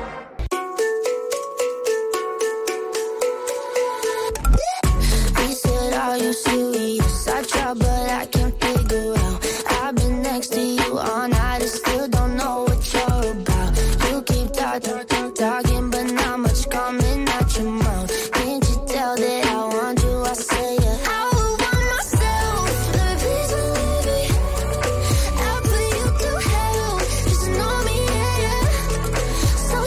Serious, I try but I can't figure out. I've been next to you all night and still don't know what you're about. You keep talking but not much coming out your mouth. Can't you tell that I want you? I say yeah. I would want myself the piece of living. I'll put you through hell, just know me, yeah. So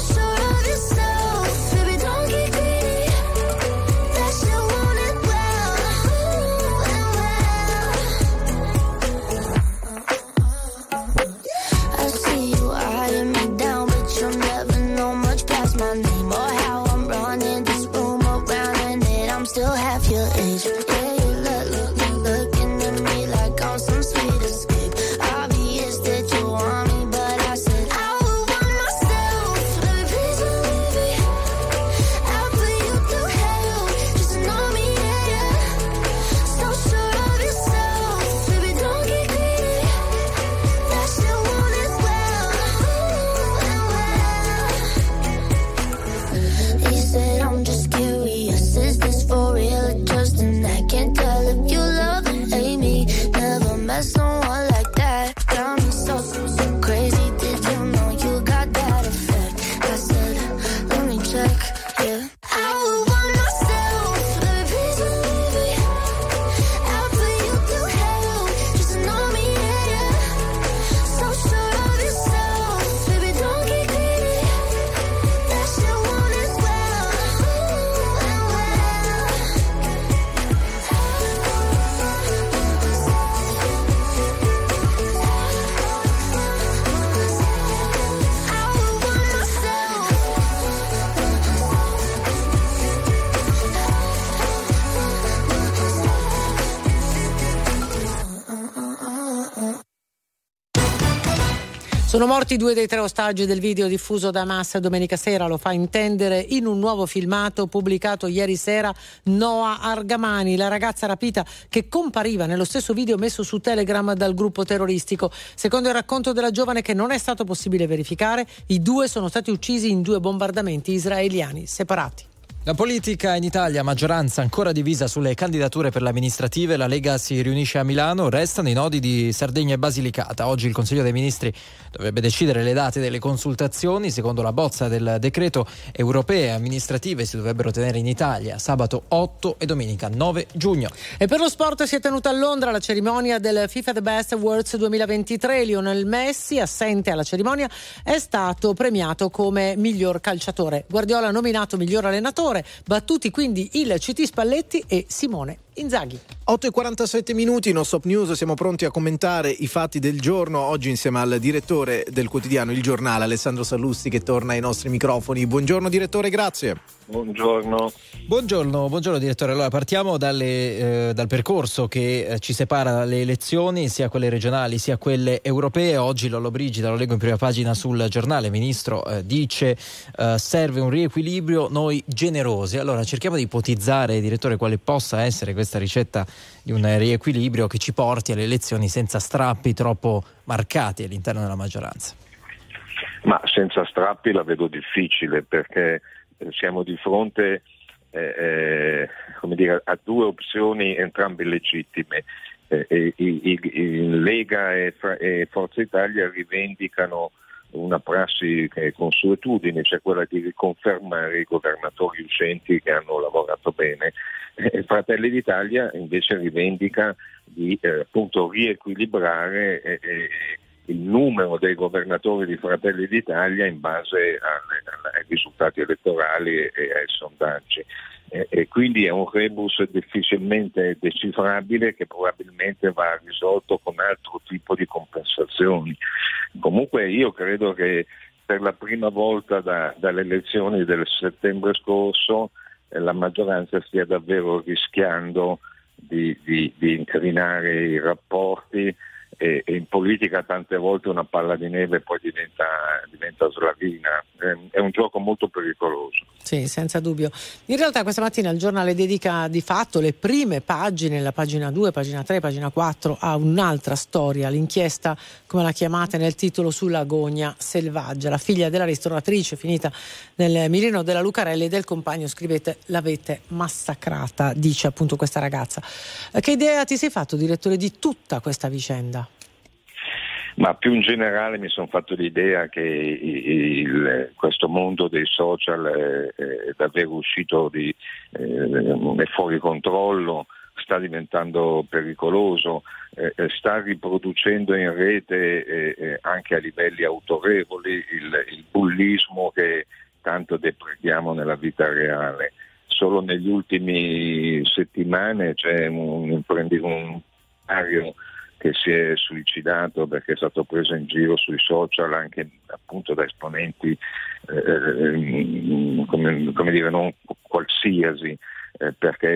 Sono morti 2 dei 3 ostaggi del video diffuso da Hamas domenica sera, lo fa intendere in un nuovo filmato pubblicato ieri sera Noa Argamani, la ragazza rapita che compariva nello stesso video messo su Telegram dal gruppo terroristico. Secondo il racconto della giovane, che non è stato possibile verificare, i 2 sono stati uccisi in 2 bombardamenti israeliani separati. La politica in Italia, maggioranza ancora divisa sulle candidature per le amministrative. La Lega si riunisce a Milano, restano i nodi di Sardegna e Basilicata. Oggi il Consiglio dei Ministri dovrebbe decidere le date delle consultazioni. Secondo la bozza del decreto, europee e amministrative si dovrebbero tenere in Italia sabato 8 e domenica 9 giugno. E per lo sport si è tenuta a Londra la cerimonia del FIFA The Best Awards 2023. Lionel Messi, assente alla cerimonia, è stato premiato come miglior calciatore. Guardiola nominato miglior allenatore. Battuti quindi il CT Spalletti e Simone Inzaghi. 8:47 No Stop News, siamo pronti a commentare i fatti del giorno, oggi insieme al direttore del quotidiano Il Giornale, Alessandro Sallusti, che torna ai nostri microfoni. Buongiorno direttore, grazie. Buongiorno direttore. Allora partiamo dal percorso che ci separa dalle elezioni, sia quelle regionali sia quelle europee. Oggi Lollobrigida, lo leggo in prima pagina sul Giornale, il ministro dice serve un riequilibrio, noi generosi. Allora cerchiamo di ipotizzare, direttore, quale possa essere questa ricetta di un riequilibrio che ci porti alle elezioni senza strappi troppo marcati all'interno della maggioranza. Ma senza strappi la vedo difficile, perché siamo di fronte a 2 opzioni entrambe legittime. Lega e Forza Italia rivendicano una prassi che è consuetudine, cioè quella di riconfermare i governatori uscenti che hanno lavorato bene. Fratelli d'Italia invece rivendica di appunto riequilibrare il numero dei governatori di Fratelli d'Italia in base ai risultati elettorali e ai sondaggi. E quindi è un rebus difficilmente decifrabile, che probabilmente va risolto con altro tipo di compensazioni. Comunque io credo che per la prima volta dalle elezioni del settembre scorso la maggioranza stia davvero rischiando di incrinare i rapporti, e in politica tante volte una palla di neve poi diventa slavina. È un gioco molto pericoloso. Sì, senza dubbio. In realtà questa mattina il giornale dedica di fatto le prime pagine, la pagina 2, pagina 3, pagina 4, a un'altra storia, l'inchiesta, come la chiamate nel titolo, sulla gogna selvaggia. La figlia della ristoratrice finita nel mirino della Lucarelli e del compagno, scrivete, l'avete massacrata, dice appunto questa ragazza. Che idea ti sei fatto, direttore, di tutta questa vicenda? Ma più in generale mi sono fatto l'idea che questo mondo dei social è davvero uscito è fuori controllo, sta diventando pericoloso, sta riproducendo in rete anche a livelli autorevoli il bullismo che tanto deprechiamo nella vita reale. Solo negli ultimi settimane c'è un imprenditore che si è suicidato perché è stato preso in giro sui social anche appunto da esponenti come dire non qualsiasi, perché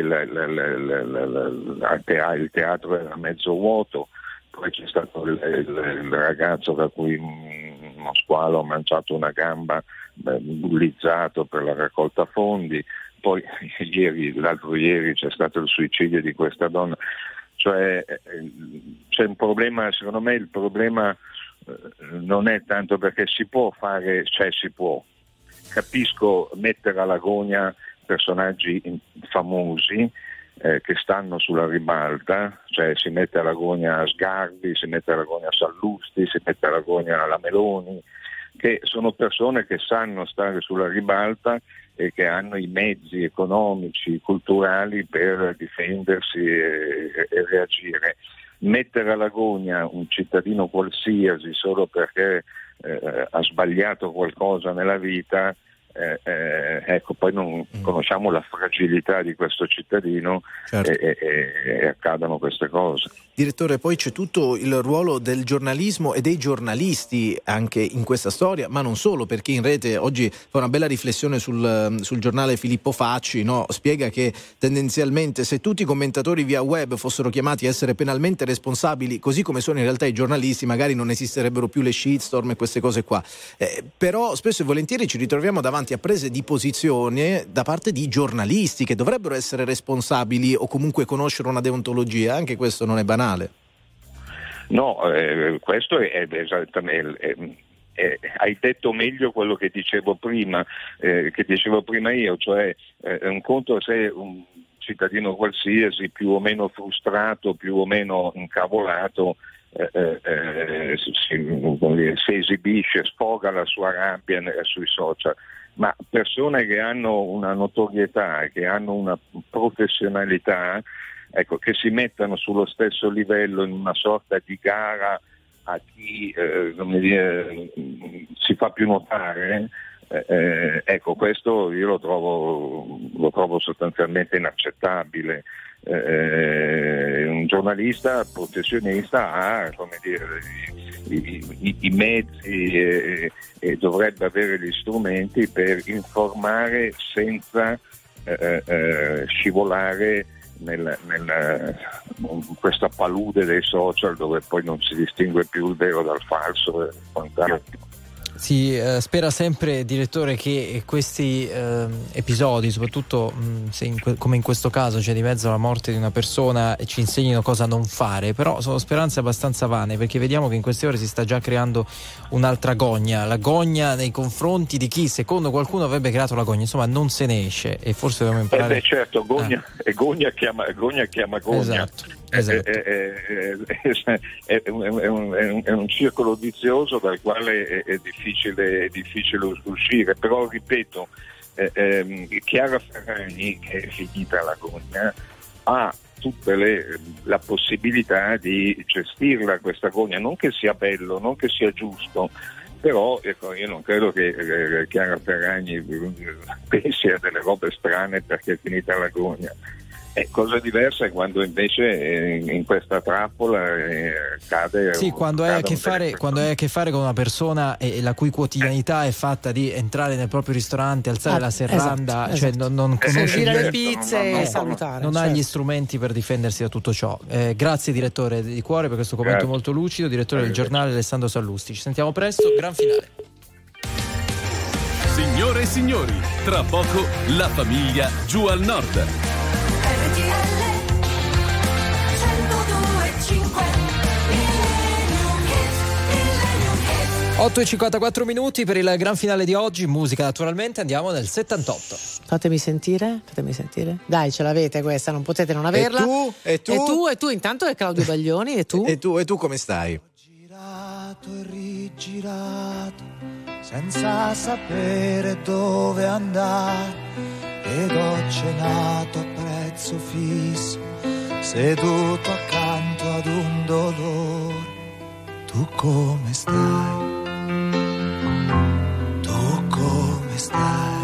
il teatro era mezzo vuoto. Poi c'è stato il ragazzo da cui uno squalo ha mangiato una gamba, bullizzato per la raccolta fondi. Poi l'altro ieri c'è stato il suicidio di questa donna. Cioè c'è un problema, secondo me il problema non è tanto perché si può fare, cioè si può. Capisco mettere alla gogna personaggi famosi che stanno sulla ribalta, cioè si mette alla gogna Sgarbi, si mette alla gogna Sallusti, si mette alla gogna la Meloni, che sono persone che sanno stare sulla ribalta e che hanno i mezzi economici, culturali per difendersi e reagire. Mettere alla gogna un cittadino qualsiasi solo perché ha sbagliato qualcosa nella vita ecco, poi non conosciamo la fragilità di questo cittadino, certo, e accadono queste cose. Direttore, poi c'è tutto il ruolo del giornalismo e dei giornalisti anche in questa storia, ma non solo, perché in rete oggi fa una bella riflessione sul giornale Filippo Facci, no? Spiega che tendenzialmente se tutti i commentatori via web fossero chiamati a essere penalmente responsabili, così come sono in realtà i giornalisti, magari non esisterebbero più le shitstorm e queste cose qua. Però spesso e volentieri ci ritroviamo davanti a prese di posizione da parte di giornalisti che dovrebbero essere responsabili o comunque conoscere una deontologia. Anche questo non è banale. No, questo è esattamente... hai detto meglio quello che dicevo prima io, cioè un conto se un cittadino qualsiasi, più o meno frustrato, più o meno incavolato, si esibisce, sfoga la sua rabbia sui social, ma persone che hanno una notorietà, che hanno una professionalità, ecco, che si mettano sullo stesso livello in una sorta di gara a chi si fa più notare, ecco, questo io lo trovo sostanzialmente inaccettabile. Un giornalista professionista ha, come dire, i mezzi e dovrebbe avere gli strumenti per informare senza scivolare nella questa palude dei social dove poi non si distingue più il vero dal falso e quant'altro. Si spera sempre, direttore, che questi episodi, soprattutto se come in questo caso c'è di mezzo la morte di una persona, ci insegnino cosa non fare, però sono speranze abbastanza vane, perché vediamo che in queste ore si sta già creando un'altra gogna, la gogna nei confronti di chi secondo qualcuno avrebbe creato la gogna, insomma non se ne esce e forse dobbiamo imparare. Certo, gogna chiama gogna. Esatto. È un circolo vizioso dal quale è difficile uscire, però ripeto, Chiara Ferragni, che è finita la gogna, ha tutte la possibilità di gestirla questa gogna, non che sia bello, non che sia giusto, però ecco, io non credo che Chiara Ferragni pensi a delle robe strane perché è finita la gogna. Cosa diversa è quando invece in questa trappola cade. Sì, quando hai a che fare con una persona la cui quotidianità è fatta di entrare nel proprio ristorante, alzare la serranda, esatto. Cioè non servire le pizze e salutare. Non ha gli strumenti per difendersi da tutto ciò. Grazie direttore di cuore per questo commento molto lucido, direttore del giornale Alessandro Sallusti. Ci sentiamo presto, gran finale. Signore e signori, tra poco la famiglia giù al nord. 8:54 per il gran finale di oggi, musica naturalmente, andiamo nel 78. Fatemi sentire. Dai, ce l'avete questa, non potete non averla. E tu? Intanto è Claudio Baglioni, e tu? E tu come stai? Ho girato e rigirato senza sapere dove andare ed ho cenato a prezzo fisso seduto accanto ad un dolore. Tu come stai? Tu come stai?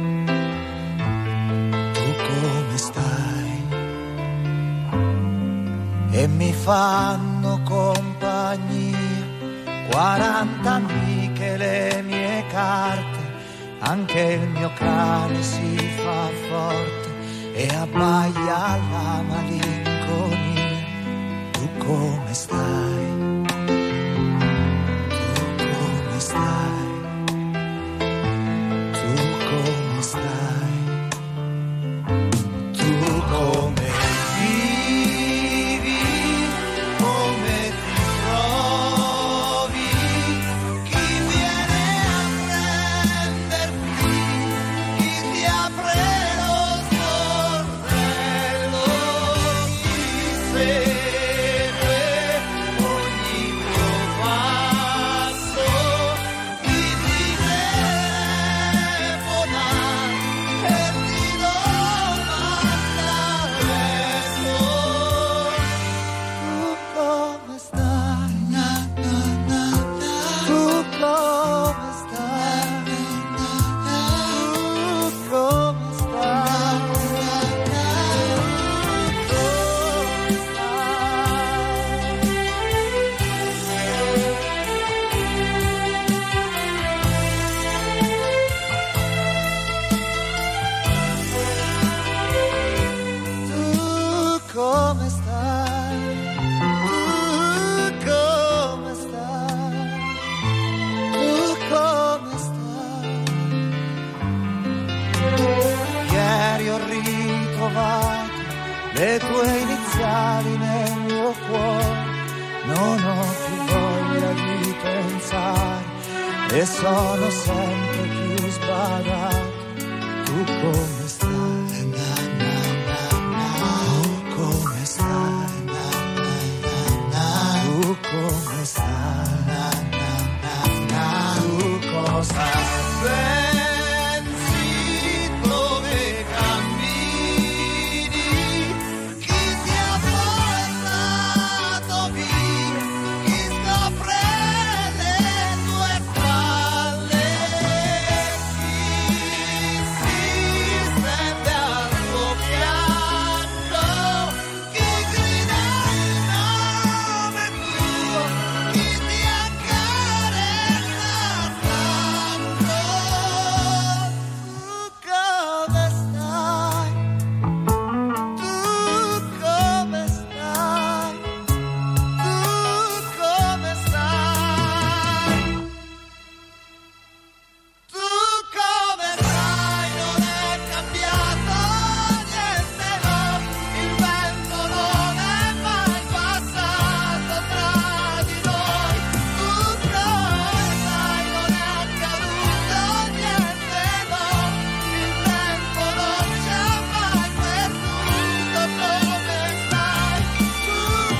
Tu come stai? E mi fanno compagnia 40 amiche, le mie carte, anche il mio cane si fa forte e abbaia la malinconia. Tu come stai? Tu come stai? Tu come stai? Tu come vivi? Come ti trovi? Chi viene a prenderti? Chi ti apre lo sportello? Chi segue le tue iniziali nel mio cuore. Non ho più voglia di pensare e sono sempre più sbadato. Tu come stai? Tu come stai? Tu come stai? Tu cosa pensi? Dove cammini? Chi ti ha portato via? Chi scopre le tue falle? Chi si stende al tuo fianco? Chi grida il nome tuo? Chi ti accarezza tanto? Tu come stai? Tu come stai? Tu come stai? Tu come stai? Non è cambiato niente, no. Il vento non è mai passato tra di noi. Tu come stai? Non è accaduto niente, no. Il tempo non ci ha mai perduto. Come stai? Tu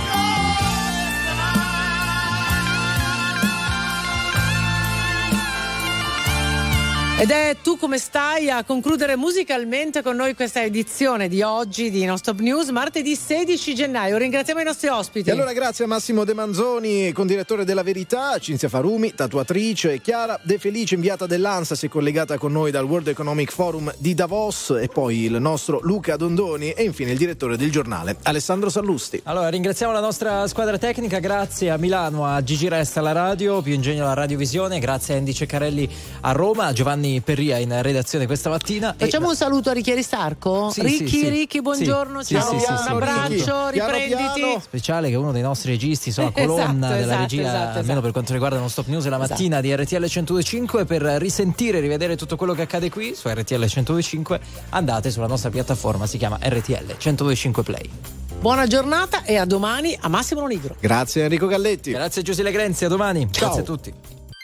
Ed è Tu come stai a concludere musicalmente con noi questa edizione di oggi di Non Stop News, martedì 16 gennaio. Ringraziamo i nostri ospiti. E allora grazie a Massimo De Manzoni, condirettore della Verità, Cinzia Farumi, tatuatrice, Chiara De Felice, inviata dell'ANSA, si è collegata con noi dal World Economic Forum di Davos, e poi il nostro Luca Dondoni e infine il direttore del giornale Alessandro Sallusti. Allora ringraziamo la nostra squadra tecnica, grazie a Milano a Gigi Resta alla radio, Più Ingegno alla radiovisione, grazie a Andy Ceccarelli a Roma, a Giovanni Perria in redazione questa mattina. Facciamo un saluto a Richieri Starco? Sì, Ricky, buongiorno, ciao, un abbraccio, riprenditi. Speciale che è uno dei nostri registi, insomma, colonna della regia, almeno per quanto riguarda Non Stop News, la mattina di RTL 102.5. Per risentire e rivedere tutto quello che accade qui su RTL 102.5 andate sulla nostra piattaforma, si chiama RTL 102.5 Play. Buona giornata e a domani a Massimo Nigro. Grazie Enrico Galletti. Grazie Giuseppe Grenzi, a domani. Ciao. Grazie a tutti.